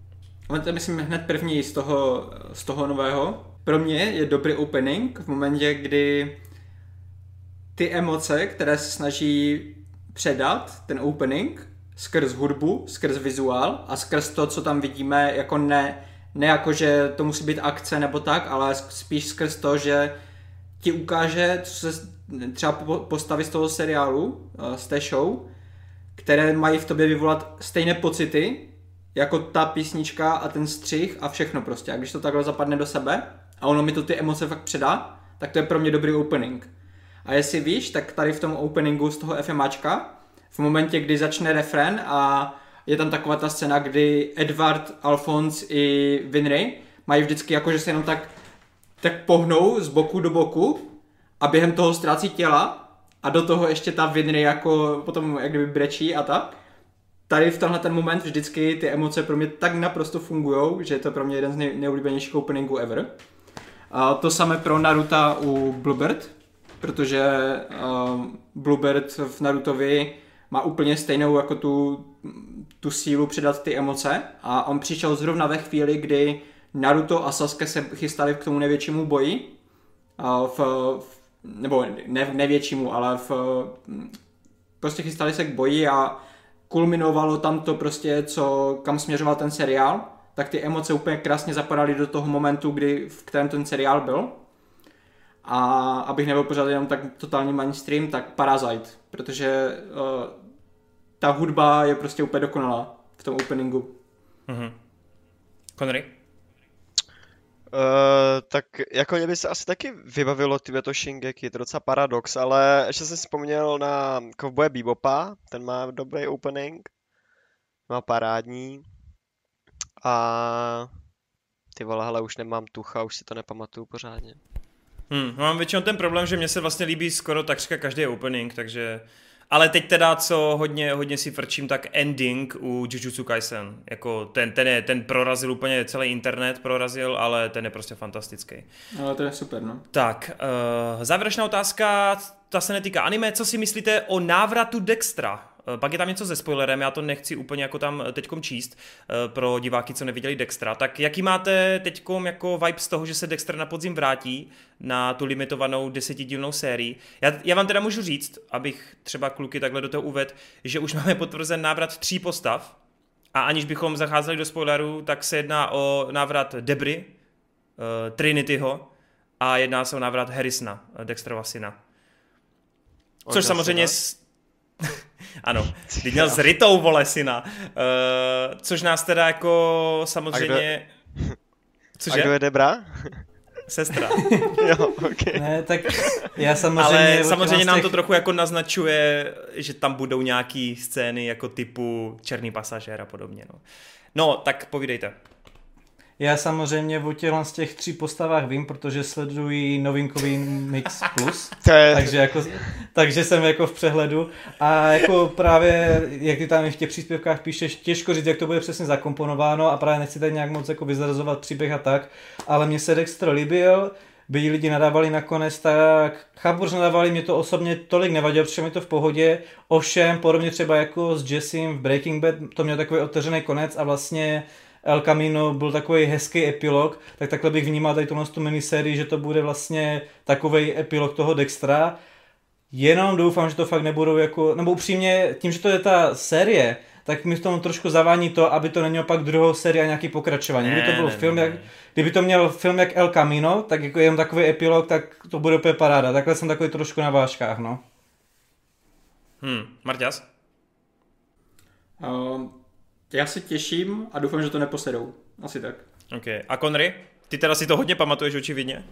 Ale to myslím hned první z toho, z toho nového. Pro mě je dobrý opening v momentě, kdy ty emoce, které se snaží předat, ten opening, skrz hudbu, skrz vizuál a skrz to, co tam vidíme, jako ne, ne jako, že to musí být akce nebo tak, ale spíš skrz to, že ti ukáže, co se třeba postaví z toho seriálu, z té show, které mají v tobě vyvolat stejné pocity, jako ta písnička a ten střih a všechno prostě. A když to takhle zapadne do sebe a ono mi to ty emoce fakt předá, tak to je pro mě dobrý opening. A jestli víš, tak tady v tom openingu z toho FMAčka, v momentě, kdy začne refrén a je tam taková ta scéna, kdy Edward, Alphonse i Winry mají vždycky jako, že se jenom tak, tak pohnou z boku do boku a během toho ztrácí těla a do toho ještě ta Winry jako potom jak kdyby brečí a tak. Tady v tenhle ten moment vždycky ty emoce pro mě tak naprosto fungujou, že je to pro mě jeden z nej- nejoblíbenějších openingů ever. A to samé pro Naruto u Bluebird, protože uh, Bluebird v Narutovi má úplně stejnou jako tu, tu sílu předat ty emoce a on přišel zrovna ve chvíli, kdy Naruto a Sasuke se chystali k tomu největšímu boji, uh, v, v, nebo ne největšímu, ale v, prostě chystali se k boji a kulminovalo tam to prostě, co, kam směřoval ten seriál, tak ty emoce úplně krásně zapadaly do toho momentu, kdy, v kterém ten seriál byl. A abych nebyl pořád jenom tak totální mainstream, tak Parasite, protože uh, ta hudba je prostě úplně dokonalá v tom openingu. Mm-hmm. Connery? Uh, tak jako mě by se asi taky vybavilo tyhle Shingeki, to je docela paradox, ale ještě jsem si vzpomněl na Cowboye Bebopa, ten má dobrý opening, má parádní a ty vole, hele, už nemám tucha, už si to nepamatuju pořádně. Hmm, mám většinou ten problém, že mně se vlastně líbí skoro takřka každý opening, takže... Ale teď teda, co hodně, hodně si frčím, tak ending u Jujutsu Kaisen. Jako ten, ten, je, ten prorazil úplně celý internet, prorazil, ale ten je prostě fantastický. Ale to je super, no. Tak, uh, závěrečná otázka, ta se netýká anime. Co si myslíte o návratu Dextra? Uh, pak je tam něco se spoilerem, já to nechci úplně jako tam teďkom číst uh, pro diváky, co neviděli Dextra. Tak jaký máte teďkom jako vibe z toho, že se Dexter na podzim vrátí na tu limitovanou desetidílnou sérii? Já, já vám teda můžu říct, abych třeba kluky takhle do toho uvedl, že už máme potvrzen návrat tří postav a aniž bychom zacházeli do spoilerů, tak se jedná o návrat Debry, uh, Trinityho a jedná se o návrat Harrisona, Dexterova syna. Což Oža samozřejmě... syna? S... ano, ty měl s Ritou, vole, syna. Uh, což nás teda jako samozřejmě... A kdo, Cože? a kdo je Debra? Sestra. Jo, okay. Ne, tak já samozřejmě... Ale samozřejmě nám těch... to trochu jako naznačuje, že tam budou nějaký scény jako typu Černý pasažér a podobně. No, no tak povídejte. Já samozřejmě o těchhle z těch tří postavách vím, protože sleduji novinkový Mix Plus, je... takže, jako, takže jsem jako v přehledu a jako právě, jak ty tam v těch příspěvkách píšeš, těžko říct, jak to bude přesně zakomponováno a právě nechci tady nějak moc jako vyzrazovat příběh a tak, ale mně se Dexter líbil, by lidi nadávali nakonec, tak chápu, že nadávali, mě to osobně tolik nevadilo, protože mi to v pohodě, ovšem podobně třeba jako s Jessim v Breaking Bad, to měl takový otevřený konec a vlastně El Camino byl takový hezký epilog, tak takhle bych vnímal tady tu minisérii, že to bude vlastně takovej epilog toho Dextra. Jenom doufám, že to fakt nebudou jako, nebo upřímně, tím, že to je ta série, tak mi v tom trošku zavání to, aby to nemělo pak druhou sérii a nějaký pokračování. Ne, kdyby to byl ne, film, ne, jak, ne. kdyby to měl film jak El Camino, tak jako jenom takový epilog, tak to bude úplně paráda. Takhle jsem takový trošku na vážkách, no. Hmm, Marťas? Uh, já se těším a doufám, že to neposedou. Asi tak. Ok. A Connery? Ty teda si to hodně pamatuješ očividně?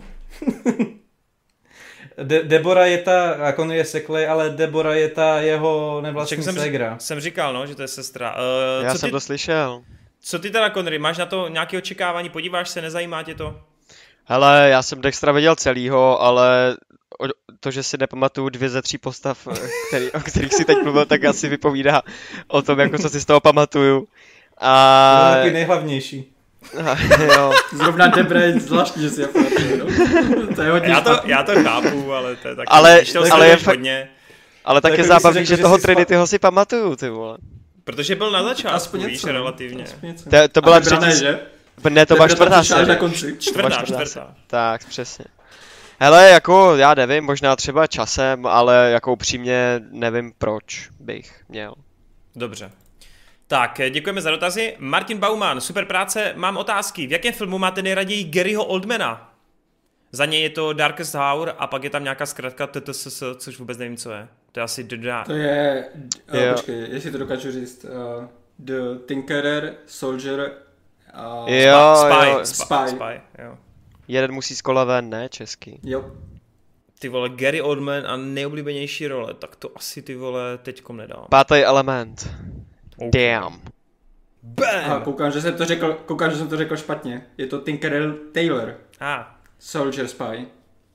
De- Debora je ta, jako on je seklej, ale Debora je ta jeho nevlastní jsem, ségra. jsem říkal, no, že to je sestra. Uh, Já co jsem ty, to slyšel. Co ty teda, Connery, máš na to nějaké očekávání? Podíváš se, nezajímá tě to? Hele, já jsem Dextra viděl celýho, ale to, že si nepamatuju dvě ze tří postav, který, o kterých si teď mluvil, tak asi vypovídá o tom, jako co si z toho pamatuju. A... To je takový nejhlavnější. A, jo. Zrovna Debra je zvláštní, že si já pamatuju, no. To je hodně já, to, špatný. já to chápu, ale to je taky, Ale- když to ale je sleduješ fakt- hodně. Ale tak Tak je jako by si zábavný, řekl, že že toho si spa- Trinityho si pamatuju, ty vole. Protože byl na začátku, Aspoň víš, něco, relativně. aspoň něco. To, to byla třetí... Vybrané, že? Ne, to byla čtvrtá série. Na série. konci. Čtvrtá, čtvrtá. čtvrtá. Tak, přesně. Hele, jako, já nevím, možná třeba časem, ale jako upřímně nevím, proč bych měl. Dobře. Tak, děkujeme za dotazy. Martin Bauman, super práce, mám otázky. V jakém filmu máte nejraději Garyho Oldmana? Za něj je to Darkest Hour a pak je tam nějaká zkratka T T S S, což vůbec nevím, co je. To je asi D D. To je, uh, Jo. počkej, jestli to dokážu říct, uh, The Tinkerer, Soldier a Jo, Spy, jo. Spy, Spy. Spy, jo. Jeden musí z kola ven, ne, český. Jo. Ty vole, Gary Oldman a nejoblíbenější role, tak to asi ty vole teďkom nedám. Pátý element. Ok. Damn. A Bam! koukám, že jsem to řekl, koukám, že jsem to řekl špatně. Je to Tinkerer Taylor, Ah. Soldier Spy.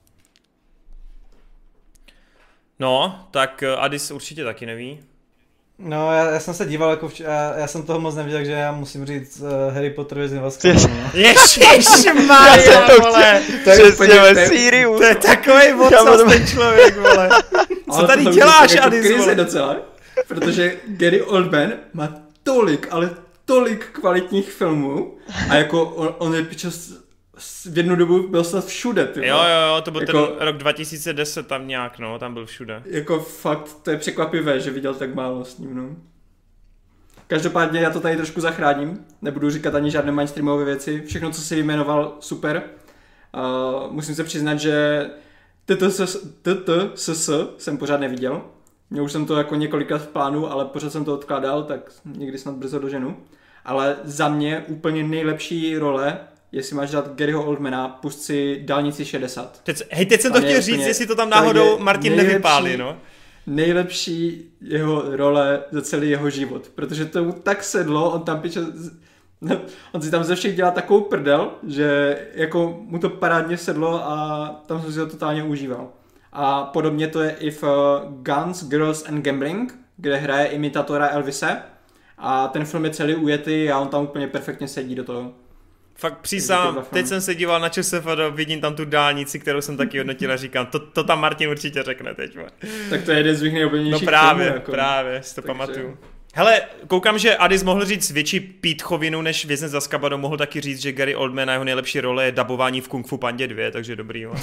No, tak eh, Adis určitě taky neví. No, já, já jsem se díval, jako vč- já, já jsem toho moc neviděl, takže já musím říct uh, Harry Potter vězně Azkabanu. Ježišmarja, vole! To je Přesně, úplně- ve to je- Sirius. To je takovej vocas ten člověk, vole. Co Ale tady to děláš, jako Adis, krize vole? docela, protože Gary Oldman má tolik, ale tolik kvalitních filmů a jako on, on je pičo s- s- v jednu dobu byl snad všude, ty Jo, vole. jo, jo, to byl Jako- ten rok dva tisíce deset tam nějak, no, tam byl všude. Jako fakt, to je překvapivé, že viděl tak málo s ním, no. Každopádně já to tady trošku zachráním, nebudu říkat ani žádné mainstreamové věci, všechno, co si vyjmenoval, super. Uh, musím se přiznat, že T T S S jsem pořád neviděl. Měl už jsem to jako několikrát v plánu, ale pořád jsem to odkládal, tak někdy snad brzo doženu. Ale za mě úplně nejlepší role, jestli máš dát Garyho Oldmana, pust si Dálnici šedesát. Teď, hej, teď jsem to Tam je chtěl říct, úplně- jestli to tam to je náhodou Martin nejlepší- nevypálí, no. Nejlepší jeho role za celý jeho život, protože to mu tak sedlo, on tam piče, on si tam ze všech dělá takovou prdel, že jako mu to parádně sedlo a tam jsem si ho totálně užíval. A podobně to je i v Guns, Girls and Gambling, kde hraje imitatora Elvise a ten film je celý ujetý a on tam úplně perfektně sedí do toho. Fakt přísám, tyhle teď filmy. jsem se díval na ČSFD, vidím tam tu dálnici, kterou jsem taky hodnotil a říkám, to, to tam Martin určitě řekne teď. vole. Tak to je jeden z mých No nejoblíbenějších právě, filmů. Jako. právě, si to Takže- pamatuju. Hele, koukám, že Adis mohl říct větší pítchovinu než Vězněc z Azkabanu, mohl taky říct, že Gary Oldman a jeho nejlepší role je dabování v Kung Fu Pandě dva, takže dobrý. jo.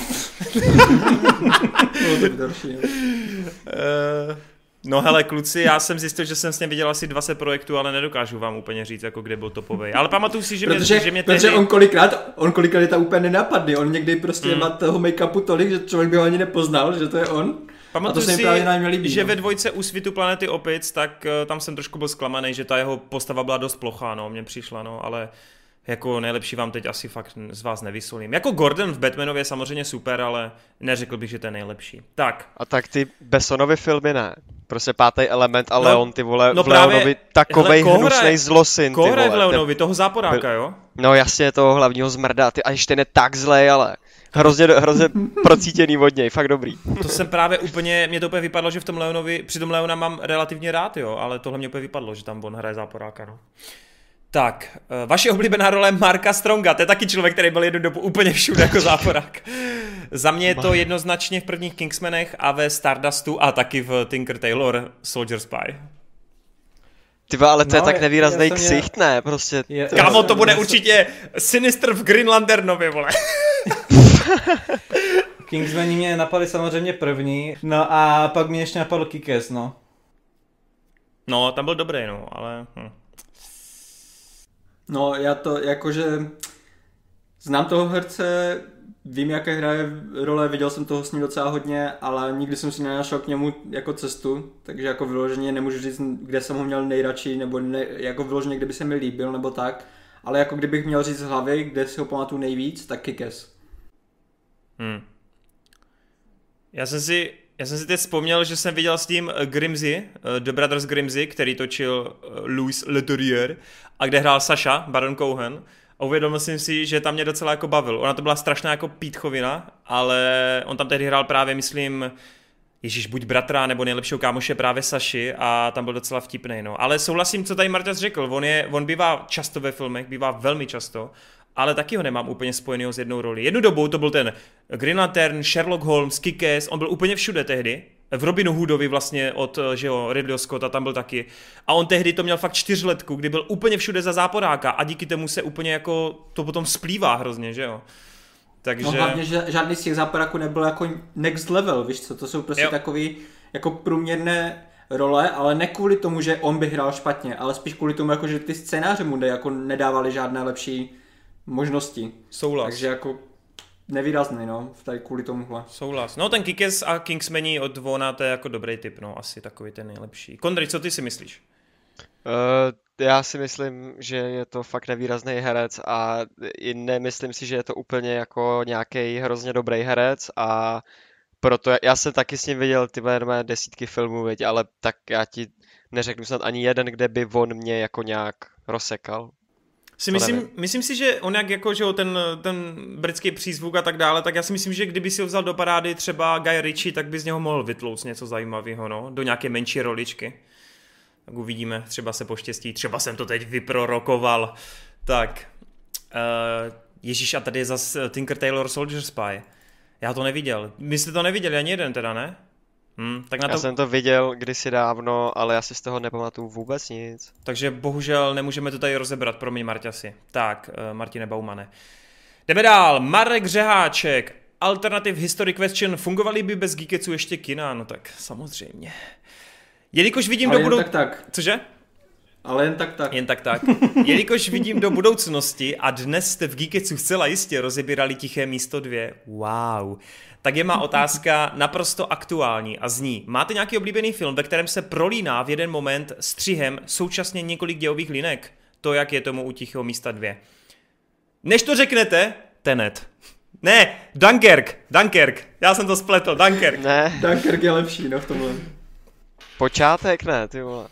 Bylo to další. jo. Eh, No hele, kluci, já jsem zjistil, že jsem s ním viděl asi dvacet projektů, ale nedokážu vám úplně říct, jako kde byl topovej. Ale pamatuju si, že mě, Protože, že mě protože tehdy... on kolikrát, on kolikrát je to úplně nenapadne, on někdy prostě Mm. má toho make-upu tolik, že člověk by ho ani nepoznal, že to je on. Pamatuju a to se mi si, právě najmě líbí, že no. ve dvojce Úsvitu planety opic, tak uh, tam jsem trošku byl zklamaný, že ta jeho postava byla dost plochá, no, mně přišla, no, ale jako nejlepší vám teď asi fakt z vás nevysolím. Jako Gordon v Batmanově je samozřejmě super, ale neřekl bych, že to je nejlepší. Tak, A tak ty Bessonovy filmy ne. Prostě Pátý element a No, Leon, ty vole, no v Leonovi právě- takovej hele, koho hraje- hnusnej zlosin, ty koho hraje v vole. Ten, Leonovi, toho záporáka, jo? no jasně, toho hlavního zmrda, ty, a ještě ten je tak zlej, ale hrozně, hrozně procítěný od něj, fakt dobrý. To jsem právě úplně, mě to úplně vypadlo, že v tom Leonovi, při tom Leona mám relativně rád, jo, ale tohle mě úplně vypadlo, že tam on hraje záporáka, no. Tak, eh, vaše oblíbená role Marka Stronga, to je taky člověk, který byl jednu dobu úplně všude jako záporák. Za mě je to jednoznačně v prvních Kingsmanech a ve Stardustu a taky v Tinker Tailor Soldier Spy. Ty vole, ale to je No, tak já- nevýrazný já jsem ksicht, ne, prostě. Je- to- Já Kámo, jsem- to bude já jsem- určitě Sinister v Green Lanternovi, vole. Kingsmani mě napadli samozřejmě první, no a pak mě ještě napadl Kick-Ass, no. No, tam byl dobrý, no, ale... Hm. No já to jakože znám toho herce, vím jaké hraje role, viděl jsem toho s ním docela hodně, ale nikdy jsem si nenašel k němu jako cestu, takže jako vyloženě nemůžu říct, kde jsem ho měl nejradši, nebo ne, jako vyloženě, kde by se mi líbil, nebo tak, ale jako kdybych měl říct z hlavy, kde si ho pamatuju nejvíc, tak Kick-Ass. Hmm. Já jsem si, já jsem si teď vzpomněl, že jsem viděl s tím Grimsey, The Brothers Grimsey, který točil Louis Leterrier a kde hrál Saša, Baron Cohen. A uvědomil jsem si, že tam mě docela jako bavil. Ona to byla strašná jako pítchovina, ale on tam tehdy hrál právě, myslím, Ježíš, buď bratra nebo nejlepšího kámoše právě Saši a tam byl docela vtipnej, no. Ale souhlasím, co tady Marťas řekl, on, je, on bývá často ve filmech, bývá velmi často, ale taky ho nemám úplně spojenýho s jednou roli. Jednu dobu to byl ten Green Lantern, Sherlock Holmes, Kick-Ass, on byl úplně všude tehdy v Robinu Hoodovi vlastně od, že jo, Ridleyho Scotta, tam byl taky. A on tehdy to měl fakt čtyřletku, kdy byl úplně všude za záporáka a díky tomu se úplně jako to potom splývá hrozně, že jo. Takže... No hlavně, že žádný z těch záporáků nebyl jako next level, víš co, to jsou prostě jo. takový jako průměrné role, ale ne kvůli tomu, že on by hrál špatně, ale spíš kvůli tomu, jako, že ty scénáře mu jako nedávali žádné lepší možnosti. Souhlas. Takže jako nevýrazný, no, tady kvůli tomuhle. Souhlas. No ten Kick-Ass a Kingsmani od Vona, to je jako dobrý tip, no, asi takový ten nejlepší. Kondry, co ty si myslíš? Uh, já si myslím, že je to fakt nevýrazný herec a i nemyslím si, že je to úplně jako nějaký hrozně dobrý herec a proto já jsem taky s ním viděl ty mé desítky filmů, viď, ale tak já ti neřeknu snad ani jeden, kde by on mě jako nějak rozsekal. Si myslím, myslím si, že on jak jako, že ten, ten britský přízvuk a tak dále, tak já si myslím, že kdyby si ho vzal do parády třeba Guy Ritchie, tak by z něho mohl vytlouct něco zajímavého, no, do nějaké menší roličky. Tak uvidíme, třeba se poštěstí, třeba jsem to teď vyprorokoval. Tak, uh, Ježíš, a tady je zase Tinker Tailor Soldier Spy. Já to neviděl. Vy jste to neviděli ani jeden teda, ne? Hmm, tak na já to... jsem to viděl kdysi dávno, ale já si z toho nepamatuju vůbec nic. Takže bohužel nemůžeme to tady rozebrat, promiň Marťasi. Tak, uh, Martine Baumane. Jdeme dál, Marek Řeháček. Alternative History Question. Fungovaly by bez Geeketsu ještě kina? No tak samozřejmě. Jelikož vidím ale do budoucnosti... tak tak. Cože? Ale jen tak tak. Jen tak tak. Jelikož vidím do budoucnosti a dnes jste v Geeketsu zcela jistě rozebírali Tiché místo dvě. Wow. Tak je má otázka naprosto aktuální a zní. Máte nějaký oblíbený film, ve kterém se prolíná v jeden moment střihem současně několik dějových linek? To, jak je tomu u Tichého místa dvě. Než to řeknete, Tenet. Ne, Dunkirk, Dunkirk. Já jsem to spletl, Dunkirk. Ne. Dunkirk je lepší, no v tomhle. Počátek ne, ty vole.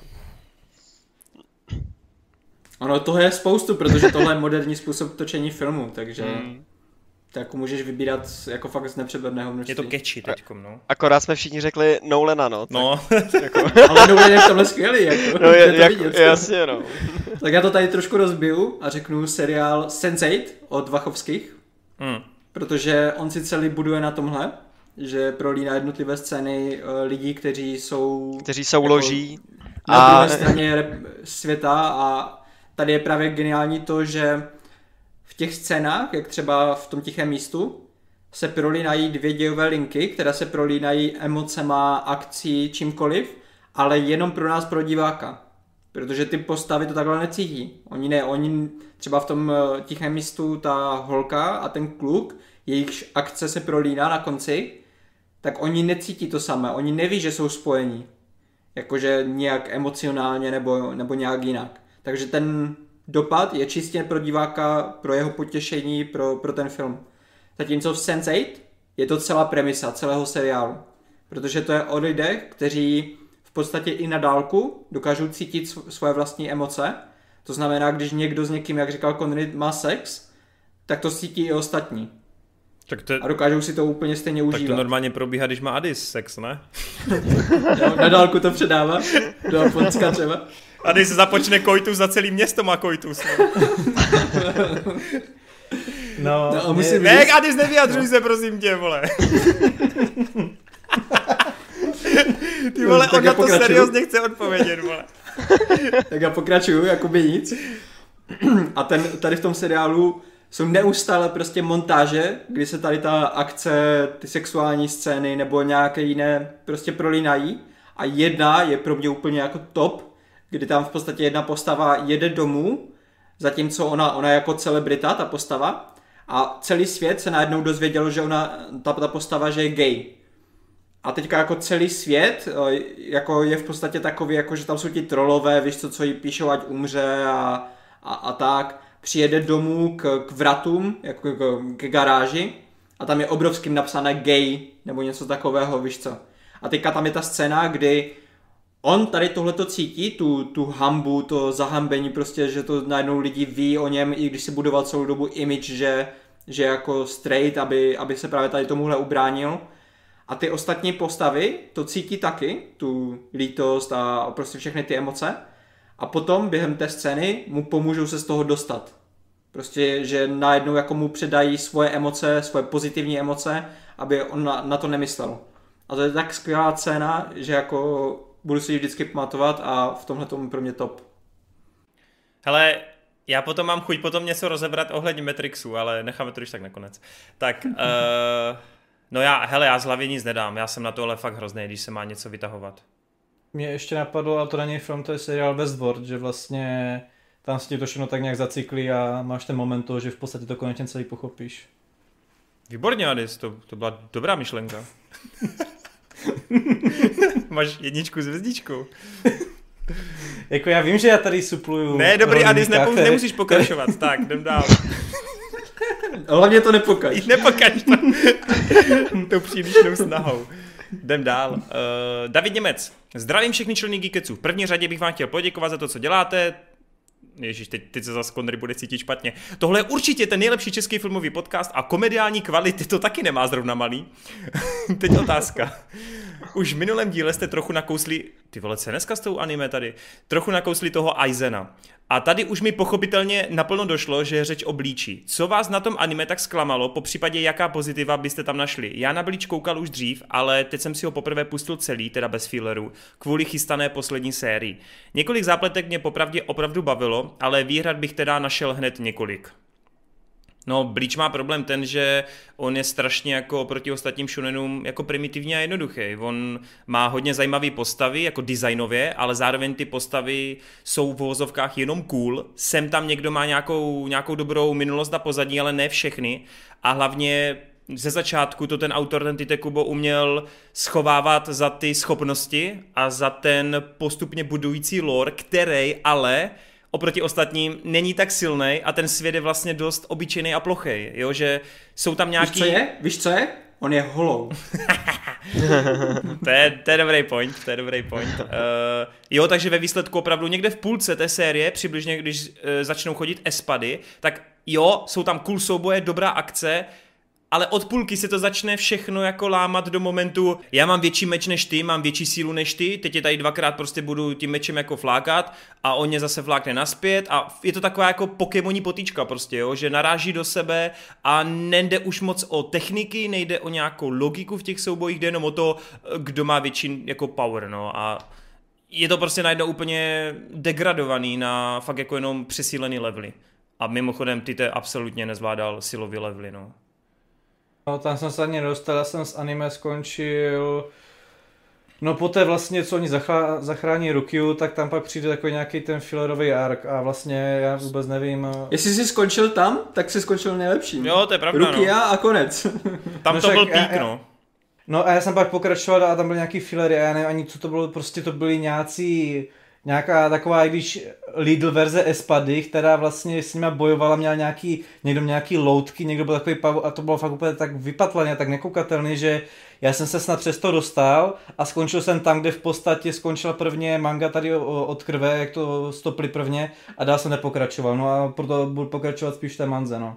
Ono toho je spoustu, protože tohle je moderní způsob točení filmu, takže Hmm. tak můžeš vybírat jako fakt z nepřeberného množství. Je to catchy teďkom, no. Akorát jsme všichni řekli Nolana, no. Tak, No. jako, Ale Nolan je v tomhle skvělý, jako. no je, to jak, vidět, jasně, no. Tak já to tady trošku rozbiju a řeknu seriál sense eight od Wachowských, Hmm. protože on si celý buduje na tomhle, že prolíná jednotlivé scény uh, lidí, kteří jsou... Kteří souloží. Na A- druhé straně rep- světa a tady je právě geniální to, že v těch scénách, jak třeba v tom Tichém místu, se prolínají dvě dějové linky, které se prolínají emocema, akcí, čímkoliv, ale jenom pro nás, pro diváka. Protože ty postavy to takhle necítí. Oni ne, oni třeba v tom Tichém místu ta holka a ten kluk, jejichž akce se prolíná na konci, tak oni necítí to samé, oni neví, že jsou spojení. Jakože nějak emocionálně nebo, nebo nějak jinak. Takže ten dopad je čistě pro diváka, pro jeho potěšení, pro, pro ten film. Zatímco v sense eight je to celá premisa celého seriálu. Protože to je o lidech, kteří v podstatě i na dálku dokážou cítit svoje vlastní emoce. To znamená, když někdo s někým, jak říkal Connery, má sex, tak to cítí i ostatní. Tak to, A dokážou si to úplně stejně tak užívat. to normálně probíhá, když má Adis sex, ne? Jo, na dálku to předává do Japonska třeba. Adis započne koitus za celý město má koitus. No. No, No a mě- musím Ne, říct, Adis, nevyjadřuj se, prosím tě, vole. Ty vole, Tak on já na to pokračuju. seriózně chce odpovědět, vole. tak já pokračuju, jakoby nic. A ten, tady v tom seriálu jsou neustále prostě montáže, kdy se tady ta akce, ty sexuální scény nebo nějaké jiné prostě prolínají. A jedna je pro mě úplně jako top, kdy tam v podstatě jedna postava jede domů, zatímco ona, ona je jako celebrita, ta postava, a celý svět se najednou dozvěděl, že ona, ta, ta postava, že je gay. A teďka jako celý svět eh, jako je v podstatě takový, jako že tam jsou ti trolové, víš co, co jí píšou, ať umře a, a, a tak. Přijede domů k, k vratům, jako k, k garáži a tam je obrovským napsané gay nebo něco takového, víš co. A teďka tam je ta scéna, kdy on tady tohleto cítí, tu, tu hambu, to zahambení prostě, že to najednou lidi ví o něm, i když si budoval celou dobu image, že, že jako straight, aby, aby se právě tady tomuhle ubránil. A ty ostatní postavy to cítí taky, tu lítost a prostě všechny ty emoce. A potom během té scény mu pomůžou se z toho dostat. Prostě, že najednou jako mu předají svoje emoce, svoje pozitivní emoce, aby on na, na to nemyslel. A to je tak skvělá scéna, že jako budu si ji vždycky pamatovat a v tomhle tomu pro mě top. Hele, já potom mám chuť potom něco rozebrat ohledně Matrixu, ale necháme to už tak nakonec. Tak, uh, no já, hele, já z hlavy nic nedám, já jsem na tohle fakt hrozný, když se má něco vytahovat. Mě ještě napadlo, ale to není film, to je seriál Westworld, že vlastně tam si to všechno tak nějak zacyklí a máš ten moment toho, že v podstatě to konečně celý pochopíš. Výborně, Adis, to, to byla dobrá myšlenka. Máš jedničku s hvězdičkou. Jako já vím, že já tady supluju. Ne, dobrý, Adis, nepou- nemusíš pokračovat. Tak, jdem dál. Hlavně to nepokaž. Nepokaž to. Tou přílišnou snahou. Jdem dál. Uh, David Němec. Zdravím všechny členy Geeketsu. V první řadě bych vám chtěl poděkovat za to, co děláte. Ježíš, teď, teď se zase Konry bude cítit špatně. Tohle je určitě ten nejlepší český filmový podcast a komediální kvality to taky nemá zrovna malý. Teď otázka. Už v minulém díle jste trochu nakousli, ty vole, co je dneska s tou anime tady, trochu nakousli toho Aizena. A tady už mi pochopitelně naplno došlo, že je řeč o Bleachi. Co vás na tom anime tak zklamalo, po případě jaká pozitiva byste tam našli? Já na Bleach koukal už dřív, ale teď jsem si ho poprvé pustil celý, teda bez filleru, kvůli chystané poslední sérii. Několik zápletek mě popravdě opravdu bavilo, ale výhrad bych teda našel hned několik. No, Bleach má problém ten, že on je strašně jako oproti ostatním shonenům jako primitivní a jednoduchý. On má hodně zajímavé postavy, jako designově, ale zároveň ty postavy jsou v uvozovkách jenom cool. Sem tam někdo má nějakou, nějakou dobrou minulost a pozadí, ale ne všechny. A hlavně ze začátku to ten autor, ten Tite Kubo, uměl schovávat za ty schopnosti a za ten postupně budující lore, který ale oproti ostatním není tak silný a ten svět je vlastně dost obyčejný a plochej, jo, že jsou tam nějaký... Víš, co je? Víš, co je? On je hollow. to, je, to je dobrý point, to je dobrý point. Uh, jo, takže ve výsledku opravdu někde v půlce té série, přibližně když uh, začnou chodit espady, tak jo, jsou tam cool souboje, dobrá akce, ale od půlky se to začne všechno jako lámat do momentu, já mám větší meč než ty, mám větší sílu než ty, teď je tady dvakrát prostě budu tím mečem jako flákat a on mě zase flákne naspět a je to taková jako pokémoní potýčka prostě, jo, že naráží do sebe a nejde už moc o techniky, nejde o nějakou logiku v těch soubojích, jde jenom o to, kdo má větší jako power, no, a je to prostě najednou úplně degradovaný na fakt jako jenom přesílený levely. A mimochodem Tite absolutně nezvládal silový levely, no. No, tam jsem se ani nedostal, já jsem s anime skončil, no poté vlastně, co oni zachrá, zachrání Rukiu, tak tam pak přijde takový nějaký ten fillerový arc a vlastně já vůbec nevím. Jestli jsi skončil tam, tak jsi skončil nejlepším. Jo, to je pravda, Rukia no. a konec. Tam no to byl já, pík, já, no. No a já jsem pak pokračoval a tam byly nějaký fillery a já nevím ani co to bylo, prostě to byly nějací, nějaká taková, když Lidl verze Espady, která vlastně s nima bojovala, měla nějaký, někdo měl nějaký loutky, někdo byl takový pavu a to bylo fakt úplně tak vypatlaně, tak nekoukatelný, že já jsem se snad přes to dostal a skončil jsem tam, kde v podstatě skončila prvně manga tady od krve, jak to stopli prvně a dál jsem nepokračoval, no a proto budu pokračovat spíš v té manze, no.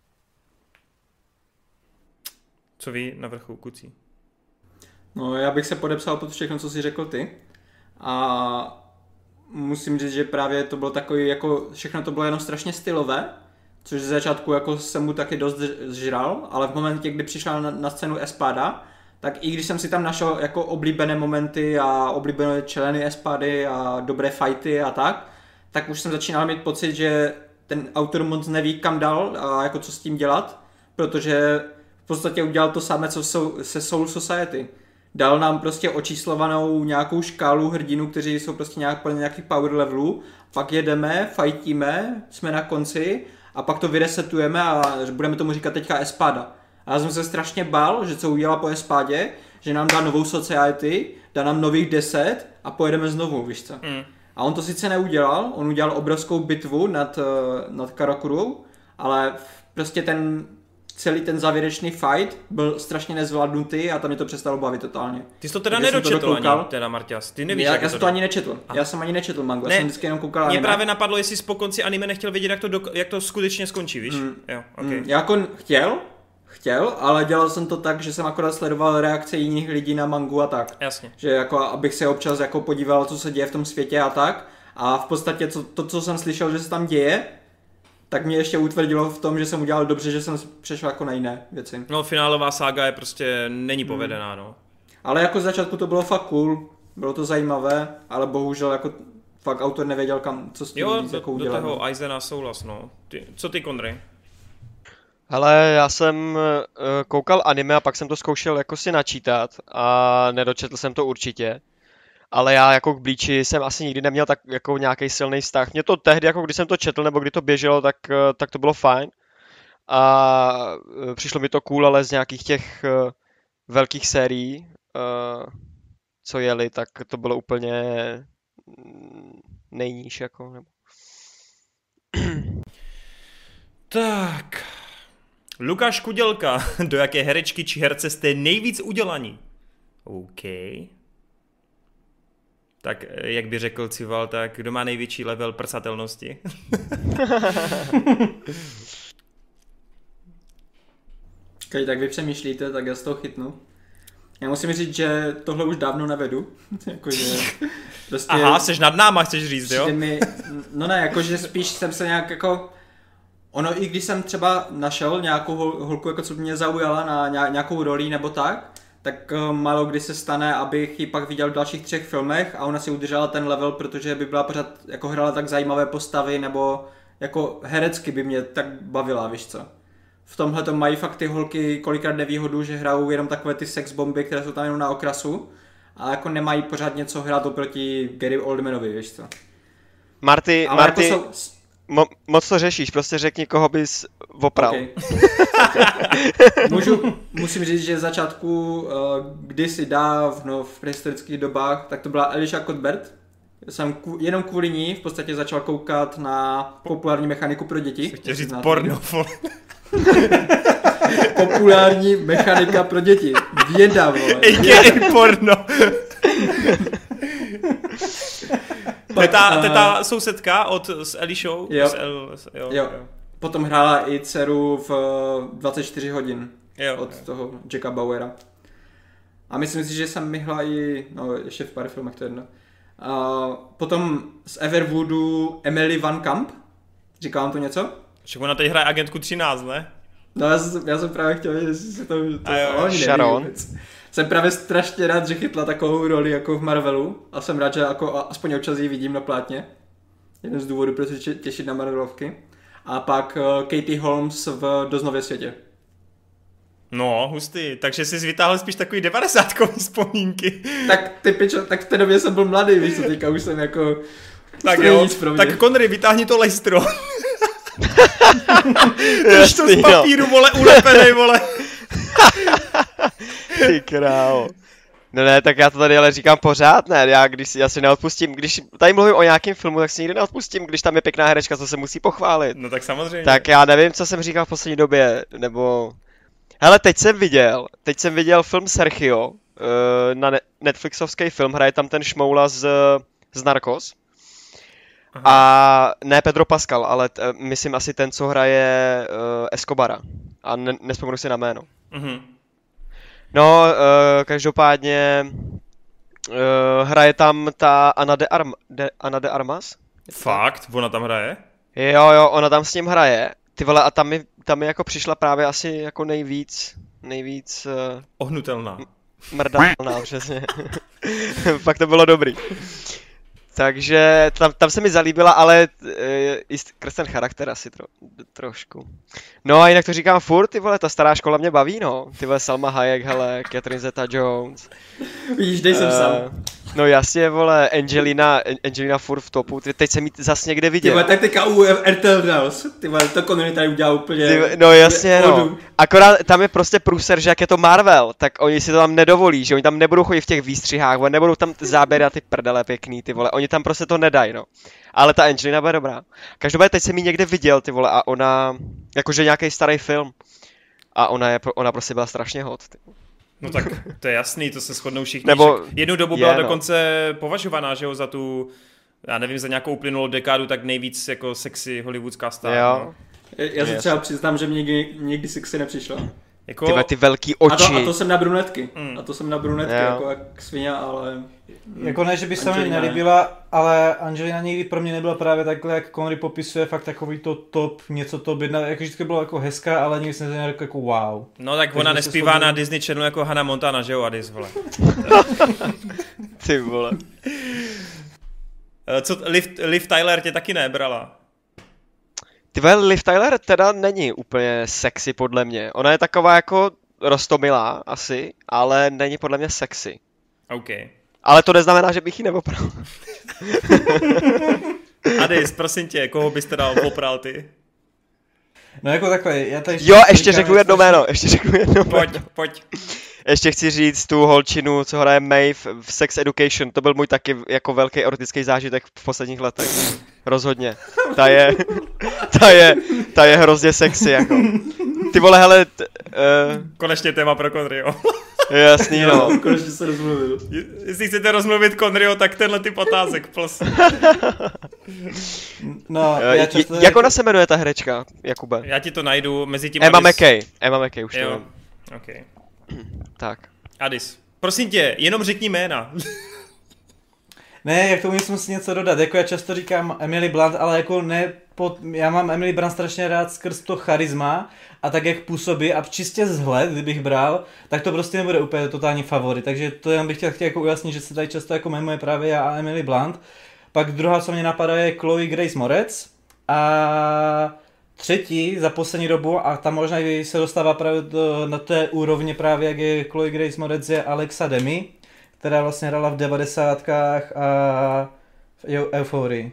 Co ví na vrchu, kucí? No, já bych se podepsal pod všechno, co jsi řekl ty. A musím říct, že právě to bylo takový, jako všechno to bylo jenom strašně stylové, což z začátku jako jsem mu taky dost zžral, ale v momentě, kdy přišla na, na scénu Espada, tak i když jsem si tam našel jako oblíbené momenty a oblíbené členy Espady a dobré fighty a tak, tak už jsem začínal mít pocit, že ten autor moc neví, kam dal a jako co s tím dělat, protože v podstatě udělal to samé, co se Soul Society. Dal nám prostě očíslovanou nějakou škálu hrdinů, kteří jsou prostě nějak plně nějakých power levelů, pak jedeme, fightíme, jsme na konci a pak to vyresetujeme a budeme tomu říkat teďka Espada. A já jsem se strašně bál, že co udělá po Espádě, že nám dá novou Society, dá nám nových deset a pojedeme znovu, víš co. Mm. A on to sice neudělal, on udělal obrovskou bitvu nad, nad Karakurou, ale prostě ten celý ten závěrečný fight byl strašně nezvládnutý a tam mě to přestalo bavit totálně. Ty jsi to teda nedočetl ani, teda Marťas. Ty nevíš, já, jak já jsem to ani nečetl. Aha. Já jsem ani nečetl mangu, ne, já jsem vždycky jenom koukal mě anime. právě napadlo, jestli jsi po konci anime nechtěl vědět, jak to, do, jak to skutečně skončí, víš? Mm. Jo, okay. mm, já jako chtěl, chtěl, ale dělal jsem to tak, že jsem akorát sledoval reakce jiných lidí na mangu a tak. Jasně. Že jako abych se občas jako podíval, co se děje v tom světě a tak. A v podstatě to, to co jsem slyšel, že se tam děje, tak mě ještě utvrdilo v tom, že jsem udělal dobře, že jsem přešel jako na jiné věci. No, finálová sága je prostě, není povedená, no. Ale jako z začátku to bylo fakt cool, bylo to zajímavé, ale bohužel jako fakt autor nevěděl kam, co s tím jo, víc do, jako do udělat. toho Eisena souhlas, no. Ty, co ty, Konry? Hele, já jsem uh, koukal anime a pak jsem to zkoušel jako si načítat a nedočetl jsem to určitě. Ale já jako k Bleachi jsem asi nikdy neměl tak jako nějaký silný vztah. Mě to tehdy, jako když jsem to četl nebo kdy to běželo, tak, uh, tak to bylo fajn. A uh, přišlo mi to cool, ale z nějakých těch uh, velkých sérií, uh, co jeli, tak to bylo úplně nejníž jako. Nebo... Tak, Lukáš Kudělka, do jaké herečky či herce jste nejvíc udělaní? OK. Tak jak by řekl Cival, tak kdo má největší level prsatelnosti? Když tak vy přemýšlíte, tak já z toho chytnu. Já musím říct, že tohle už dávno nevedu. Jakože prostě Aha, jsi nad náma, chceš říct, jo? mi, no ne, jakože spíš jsem se nějak jako... Ono, i když jsem třeba našel nějakou hol, holku, jako co mě zaujala na nějakou roli nebo tak, tak málo kdy se stane, abych ji pak viděl v dalších třech filmech a ona si udržela ten level, protože by byla pořád, jako hrála tak zajímavé postavy, nebo jako herecky by mě tak bavila, víš co. V tomhle to mají fakt ty holky kolikrát nevýhodu, že hrajou jenom takové ty sex bomby, které jsou tam jenom na okrasu, a jako nemají pořád něco hrát oproti Gary Oldmanovi, víš co. Marty, Ale Marty, jako jsou... mo- moc to řešíš, prostě řekni, koho bys opral. Okay. Můžu, musím říct, že v začátku, uh, kdysi dávno v prehistorických dobách, tak to byla Elisha Cuthbert. Jsem ků, jenom kvůli ní v podstatě začal koukat na populární mechaniku pro děti. Chtěl říct porno. Populární mechanika pro děti. Věda, vole. Věda. porno. To je ta, to je ta sousedka od, s Elishou? Jo. S El, s, jo, jo. jo. Potom hrála i dceru v dvacet čtyři hodin jo, od jo. toho Jacka Bauera. A myslím si, že jsem myhla i, no ještě v pár filmech, to jedno. A potom z Everwoodu Emily Van Camp. Říká vám to něco? Že ona teď hraje agentku třináct, ne? No já jsem, já jsem právě chtěl, že si to... to a jo, Sharon. Jsem právě strašně rád, že chytla takovou roli jako v Marvelu a jsem rád, že jako aspoň občas ji vidím na plátně. Jeden z důvodů, proč se těšit na Marvelovky. A pak uh, Katie Holmes v Doznově světě. No, hustý. Takže jsi vytáhl spíš takový devadesátkový vzpomínky. Tak ty pičo, tak v té době jsem byl mladý, víš co, teďka už jsem jako... Tak jo, tak Connery, vytáhni to lejstro. Tož to z papíru, vole, ulepenej, vole. Ty král. No ne, tak já to tady ale říkám pořád, ne, já, když, já si neodpustím, když tady mluvím o nějakém filmu, tak si nikdy neodpustím, když tam je pěkná herečka, co se musí pochválit. No tak samozřejmě. Tak já nevím, co jsem říkal v poslední době, nebo... Hele, teď jsem viděl, teď jsem viděl film Sergio, uh, na Netflixovský film, hraje tam ten šmoula z, z Narcos. Aha. A ne Pedro Pascal, ale t, myslím asi ten, co hraje uh, Escobara. A ne, nespomenu si na jméno. Mhm. No, uh, každopádně uh, hraje tam ta Ana de, Arm, de, Ana de Armas. Fakt? Ona tam hraje? Jo, jo, ona tam s ním hraje. Ty vole, a tam mi, tam mi jako přišla právě asi jako nejvíc, nejvíc... Uh, Ohnutelná. Mrdatelná, přesně. Fakt to bylo dobrý. Takže tam, tam se mi zalíbila, ale e, i skrz ten charakter asi tro, trošku. No a jinak to říkám furt, ty vole, ta stará škola mě baví, no. Ty vole, Salma Hayek, hele, Catherine Zeta-Jones. Vidíš, dej jsem uh, sám. No jasně, vole, Angelina, Angelina furt v topu, ty, teď jsem jí zas někde viděl. Ty vole, tak teďka u R T L Dals, ty vole, to komunita tady udělal úplně... Ty, no jasně, no. Akorát tam je prostě průser, že jak je to Marvel, tak oni si to tam nedovolí, že oni tam nebudou chodit v těch výstřihách, oni nebudou tam záběry a ty prdele pěkný, ty vole, oni tam prostě to nedají, no. Ale ta Angelina bude dobrá. Každopádně teď jsem ji někde viděl, ty vole, a ona, jakože nějaký starý film. A ona, je, ona prostě byla strašně hot, ty. No tak to je jasný, to se shodnou všichni. Nebo jednu dobu byla je, no. dokonce považovaná, že jo, za tu, já nevím, za nějakou uplynulou dekádu, tak nejvíc jako sexy hollywoodská star. Jo. No. Já se třeba přiznám, že mě někdy, někdy sexy nepřišla. Jako... Tyhle ty velký oči. A to, a to jsem na brunetky. Mm. A to jsem na brunetky, Jo. jako jak svině, ale... Jako ne, že by se mi Angelina ne. nelíbila, ale Angelina nikdy pro mě nebyla právě takhle, jak Connery popisuje, fakt takový to top, něco top jedna, jako vždycky bylo jako hezká, ale nikdy jsem se neřekl jako wow. No tak Takže ona se nespívá shodnu. na Disney Channel jako Hannah Montana, že jo, Adis, vole. Ty vole. Eh, Co, Liv, Liv Tyler tě taky nebrala. Ty vole, Liv Tyler teda není úplně sexy podle mě. Ona je taková jako roztomilá asi, ale není podle mě sexy. OK. Ale to neznamená, že bych ji neopral. Adis, prosím tě, koho byste dal popral ty? No jako takhle, já tady... Jo, ještě říkám, řeknu jak jedno strašně- jméno, ještě řeknu jedno jméno. Pojď, pojď. Ještě chci říct tu holčinu, co hraje Maeve v Sex Education. To byl můj taky jako velký erotický zážitek v posledních letech. Rozhodně. Ta je, ta je, ta je hrozně sexy jako. Ty vole, hele, t, uh, Konečně téma pro Conryho. jasný no. Konečně se rozmluvil. Jestli chcete rozmluvit Conryho, tak tenhle typ otázek, prosím. No, Eh, já často... Jak ona se jmenuje ta herečka, Jakube? Já ti to najdu mezi tím. Emma Adis- McKay. Emma McKay, už to Jo, vím. OK. Tak. Adis, prosím tě, jenom řekni jména. Ne, jak tomu musím si něco dodat, jako já často říkám Emily Blunt, ale jako ne, pod, já mám Emily Blunt strašně rád skrz to charisma a tak jak působí a čistě vzhled, kdybych bral, tak to prostě nebude úplně totální favorit, takže to jenom bych chtěl, chtěl jako ujasnit, že se tady často jako jmenuje právě já a Emily Blunt. Pak druhá, co mě napadá, je Chloe Grace Moretz a třetí za poslední dobu, a tam možná i se dostává právě do, na té úrovně právě, jak je Chloe Grace Moretz, je Alexa Demi, která vlastně hrála v devadesátkách a v Eu- Euforii.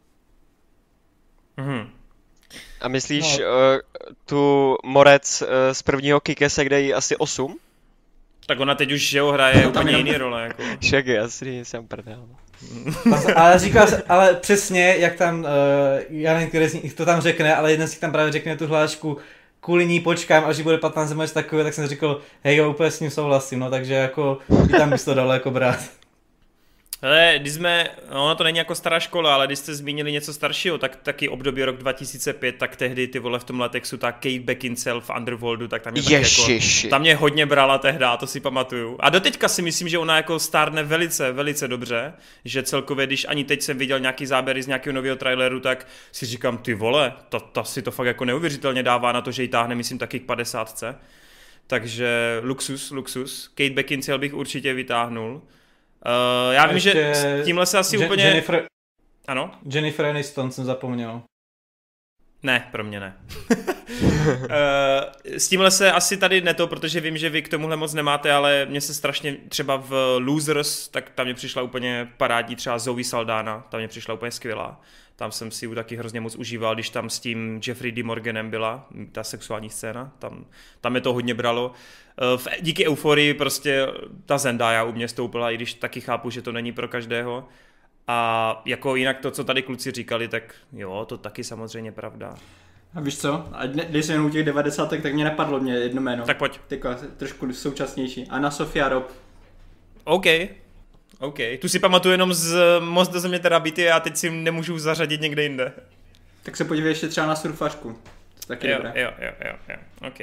Mhm. A myslíš No. uh, tu Morec uh, z prvního Kikese, kde jí asi osm? Tak ona teď už, že jo, hraje No, tam úplně jenom- jiný role, jako. Však jasný, jsem prdel. Ale říkal se, ale přesně, jak tam, uh, já nevím, který z nich to tam řekne, ale jeden z nich tam právě řekne tu hlášku, kvůli ní počkám, až jí bude patnáct nebo něco takové, tak jsem řekl, hej, jo, úplně s ním souhlasím, no, takže jako, i tam bys to dal jako brát. Ale když jsme, no, ono to není jako stará škola, ale když jste zmínili něco staršího, tak taky období rok dva tisíce pět, tak tehdy ty vole v tom latexu, ta Kate Beckinsale v Underworldu, tak tam mě taky jako, Ježiši. tam mě hodně brala tehda, to si pamatuju. A doteďka si myslím, že ona jako stárne velice, velice dobře, že celkově, když ani teď jsem viděl nějaký záběry z nějakého nového traileru, tak si říkám, ty vole, ta, ta si to fakt jako neuvěřitelně dává na to, že ji táhne, myslím, taky k padesátce. Takže luxus, luxus. Kate Beckinsale bych určitě vytáhnul. Uh, já vím, Ještě že s tímhle se asi Je- úplně... Jennifer, Ano? Jennifer Aniston jsem zapomněl. Ne, pro mě ne. uh, s tímhle se asi tady neto, protože vím, že vy k tomuhle moc nemáte, ale mně se strašně třeba v Losers, tak tam mě přišla úplně parádní třeba Zoe Saldana, tam mě přišla úplně skvělá. Tam jsem si ji taky hrozně moc užíval, když tam s tím Jeffrey D. Morganem byla ta sexuální scéna, tam, tam je to hodně bralo. V, díky Euforii prostě ta Zendaya u mě stoupila, i když taky chápu, že to není pro každého. A jako jinak to, co tady kluci říkali, tak jo, to taky samozřejmě pravda. A víš co? A dne- když jsem jen u těch devadesátek, tak mě napadlo mě jedno jméno. Tak pojď. Tyka, trošku současnější. Anna Sofia Robb. OK. OK. Tu si pamatuju jenom z Most do země terabity a teď si nemůžu zařadit někde jinde. Tak se podívej ještě třeba na surfařku. To taky Jo, dobré. jo, jo, jo, jo. OK.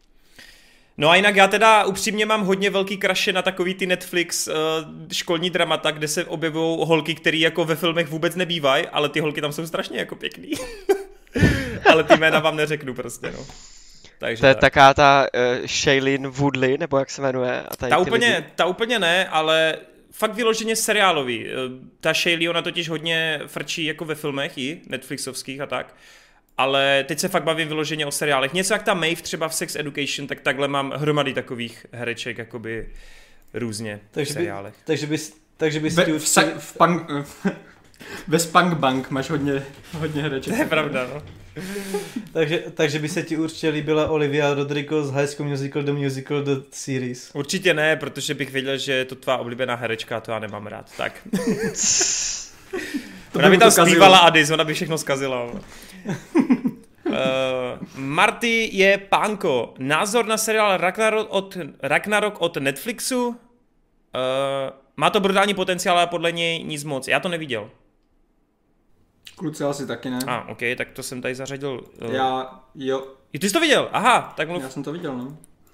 No a jinak já teda upřímně mám hodně velký kraše na takový ty Netflix uh, školní dramata, kde se objevují holky, které jako ve filmech vůbec nebývají, ale ty holky tam jsou strašně jako pěkný. Ale ty jména vám neřeknu prostě, no. Takže To je tak. taká ta uh, Shailene Woodley, nebo jak se jmenuje? A tady Ta ty úplně, lidi. ta úplně ne, ale fakt vyloženě seriálový. Ta Shailene, ona totiž hodně frčí jako ve filmech i Netflixovských a tak. Ale teď se fakt bavím vyloženě o seriálech. Něco jak ta Maeve třeba v Sex Education, tak takhle mám hromady takových hereček jakoby různě v Takže, by, seriálech. takže bys, takže bys Ve, ti v, určitě... sa, v punk, ve Spunk Bank máš hodně, hodně hereček. To je pravda, no. Takže, takže by se ti určitě líbila Olivia Rodrigo z High School Musical, The Musical, The Series. Určitě ne, protože bych věděl, že je to tvá oblíbená herečka a to já nemám rád. Tak. To Ona by mu tam to kazilo. zpívala Adis, ona by všechno zkazila. uh, Marty je pánko. Názor na seriál Ragnarok od, Ragnarok od Netflixu? Uh, má to brutální potenciál, ale podle něj nic moc. Já to neviděl. Kluci asi taky ne. A, ah, ok, tak to jsem tady zařadil. Uh, Já, jo, I ty jsi to viděl? Aha, tak mluv. já jsem to viděl, no.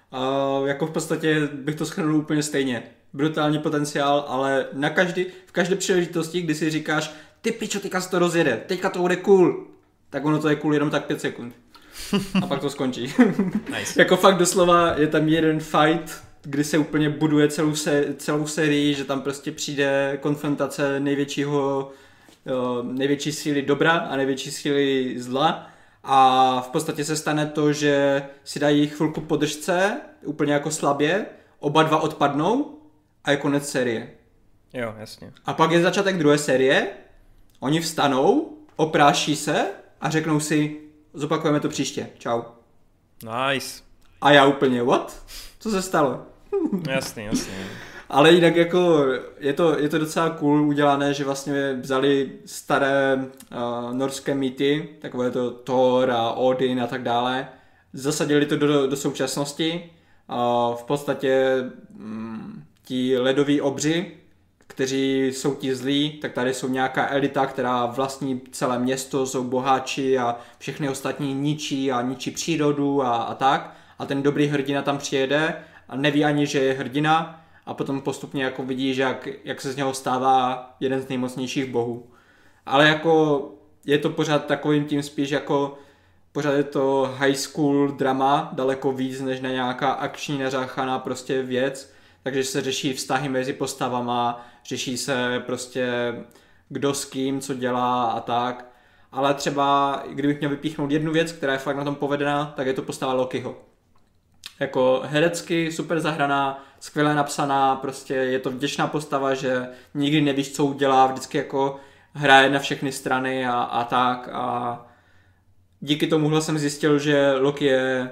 Uh, jako v podstatě bych to shrnul úplně stejně. Brutální potenciál, ale na každý, v každé příležitosti, kdy si říkáš, ty pičo, teďka se to rozjede, teďka to bude cool, tak ono to je cool jenom tak pět sekund. A pak to skončí. Nice. Jako fakt doslova je tam jeden fight, kdy se úplně buduje celou, se, celou sérii, že tam prostě přijde konfrontace největšího, jo, největší síly dobra a největší síly zla. A v podstatě se stane to, že si dají chvilku podržce, úplně jako slabě, oba dva odpadnou a je konec série. Jo, jasně. A pak je začátek druhé série, oni vstanou, opráší se a řeknou si, zopakujeme to příště, čau. Nice. A já úplně, what? Co se stalo? Jasný, jasný. Ale jinak jako je to, je to docela cool udělané, že vlastně vzali staré uh, norské mýty, takové to Thor a Odin a tak dále, zasadili to do, do současnosti. Uh, v podstatě um, ti ledoví obři, kteří jsou ti zlí, tak tady jsou nějaká elita, která vlastní celé město, jsou boháči a všechny ostatní ničí a ničí přírodu a, a tak. A ten dobrý hrdina tam přijede a neví ani, že je hrdina a potom postupně jako vidí, že jak, jak se z něho stává jeden z nejmocnějších bohů. Ale jako je to pořád takovým tím spíš jako pořád je to high school drama, daleko víc než na nějaká akční nařáchaná prostě věc. Takže se řeší vztahy mezi postavama, řeší se prostě kdo s kým, co dělá a tak. Ale třeba, kdybych měl vypíchnout jednu věc, která je fakt na tom povedená, tak je to postava Lokiho. Jako herecky super zahraná, skvěle napsaná, prostě je to vděčná postava, že nikdy nevíš, co udělá, vždycky jako hraje na všechny strany a, a tak. A díky tomuhle jsem zjistil, že Loki je,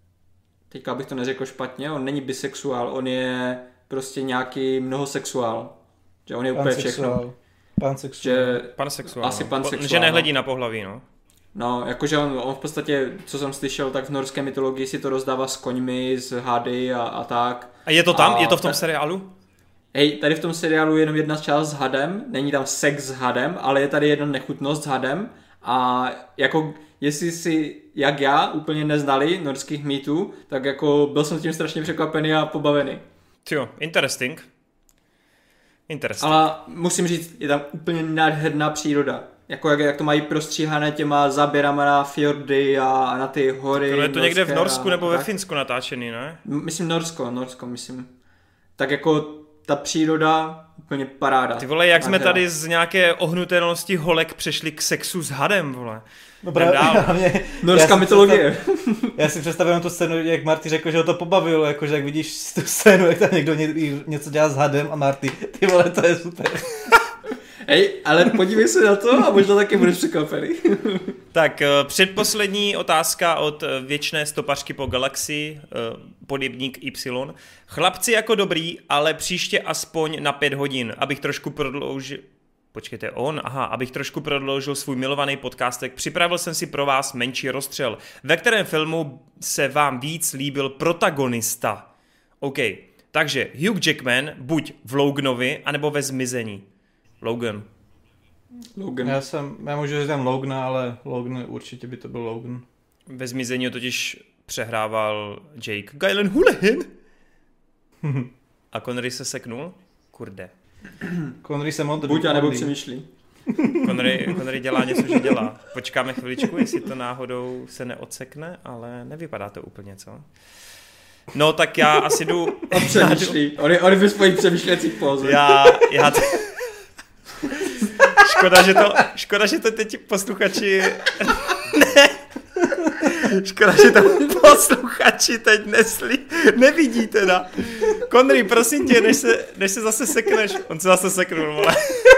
teďka bych to neřekl špatně, on není bisexuál, on je prostě nějaký mnohosexuál. Že on je úplně všechno. Pansexuál. Že pansexuál. Asi pansexuál. Že nehledí na pohlaví, no. No, jakože on, on v podstatě, co jsem slyšel, tak v norské mytologii si to rozdává s koňmi, s hady a, a tak. A je to tam? A je to v tom ta... seriálu? Hej, tady v tom seriálu je jenom jedna část s hadem, není tam sex s hadem, ale je tady jedna nechutnost s hadem a jako jestli si, jak já, úplně neznali norských mýtů, tak jako byl jsem tím strašně překvapený a pobavený. Jo, interesting. Interesting. Ale musím říct, je tam úplně nádherná příroda. Jako jak, jak to mají prostříhané těma záběrama na fjordy a, a na ty hory. To je to někde v Norsku a, nebo a ve Finsku natáčený, ne? Myslím Norsko, Norsko, myslím. Tak jako ta příroda, úplně paráda. Ty vole, jak jsme nádhera. tady z nějaké ohnutelnosti holek přešli k sexu s hadem, vole. No právě, norská mytologie. Představ, já si představím tu scénu, jak Marty řekl, že ho to pobavilo, jakože jak vidíš tu scénu, jak tam někdo něco dělá s hadem a Marty, ty vole, to je super. Hej, ale podívej se na to a možná taky budeš překvapený. Tak předposlední otázka od věčné stopařky po galaxii, podjebník Y. Chlapci jako dobrý, ale příště aspoň na pět hodin, abych trošku prodloužil... Počkejte, on? Aha, abych trošku prodloužil svůj milovaný podcastek, připravil jsem si pro vás menší rozstřel. Ve kterém filmu se vám víc líbil protagonista? OK, takže Hugh Jackman buď v Loganovi, anebo ve Zmizení. Logan. Logan. Já jsem, já můžu říct tam Logana, ale Logan určitě by to byl Logan. Ve Zmizení totiž přehrával Jake Gyllenhaal. A Connery se seknul? Kurde. Connery se modrý. Buď a nebo přemýšlí. Connery, Connery dělá něco, že dělá. Počkáme chviličku, jestli to náhodou se neodsekne, ale nevypadá to úplně, co? No tak já asi jdu... On přemýšlí. On je, on je ve svojí přemýšlecí póze. Já... já t... škoda, že to, škoda, že to teď posluchači... ne. Škoda, že to posluchači teď nesli. Nevidí teda. Connery, prosím tě, než se, než se zase sekneš. On se zase seknul, vole.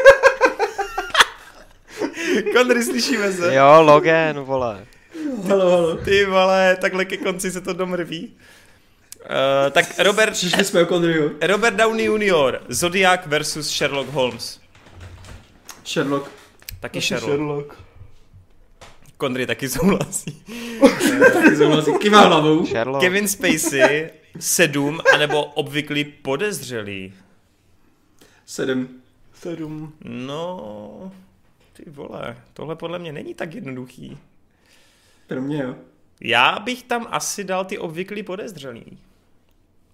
Connery, slyšíme se? Jo, Logan, vole. Halo, halo. Ty vole, takhle ke konci se to domrví. Uh, tak Robert... Přišli jsme o Conneryho. Robert Downey junior Zodiac versus Sherlock Holmes. Sherlock. Taky Sherlock. Sherlock. Connery taky souhlasí. Taky souhlasí. Kývá hlavou. Sherlock. Kevin Spacey, sedm, anebo obvyklý podezřelý. Sedm. Sedm. No, ty vole, tohle podle mě není tak jednoduchý. Pro mě jo. Já bych tam asi dal ty obvyklý podezřelý.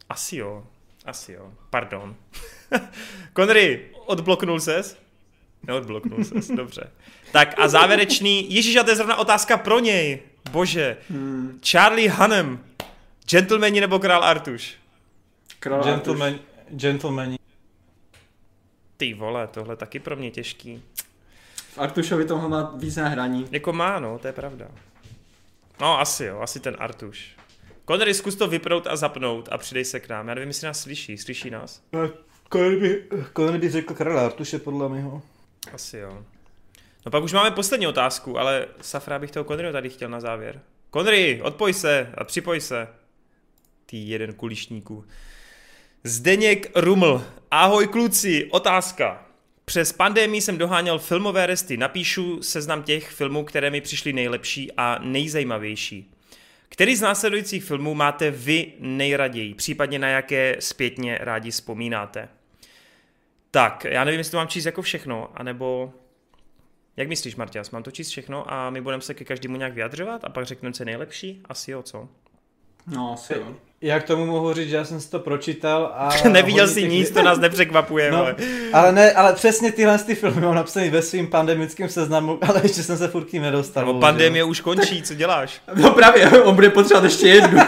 Asi jo, asi jo, pardon. Connery, odbloknul ses? Neodbloknul ses, dobře. Tak a závěrečný, ježiš, a to je zrovna otázka pro něj, bože. Hmm. Charlie Hunnam, Gentlemani nebo Král Artuš? Král Gentleman, Artuš. Gentlemani. Ty vole, tohle taky pro mě těžký. V Artušovi toho má víc na hraní. Jako má, no, to je pravda. No, asi jo, asi ten Artuš. Connery, zkus to vypnout a zapnout a přidej se k nám. Já nevím, jestli nás slyší. Slyší nás? Connery by, Connery by řekl Krála Artuše, podle mého. Asi jo. No pak už máme poslední otázku, ale Safra bych toho Conneryho tady chtěl na závěr. Connery, odpoj se a připoj se. Ty jeden kulišníků. Zdeněk Ruml. Ahoj kluci, otázka. Přes pandemii jsem doháněl filmové resty. Napíšu seznam těch filmů, které mi přišly nejlepší a nejzajímavější. Který z následujících filmů máte vy nejraději? Případně na jaké zpětně rádi vzpomínáte? Tak, já nevím, jestli to mám číst jako všechno, anebo... Jak myslíš, Marťas? Mám to číst všechno a my budeme se ke každému nějak vyjadřovat a pak řekneme, co je nejlepší? Asi jo, co? No, asi jo. Já k tomu mohu říct, že já jsem si to pročítal a... Neviděl jsi nic, to nás nepřekvapuje, no, ale... ale ne, ale přesně tyhle ty filmy mám napsaný ve svým pandemickém seznamu, ale ještě jsem se furt k tím nedostal. No, pandemie už končí, co děláš? No právě, on bude potřebovat ještě jednu.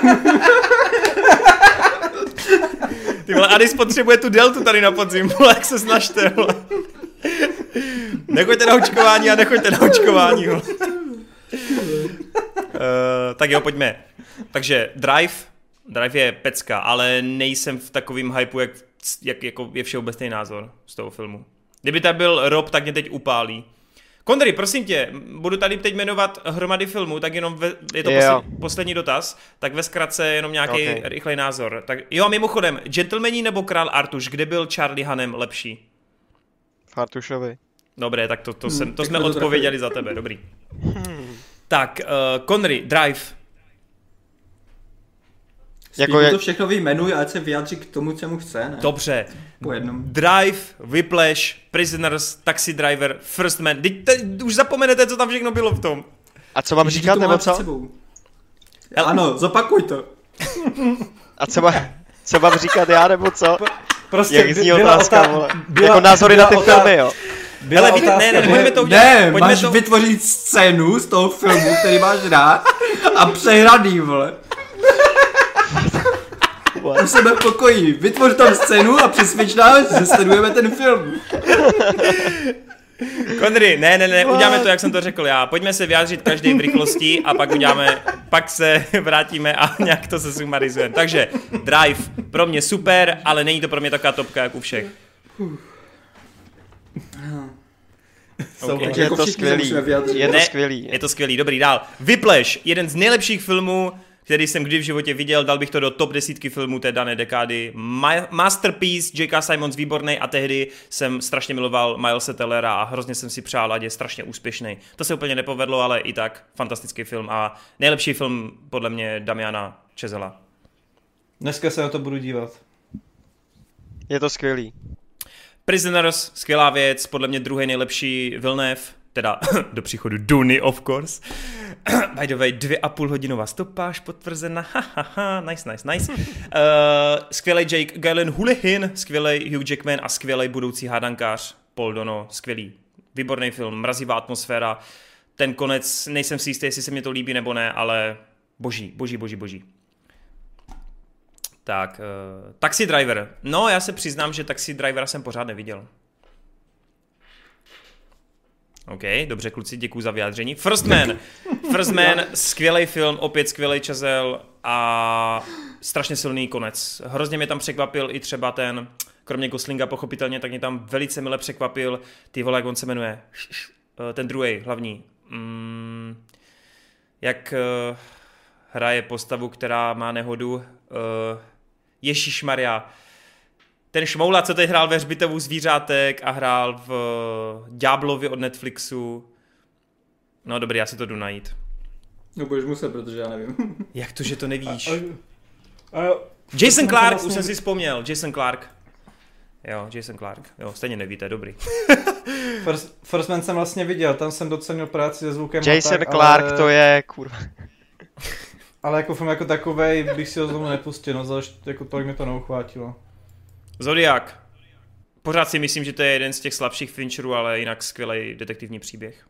Ty vole, Adis potřebuje tu deltu tady na podzim, vole, jak se snažte, vole. Nechoďte na očkování a nechoďte na očkování, vole. Uh, tak jo, pojďme. Takže Drive, Drive je pecka, ale nejsem v takovým hypeu, jak, jak jako je všeobecný názor z toho filmu. Kdyby tady byl Rob, tak mě teď upálí. Connery, prosím tě, budu tady teď jmenovat hromady filmů, tak jenom ve, je to poslední, poslední dotaz, tak ve zkratce jenom nějaký okay. rychlej názor. Tak, jo a mimochodem, Gentlemani nebo Král Artuš, kde byl Charlie Hunnam lepší? V Artušovi. Dobré, tak to, to, hmm, jsem, to jsme to odpověděli za tebe, dobrý. Hmm. Tak, uh, Connery, Drive. Jako jak... to všechno vyjmenuj, ať se vyjádří k tomu, co mu chce, ne? Dobře. Po jednom. Drive, Whiplash, Prisoners, Taxi Driver, First Man. Teď te, už zapomenete, co tam všechno bylo v tom. A co mám Když říkat, nebo co? El... Ano, zopakuj to. A co, má, co mám říkat já, nebo co? Prostě jak zní otázka, otá... byla, jako názory na ty otá... filmy, jo. Hele, otázka, ne, ne, pojďme to udělat. Ne, pojďme máš to... vytvořit scénu z toho filmu, který máš rád a přehraný, vole. U sebe v pokoji. Vytvoř tam scénu a přesvědč nás, že sledujeme ten film. Connery, ne, ne, ne, uděláme to, jak jsem to řekl já. Pojďme se vyjádřit každý v rychlosti a pak uděláme, pak se vrátíme a nějak to se sumarizujeme. Takže Drive, pro mě super, ale není to pro mě taková topka, jak u všech. Okay. Je to skvělý, je to ne, skvělý. Je to skvělý, dobrý, dál. Whiplash, jeden z nejlepších filmů, který jsem kdy v životě viděl, dal bych to do top desítky filmů té dané dekády. Ma- Masterpiece, J K. Simmons výborný a tehdy jsem strašně miloval Milese Tellera a hrozně jsem si přál, ať je strašně úspěšný. To se úplně nepovedlo, ale i tak fantastický film a nejlepší film podle mě Damiana Chazela. Dneska se na to budu dívat. Je to skvělý. Prisoners, skvělá věc, podle mě druhý nejlepší Villeneuve, teda do příchodu Duny, of course. By the way, dvě a půl hodinová stopáž potvrzena, hahaha, nice, nice, nice. Uh, skvělej Jake Gyllenhaal, skvělej Hugh Jackman a skvělej budoucí hádankář Paul Dano, skvělý, výborný film, mrazivá atmosféra. Ten konec, nejsem si jistý, jestli se mi to líbí nebo ne, ale boží, boží, boží, boží. Tak, uh, Taxi Driver. No, já se přiznám, že Taxi Drivera jsem pořád neviděl. OK, dobře kluci, děkuji za vyjádření. First Man. First Man, skvělý film, opět skvělý Chazelle a strašně silný konec. Hrozně mě tam překvapil i třeba ten, kromě Goslinga pochopitelně, tak mě tam velice mile překvapil, ty vole, jak on se jmenuje, ten druhý, hlavní. Mm, jak uh, hraje postavu, která má nehodu, uh, Ježišmarja. Ten šmoula, co teď hrál ve Hřbitovu zvířátek a hrál v Ďáblovi od Netflixu. No dobrý, já si to jdu najít. No budeš muset, protože já nevím. Jak to, že to nevíš? A, a, a, Jason Clarke, vlastně... už jsem si vzpomněl. Jason Clarke. Jo, Jason Clarke. Jo, stejně nevíte, dobrý. First, First Man jsem vlastně viděl, tam jsem docenil práci se zvukem. Jason tak, Clarke ale... to je, kurva. Ale jako film jako takovej bych si ho znovu nepustil, no zase jako tolik mi to neuchvátilo. Zodiak. Pořád si myslím, že to je jeden z těch slabších Fincherů, ale jinak skvělý detektivní příběh.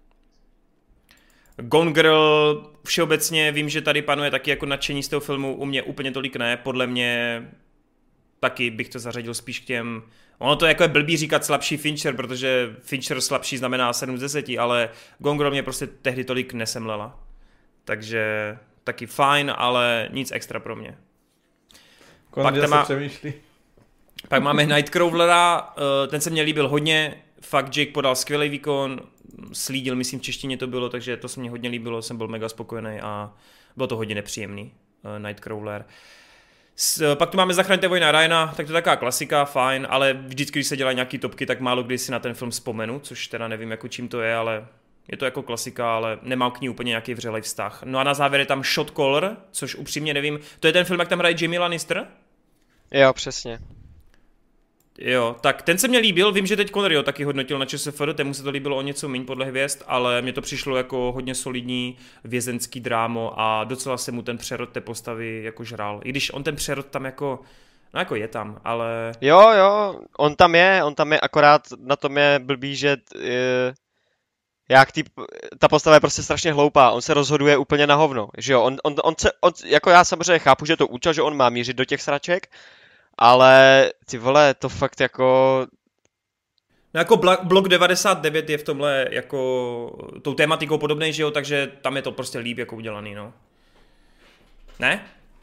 Gone Girl, všeobecně vím, že tady panuje taky jako nadšení z toho filmu, u mě úplně tolik ne, podle mě taky bych to zařadil spíš k těm, ono to jako je blbý říkat slabší Fincher, protože Fincher slabší znamená sedm z deseti, ale Gone Girl mě prostě tehdy tolik nesemlela. Takže taky fajn, ale nic extra pro mě. Pak, tam má, přemýšlí. Pak máme Nightcrawlera, ten se mně líbil hodně, fakt Jake podal skvělý výkon, slídil, myslím v češtině to bylo, takže to se mně hodně líbilo, jsem byl mega spokojený a bylo to hodně nepříjemný, Nightcrawler. S, pak tu máme Zachraňte Vojna Ryana, tak to je taková klasika, fajn, ale vždycky, když se dělají nějaký topky, tak málo kdy si na ten film vzpomenu, což teda nevím, jako čím to je, ale je to jako klasika, ale nemám k ní úplně nějaký vřelej vztah. No a na závěr je tam Shot Caller, což upřímně nevím, to je ten film, jak tam hraje Jamie Lannister? Jo, přesně. Jo, tak ten se mě líbil, vím, že teď Connery ho taky hodnotil na ČSFD, tému se to líbilo o něco míň podle hvězd, ale mně to přišlo jako hodně solidní vězenský drámo a docela se mu ten přerod té postavy jako žral. I když on ten přerod tam jako, no jako je tam, ale... Jo, jo, on tam je, on tam je, akorát na tom je blbý, že je, jak tý, ta postava je prostě strašně hloupá, on se rozhoduje úplně na hovno, že jo, on, on, on se, on, jako já samozřejmě chápu, že to účel, že on má mířit do těch sraček, ale ty vole, to fakt jako... No jako Blok devadesát devět je v tomhle jako tou tématikou podobnej, že jo, takže tam je to prostě líp jako udělaný, no. Ne?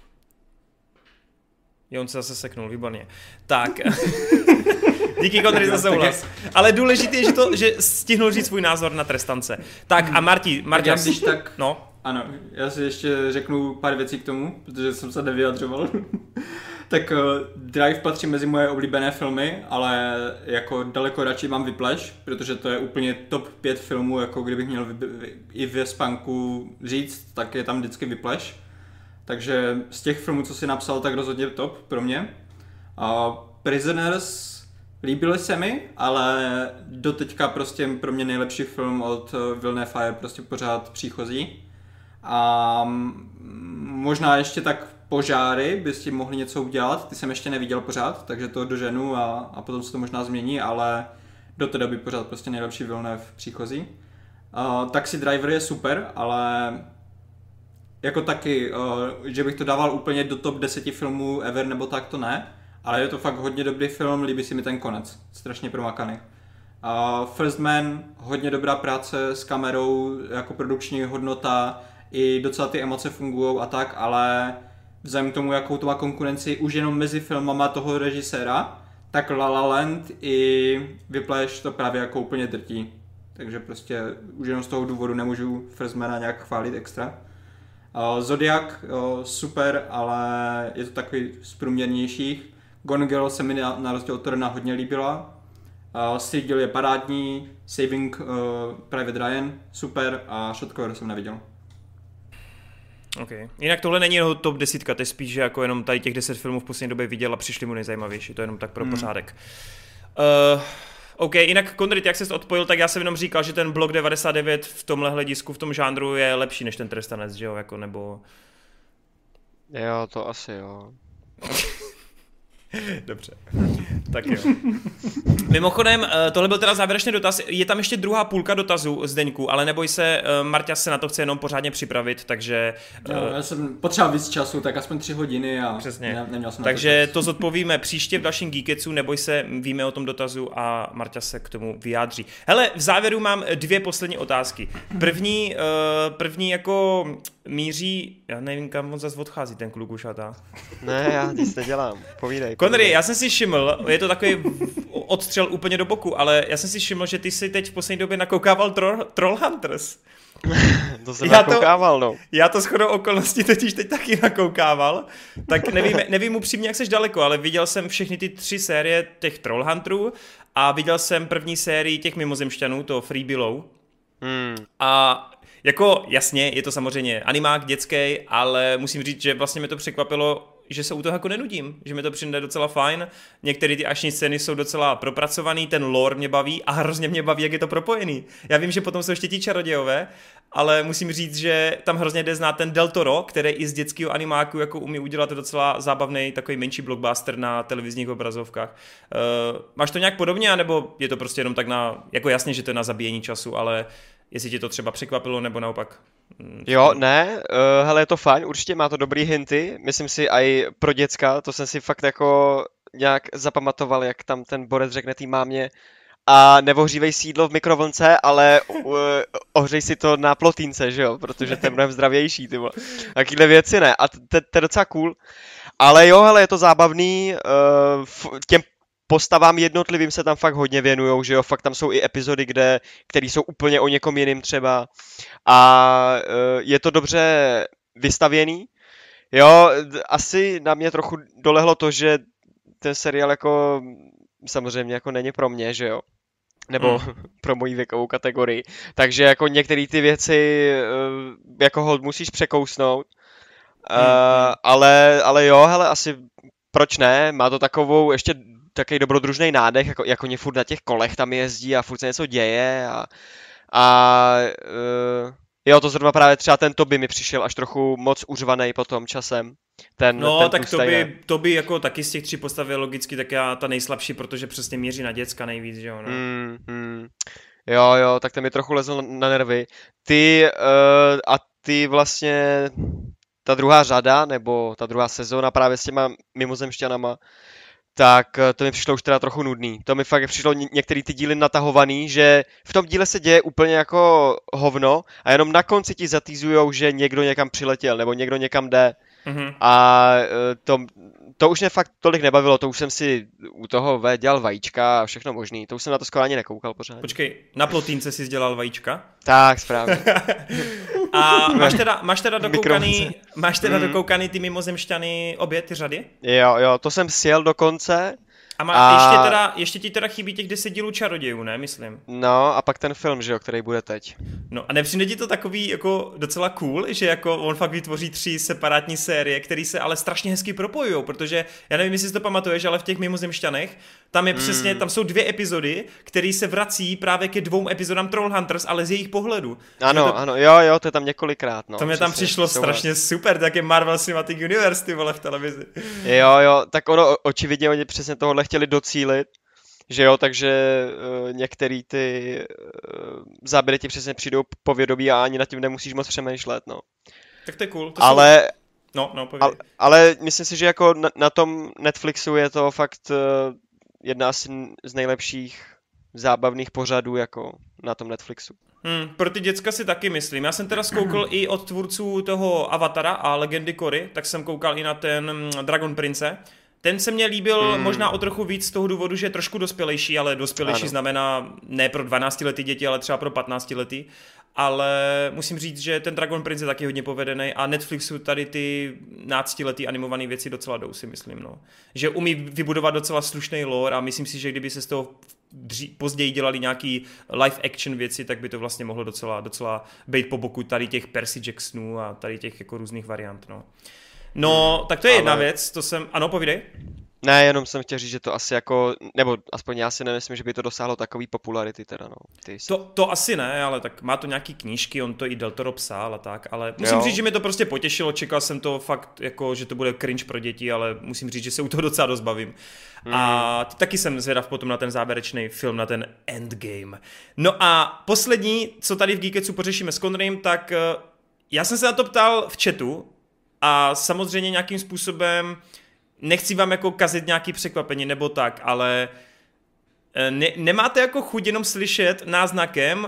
Jo, on se zase seknul, výborně. Tak. Díky, Connery, za souhlas. Ale důležité je, že, to, že stihnul říct svůj názor na Trestance. Tak a Marti, Marti, tak když tak... No. Ano, já si ještě řeknu pár věcí k tomu, protože jsem se nevyjadřoval. Tak uh, Drive patří mezi moje oblíbené filmy, ale jako daleko radši mám Whiplash, protože to je úplně top pět filmů, jako kdybych měl vy, i ve spánku říct, tak je tam vždycky Whiplash. Takže z těch filmů, co si napsal, tak rozhodně top pro mě. Uh, Prisoners líbily se mi, ale doteďka prostě pro mě nejlepší film od Villeneuve je prostě pořád Příchozí. A možná ještě tak Požáry by s tím mohli něco udělat, ty jsem ještě neviděl pořád, takže to doženu a, a potom se to možná změní, ale do té doby pořád prostě nejlepší Villeneuve Příchozí. Uh, Taxi Driver je super, ale jako taky, uh, že bych to dával úplně do top deseti filmů ever nebo tak, to ne, ale je to fakt hodně dobrý film, líbí si mi ten konec, strašně promakaný. Uh, First Man, hodně dobrá práce s kamerou, jako produkční hodnota, i docela ty emoce fungují a tak, ale vzhledem k tomu, jakou to má konkurenci už jenom mezi filmama toho režiséra, tak La La Land i Whiplash to právě jako úplně drtí. Takže prostě už jenom z toho důvodu nemůžu First Mana nějak chválit extra. Uh, Zodiak, uh, super, ale je to takový z průměrnějších. Gone Girl se mi na, na rozdíl od Torna hodně líbila. Uh, Střídil je parádní, Saving uh, Private Ryan, super a Shot Caller jsem neviděl. Okay. Jinak tohle není jeho top desítka, to je spíš, že jako jenom tady těch deset filmů v poslední době viděl a přišli mu nejzajímavější, to je jenom tak pro hmm. pořádek. Uh, OK, jinak Connery, jak jsi to odpojil, tak já jsem jenom říkal, že ten Blok devadesát devět v tomhle hledisku, v tom žánru je lepší než ten Trestanec, že jo, jako nebo... Jo, to asi jo. Dobře, tak jo. Mimochodem, tohle byl teda závěrečný dotaz, je tam ještě druhá půlka dotazů, Zdeňku, ale neboj se, Marťa se na to chce jenom pořádně připravit, takže... Jo, já jsem potřeboval víc času, tak aspoň tři hodiny a přesně. Ne, neměl jsem takže to zodpovíme příště v dalším Geeketsu, neboj se, víme o tom dotazu a Marťa se k tomu vyjádří. Hele, v závěru mám dvě poslední otázky. První, první jako míří, já nevím, kam on zase odchází ten kluk ušatá. Ne, já nic nedělám, povídej. Connery, já jsem si všiml, je to takový odstřel úplně do boku, ale já jsem si všiml, že ty si teď v poslední době nakoukával Troll, Trollhunters. To jsem já nakoukával, to, no. Já to shodou okolností totiž teď taky nakoukával, tak nevím, nevím upřímně, jak seš daleko, ale viděl jsem všechny ty tři série těch Trollhunterů a viděl jsem první sérii těch mimozemšťanů, to Free Below. Hmm. A Jako jasně, je to samozřejmě animák dětský, ale musím říct, že vlastně mě to překvapilo, že se u toho jako nenudím, že mi to přijde docela fajn. Některé ty akční scény jsou docela propracovaný, ten lore mě baví a hrozně mě baví, jak je to propojený. Já vím, že potom jsou ještě ti čarodějové, ale musím říct, že tam hrozně jde znát ten Del Toro, který i z dětského animáku jako umí udělat docela zábavný takový menší blockbuster na televizních obrazovkách. Uh, máš to nějak podobně, nebo je to prostě jenom tak na, jako jasně, že to je na zabíjení času, ale jestli tě to třeba překvapilo, nebo naopak? Jo, ne, uh, hele, je to fajn, určitě má to dobrý hinty, myslím si i pro děcka, to jsem si fakt jako nějak zapamatoval, jak tam ten borec řekne tý mámě a neohřívej sídlo v mikrovlnce, ale uh, ohřej si to na plotínce, že jo, protože to je mnohem zdravější, ty vole. Takýhle věci ne, a to je docela cool, ale jo, hele, je to zábavný, uh, těm postavám jednotlivým se tam fakt hodně věnujou, že jo, fakt tam jsou i epizody, kde, které jsou úplně o někom jiným třeba a uh, je to dobře vystavěný. Jo, asi na mě trochu dolehlo to, že ten seriál jako samozřejmě jako není pro mě, že jo, nebo hmm. pro moji věkovou kategorii, takže jako některé ty věci uh, jako hold musíš překousnout, uh, hmm. ale, ale jo, hele, asi proč ne, má to takovou ještě takový dobrodružný nádech, jako, jako oni furt na těch kolech tam jezdí a furt se něco děje a, a uh, jo, to zrovna právě třeba ten Toby mi přišel až trochu moc uřvanej potom časem. Ten, no, ten tak Toby, Toby jako taky z těch tří postav je logicky taky ta nejslabší, protože přesně míří na děcka nejvíc, že jo. No. Mm, mm. Jo, jo, tak ten mi trochu lezl na nervy. Ty uh, a ty vlastně, ta druhá řada, nebo ta druhá sezóna právě s těma mimozemšťanama, tak to mi přišlo už teda trochu nudný. To mi fakt přišlo ně- některý ty díly natahovaný, že v tom díle se děje úplně jako hovno a jenom na konci ti zatýzujou, že někdo někam přiletěl nebo někdo někam jde. Mm-hmm. A to, to už mě fakt tolik nebavilo, to už jsem si u toho ve dělal vajíčka a všechno možný, to už jsem na to skoro ani nekoukal pořád. Počkej, na plotínce jsi dělal vajíčka? Tak, správně. A máš teda, máš teda dokoukaný, máš teda mm. dokoukaný ty mimozemšťany obě ty řady? Jo, jo, to jsem sjel do konce. A, má, a... Ještě, teda, ještě ti teda chybí těch deset dílů čarodějů, ne, myslím? No a pak ten film, že jo, který bude teď. No a nepřijde ti to takový jako docela cool, že jako on fakt vytvoří tři separátní série, které se ale strašně hezky propojujou, protože já nevím, jestli si to pamatuješ, ale v těch mimozemšťanech tam je přesně, mm. tam jsou dvě epizody, které se vrací právě ke dvou epizodám Trollhunters, ale z jejich pohledu. Ano, to... ano, jo, jo, to je tam několikrát, no. To mě tam přišlo strašně super, tak je Marvel Cinematic Universe, ty vole, v televizi. Jo, jo, tak ono, očividně oni přesně tohohle chtěli docílit, že jo, takže uh, některý ty uh, záběry ti přesně přijdou povědomí a ani nad tím nemusíš moc přemýšlet, no. Tak to je cool. To ale, jsou... no, no, ale, ale myslím si, že jako na, na tom Netflixu je to fakt uh, jedna asi z nejlepších zábavných pořadů jako na tom Netflixu. Hmm, pro ty děcka si taky myslím. Já jsem teda zkoukal i od tvůrců toho Avatara a Legendy Korry, tak jsem koukal i na ten Dragon Prince. Ten se mně líbil hmm. možná o trochu víc z toho důvodu, že je trošku dospělejší, ale dospělejší ano. znamená ne pro dvanáctiletý děti, ale třeba pro patnáctiletý. Ale musím říct, že ten Dragon Prince je taky hodně povedený a Netflixu tady ty náctiletý animované věci docela jdou, si myslím. No. Že umí vybudovat docela slušný lore a myslím si, že kdyby se z toho dří, později dělali nějaký live action věci, tak by to vlastně mohlo docela, docela být po boku tady těch Percy Jacksonů a tady těch jako různých variant. No. No, hmm, tak to je ale... jedna věc, to jsem, ano, povídej. Ne, jenom jsem chtěl říct, že to asi jako, nebo aspoň já si nemyslím, že by to dosáhlo takový popularity teda, no. Ty to, to asi ne, ale tak má to nějaký knížky, on to i Del Toro psal a tak, ale musím jo. říct, že mě to prostě potěšilo, čekal jsem to fakt, jako, že to bude cringe pro děti, ale musím říct, že se u toho docela dost bavím. Hmm. A taky jsem zvědav potom na ten závěrečný film, na ten Endgame. No a poslední, co tady v Geeketsu pořešíme s Conrym, tak já jsem se na to ptal v chatu a samozřejmě nějakým způsobem nechci vám jako kazit nějaký překvapení nebo tak, ale ne, nemáte jako chuť jenom slyšet náznakem, uh,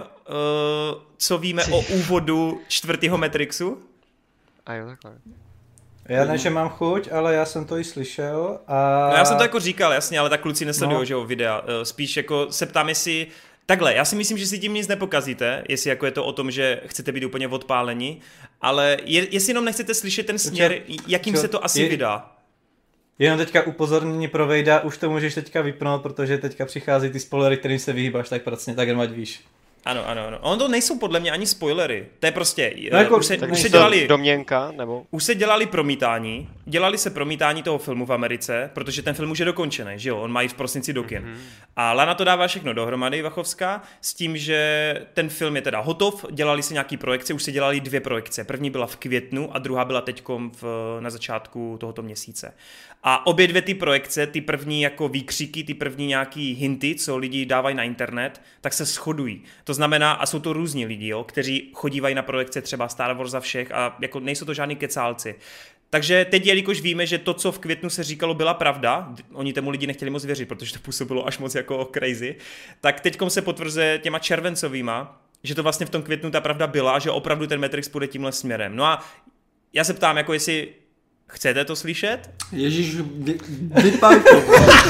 co víme o úvodu čtvrtého Matrixu? A jo, takhle. Já ne, že mám chuť, ale já jsem to i slyšel a... No já jsem to jako říkal, jasně, ale tak kluci nesledují, no. že jo, videa. Spíš jako se ptám, jestli... Takhle, já si myslím, že si tím nic nepokazíte, jestli jako je to o tom, že chcete být úplně odpáleni, ale je, jestli jenom nechcete slyšet ten směr, jakým čo, se to asi je, vydá. Jenom teďka upozornění pro Vejda, už to můžeš teďka vypnout, protože teďka přichází ty spoilery, kterým se vyhýbáš, tak pracně, tak jen ať víš. Ano, ano, ano. On to nejsou podle mě ani spoilery. To je prostě, no jako, už, se, tak už se to dělali... domněnka, nebo? Už se dělali promítání, dělali se promítání toho filmu v Americe, protože ten film už je dokončený, že jo, on má jít v prosinci do kin. Mm-hmm. A Lana to dává všechno dohromady, Wachowská, s tím, že ten film je teda hotov, dělali se nějaký projekce, už se dělali dvě projekce. První byla v květnu a druhá byla teďkom v, na začátku tohoto měsíce. A obě dvě ty projekce, ty první jako výkřiky, ty první nějaký hinty, co lidi dávají na internet, tak se shodují. To znamená, a jsou to různí lidi, jo, kteří chodívají na projekce třeba Star Wars a všech a jako nejsou to žádný kecálci. Takže teď, jelikož víme, že to, co v květnu se říkalo, byla pravda, oni tomu lidi nechtěli moc věřit, protože to působilo až moc jako crazy, tak teďkom se potvrzuje těma červencovýma, že to vlastně v tom květnu ta pravda byla a že opravdu ten Matrix půjde tímhle směrem. No a já se ptám, jako jestli chcete to slyšet? Ježíš, vypál to.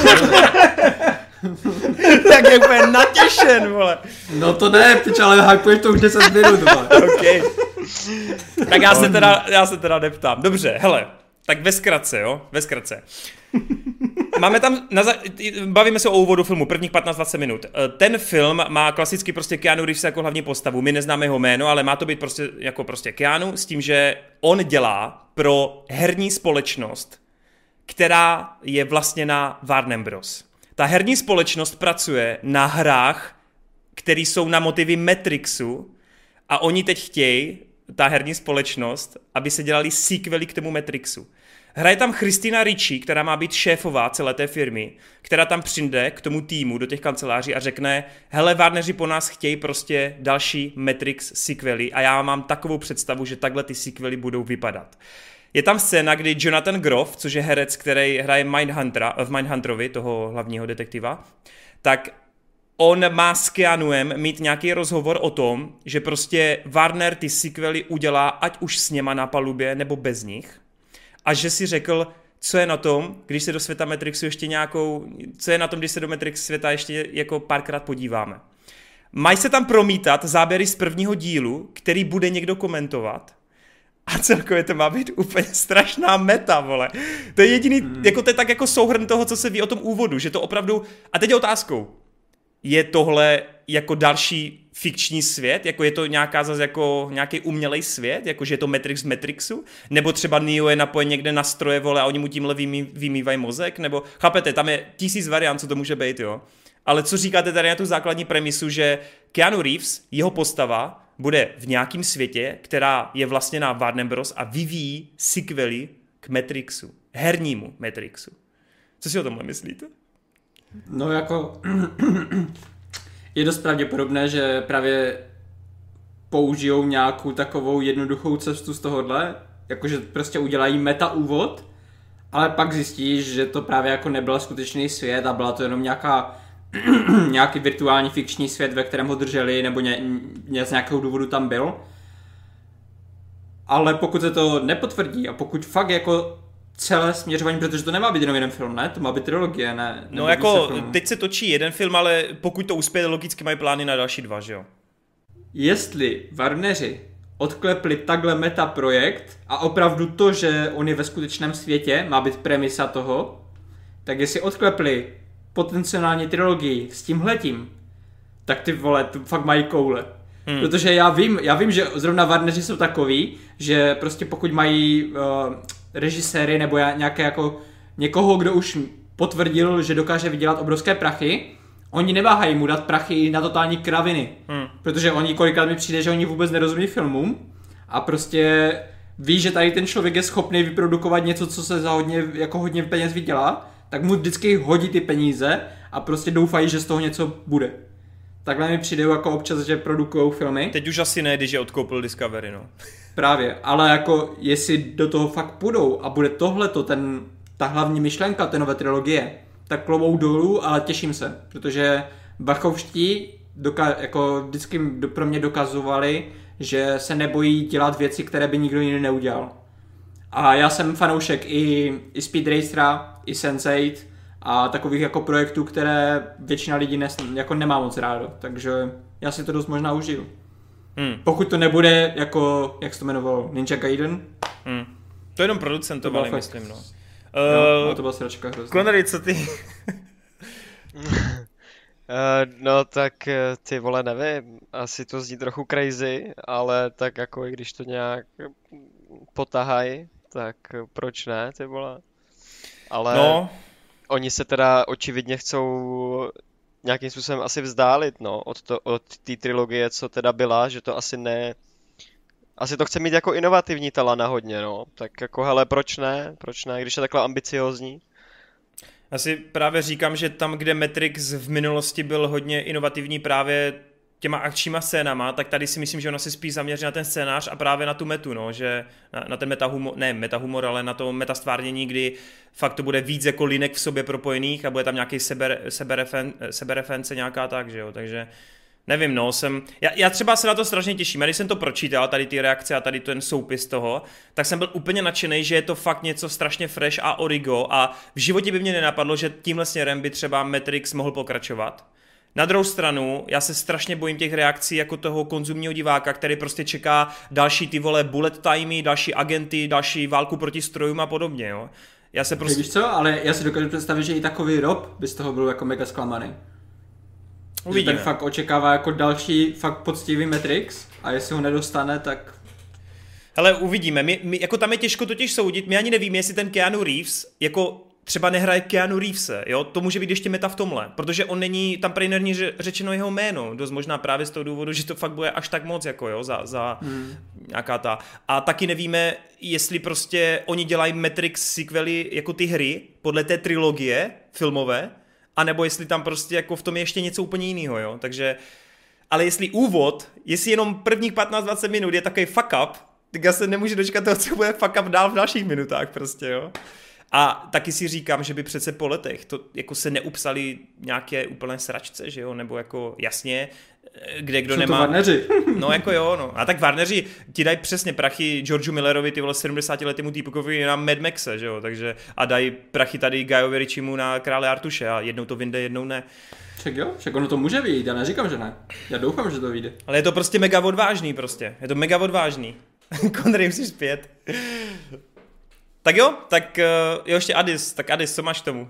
Tak je úplně natěšen, vole. No to ne, pič, ale hypuješ to už deset minut, vole. Okay. Tak já se, teda, já se teda neptám. Dobře, hele, tak ve zkratce, jo, ve zkratce. Máme tam, na za... bavíme se o úvodu filmu, prvních patnáct dvacet minut. Ten film má klasicky prostě Keanu Reeves jako hlavní postavu, my neznáme jeho jméno, ale má to být prostě jako prostě Keanu, s tím, že on dělá pro herní společnost, která je vlastněna Warner Bros. Ta herní společnost pracuje na hrách, které jsou na motivy Matrixu a oni teď chtějí, ta herní společnost, aby se dělali sequely k tomu Matrixu. Hraje tam Christina Ricci, která má být šéfová celé té firmy, která tam přijde k tomu týmu do těch kanceláří a řekne, hele, Warneri po nás chtějí prostě další Matrix sequely a já mám takovou představu, že takhle ty sequely budou vypadat. Je tam scéna, kdy Jonathan Groff, což je herec, který hraje Mindhuntera, v Mindhunterovi, toho hlavního detektiva, tak on má s Keanuem mít nějaký rozhovor o tom, že prostě Warner ty sequely udělá, ať už s něma na palubě, nebo bez nich. A že si řekl, co je na tom, když se do světa Matrixu ještě nějakou, co je na tom, když se do Matrix světa ještě jako párkrát podíváme. Mají se tam promítat záběry z prvního dílu, který bude někdo komentovat. A celkově to má být úplně strašná meta, vole. To je jediný, mm. jako to je tak jako souhrn toho, co se ví o tom úvodu, že to opravdu, a teď je otázkou, je tohle jako další fikční svět, jako je to nějaká zase jako nějaký umělej svět, jako že je to Matrix v Matrixu, nebo třeba Neo je napojen někde na stroje, vole, a oni mu tímhle vymý, vymývají mozek, nebo chápete, tam je tisíc variant, co to může být, jo. Ale co říkáte tady na tu základní premisu, že Keanu Reeves, jeho postava, bude v nějakém světě, která je vlastně na Warner Bros. A vyvíjí sequely k Matrixu, hernímu Matrixu. Co si o tomhle myslíte? No jako je dost pravděpodobné, že právě použijou nějakou takovou jednoduchou cestu z tohohle, jakože prostě udělají meta úvod, ale pak zjistíš, že to právě jako nebyl skutečný svět a byla to jenom nějaká nějaký virtuální fikční svět, ve kterém ho drželi, nebo ně, ně, z nějakého důvodu tam byl. Ale pokud se to nepotvrdí a pokud fakt jako celé směřování, protože to nemá být jenom jeden film, ne? To má být trilogie, ne? No jako teď se točí jeden film, ale pokud to uspěje, logicky mají plány na další dva, že jo? Jestli Warneri odklepli takhle meta projekt a opravdu to, že on je ve skutečném světě, má být premisa toho, tak jestli odklepli potenciální trilogii s tímhletím, tak ty vole, tu fakt mají koule. Hmm. Protože já vím, já vím, že zrovna Warneri jsou takový, že prostě pokud mají uh, režiséry nebo nějaké jako někoho, kdo už potvrdil, že dokáže vydělat obrovské prachy, oni neváhají mu dát prachy na totální kraviny. Hmm. Protože oni kolikrát mi přijde, že oni vůbec nerozumí filmům a prostě ví, že tady ten člověk je schopný vyprodukovat něco, co se za hodně, jako hodně peněz vydělá, tak mu vždycky hodí ty peníze a prostě doufají, že z toho něco bude. Takhle mi přijde jako občas, že produkujou filmy. Teď už asi ne, když je odkoupil Discovery, no. Právě, ale jako jestli do toho fakt půjdou a bude tohleto, ten, ta hlavní myšlenka té nové trilogie, tak klobouk dolů, ale těším se, protože Wachowští doka- jako vždycky pro mě dokazovali, že se nebojí dělat věci, které by nikdo jiný neudělal. A já jsem fanoušek i, i Speed Racera, i sense eight a takových jako projektů, které většina lidí nes, jako nemá moc rádo, takže já si to dost možná užiju. Hmm. Pokud to nebude jako, jak se to jmenovalo, Ninja Gaiden. Hmm. To jenom producentovali, myslím, no. Uh, no, to byla sračka hrozná. Connery, co ty? Uh, no tak eh, ty vole, nevím, asi to zní trochu crazy, ale tak jako i když to nějak potahaj, tak eh, proč ne, ty vole. Ale No, oni se teda očividně chcou nějakým způsobem asi vzdálit, no, od to, od té trilogie, co teda byla, že to asi ne, asi to chce mít jako inovativní ta Lana hodně, no, tak jako hele, proč ne, proč ne, když je takhle ambiciozní. já si právě říkám, že tam, kde Matrix v minulosti byl hodně inovativní právě těma akčníma scénama, tak tady si myslím, že ona se spíš zaměří na ten scénář a právě na tu metu, no, že na, na ten metahumor, ne metahumor, ale na to metastvárnění, kdy fakt to bude víc jako linek v sobě propojených a bude tam nějaký seber, seberefen, seberefence nějaká tak, že jo, takže nevím, no, jsem, já, já třeba se na to strašně těším, když jsem to pročítal, tady ty reakce a tady ten soupis toho, tak jsem byl úplně nadšený, že je to fakt něco strašně fresh a origo a v životě by mě nenapadlo, že tímhle směrem by třeba Matrix mohl pokračovat. Na druhou stranu, já se strašně bojím těch reakcí jako toho konzumního diváka, který prostě čeká další ty vole bullet timey, další agenty, další válku proti strojům a podobně, jo. Já se prostě... Víš co, ale já si dokážu představit, že i takový Rob by z toho byl jako mega zklamaný. Uvidíme. Že ten fakt očekává jako další fakt poctivý Matrix a jestli ho nedostane, tak... Hele, uvidíme. My, my, jako tam je těžko totiž soudit, my ani nevíme, jestli ten Keanu Reeves jako třeba nehraje Keanu Reevese, jo, to může být ještě meta v tomhle, protože on není, tam prý není řečeno jeho jméno, dost možná právě z toho důvodu, že to fakt bude až tak moc, jako jo, za, za hmm. nějaká ta. A taky nevíme, jestli prostě oni dělají Matrix sequely jako ty hry, podle té trilogie filmové, anebo jestli tam prostě jako v tom je ještě něco úplně jiného, jo, takže, ale jestli úvod, jestli jenom prvních patnáct dvacet minut je takový fuck up, tak já se nemůžu dočkat toho, co bude fuck up dál v dalších minutách prostě, jo. A taky si říkám, že by přece po letech to jako se neupsali nějaké úplné sračce, že jo, nebo jako jasně, kde kdo Jsou nemá... to Warneri. No jako jo, no. A tak Warneri ti dají přesně prachy Georgeu Millerovi, ty vole sedmdesátiletému týpkovi na Mad Maxe, že jo, takže a dají prachy tady Guyovi Ritchiemu na Krále Artuše a jednou to vyjde, jednou ne. Však jo, však ono to může vyjít, já neříkám, že ne. Já doufám, že to vyjde. Ale je to prostě mega odvážný prostě, je to mega odvážný. Connery musíš zpět. Tak jo, tak jo, ještě Adis, tak Adis, co máš k tomu?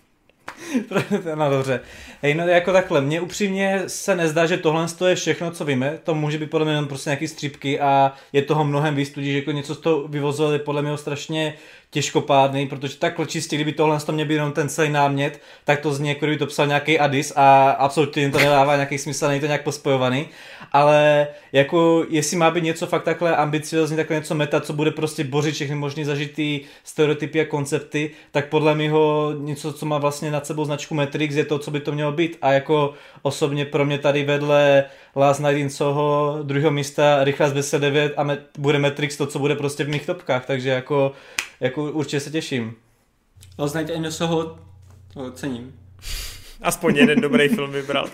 No dobře. Hej, no jako takhle, mně upřímně se nezdá, že tohle je všechno, co víme, to může být podle mě jenom prostě nějaký střípky a je toho mnohem víc, tudíž jako něco z toho vyvozovat je podle mě strašně těžkopádný, protože takhle čistě, kdyby tohle to měl být jenom ten celý námět, tak to zní, jako kdyby to psal nějaký Adis a absolutně jim to nedává nějaký smysl, není to nějak pospojovaný, ale jako jestli má být něco fakt takhle ambiciozní, takhle něco meta, co bude prostě bořit všechny možný zažitý stereotypy a koncepty, tak podle mého něco, co má vlastně nad sebou značku Matrix, je to, co by to mělo být a jako osobně pro mě tady vedle Last Night in Soho druhého místa Rychlá z deset devět a met, bude Matrix to, co bude prostě v mých topkách, takže jako, jako určitě se těším. Last Night in Soho to cením. Aspoň jeden dobrý film vybral.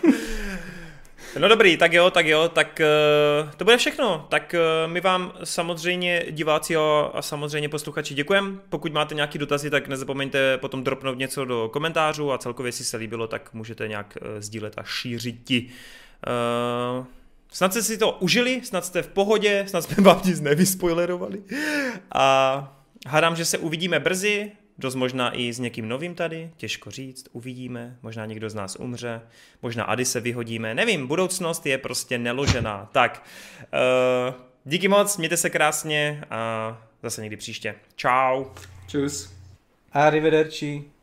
No dobrý, tak jo, tak jo, tak uh, to bude všechno. Tak uh, my vám samozřejmě diváci a, a samozřejmě posluchači děkujem. Pokud máte nějaký dotazy, tak nezapomeňte potom dropnout něco do komentářů a celkově, jestli se líbilo, tak můžete nějak uh, sdílet a šířit ti. Uh, snad jste si to užili, snad jste v pohodě, snad jsme vám nic nevyspoilerovali. A hádám, že se uvidíme brzy. Dost možná i s někým novým tady, těžko říct, uvidíme, možná někdo z nás umře, možná Ady se vyhodíme, nevím, budoucnost je prostě neložená. Tak, uh, díky moc, mějte se krásně a zase někdy příště. Čau. Čus. Arrivederci.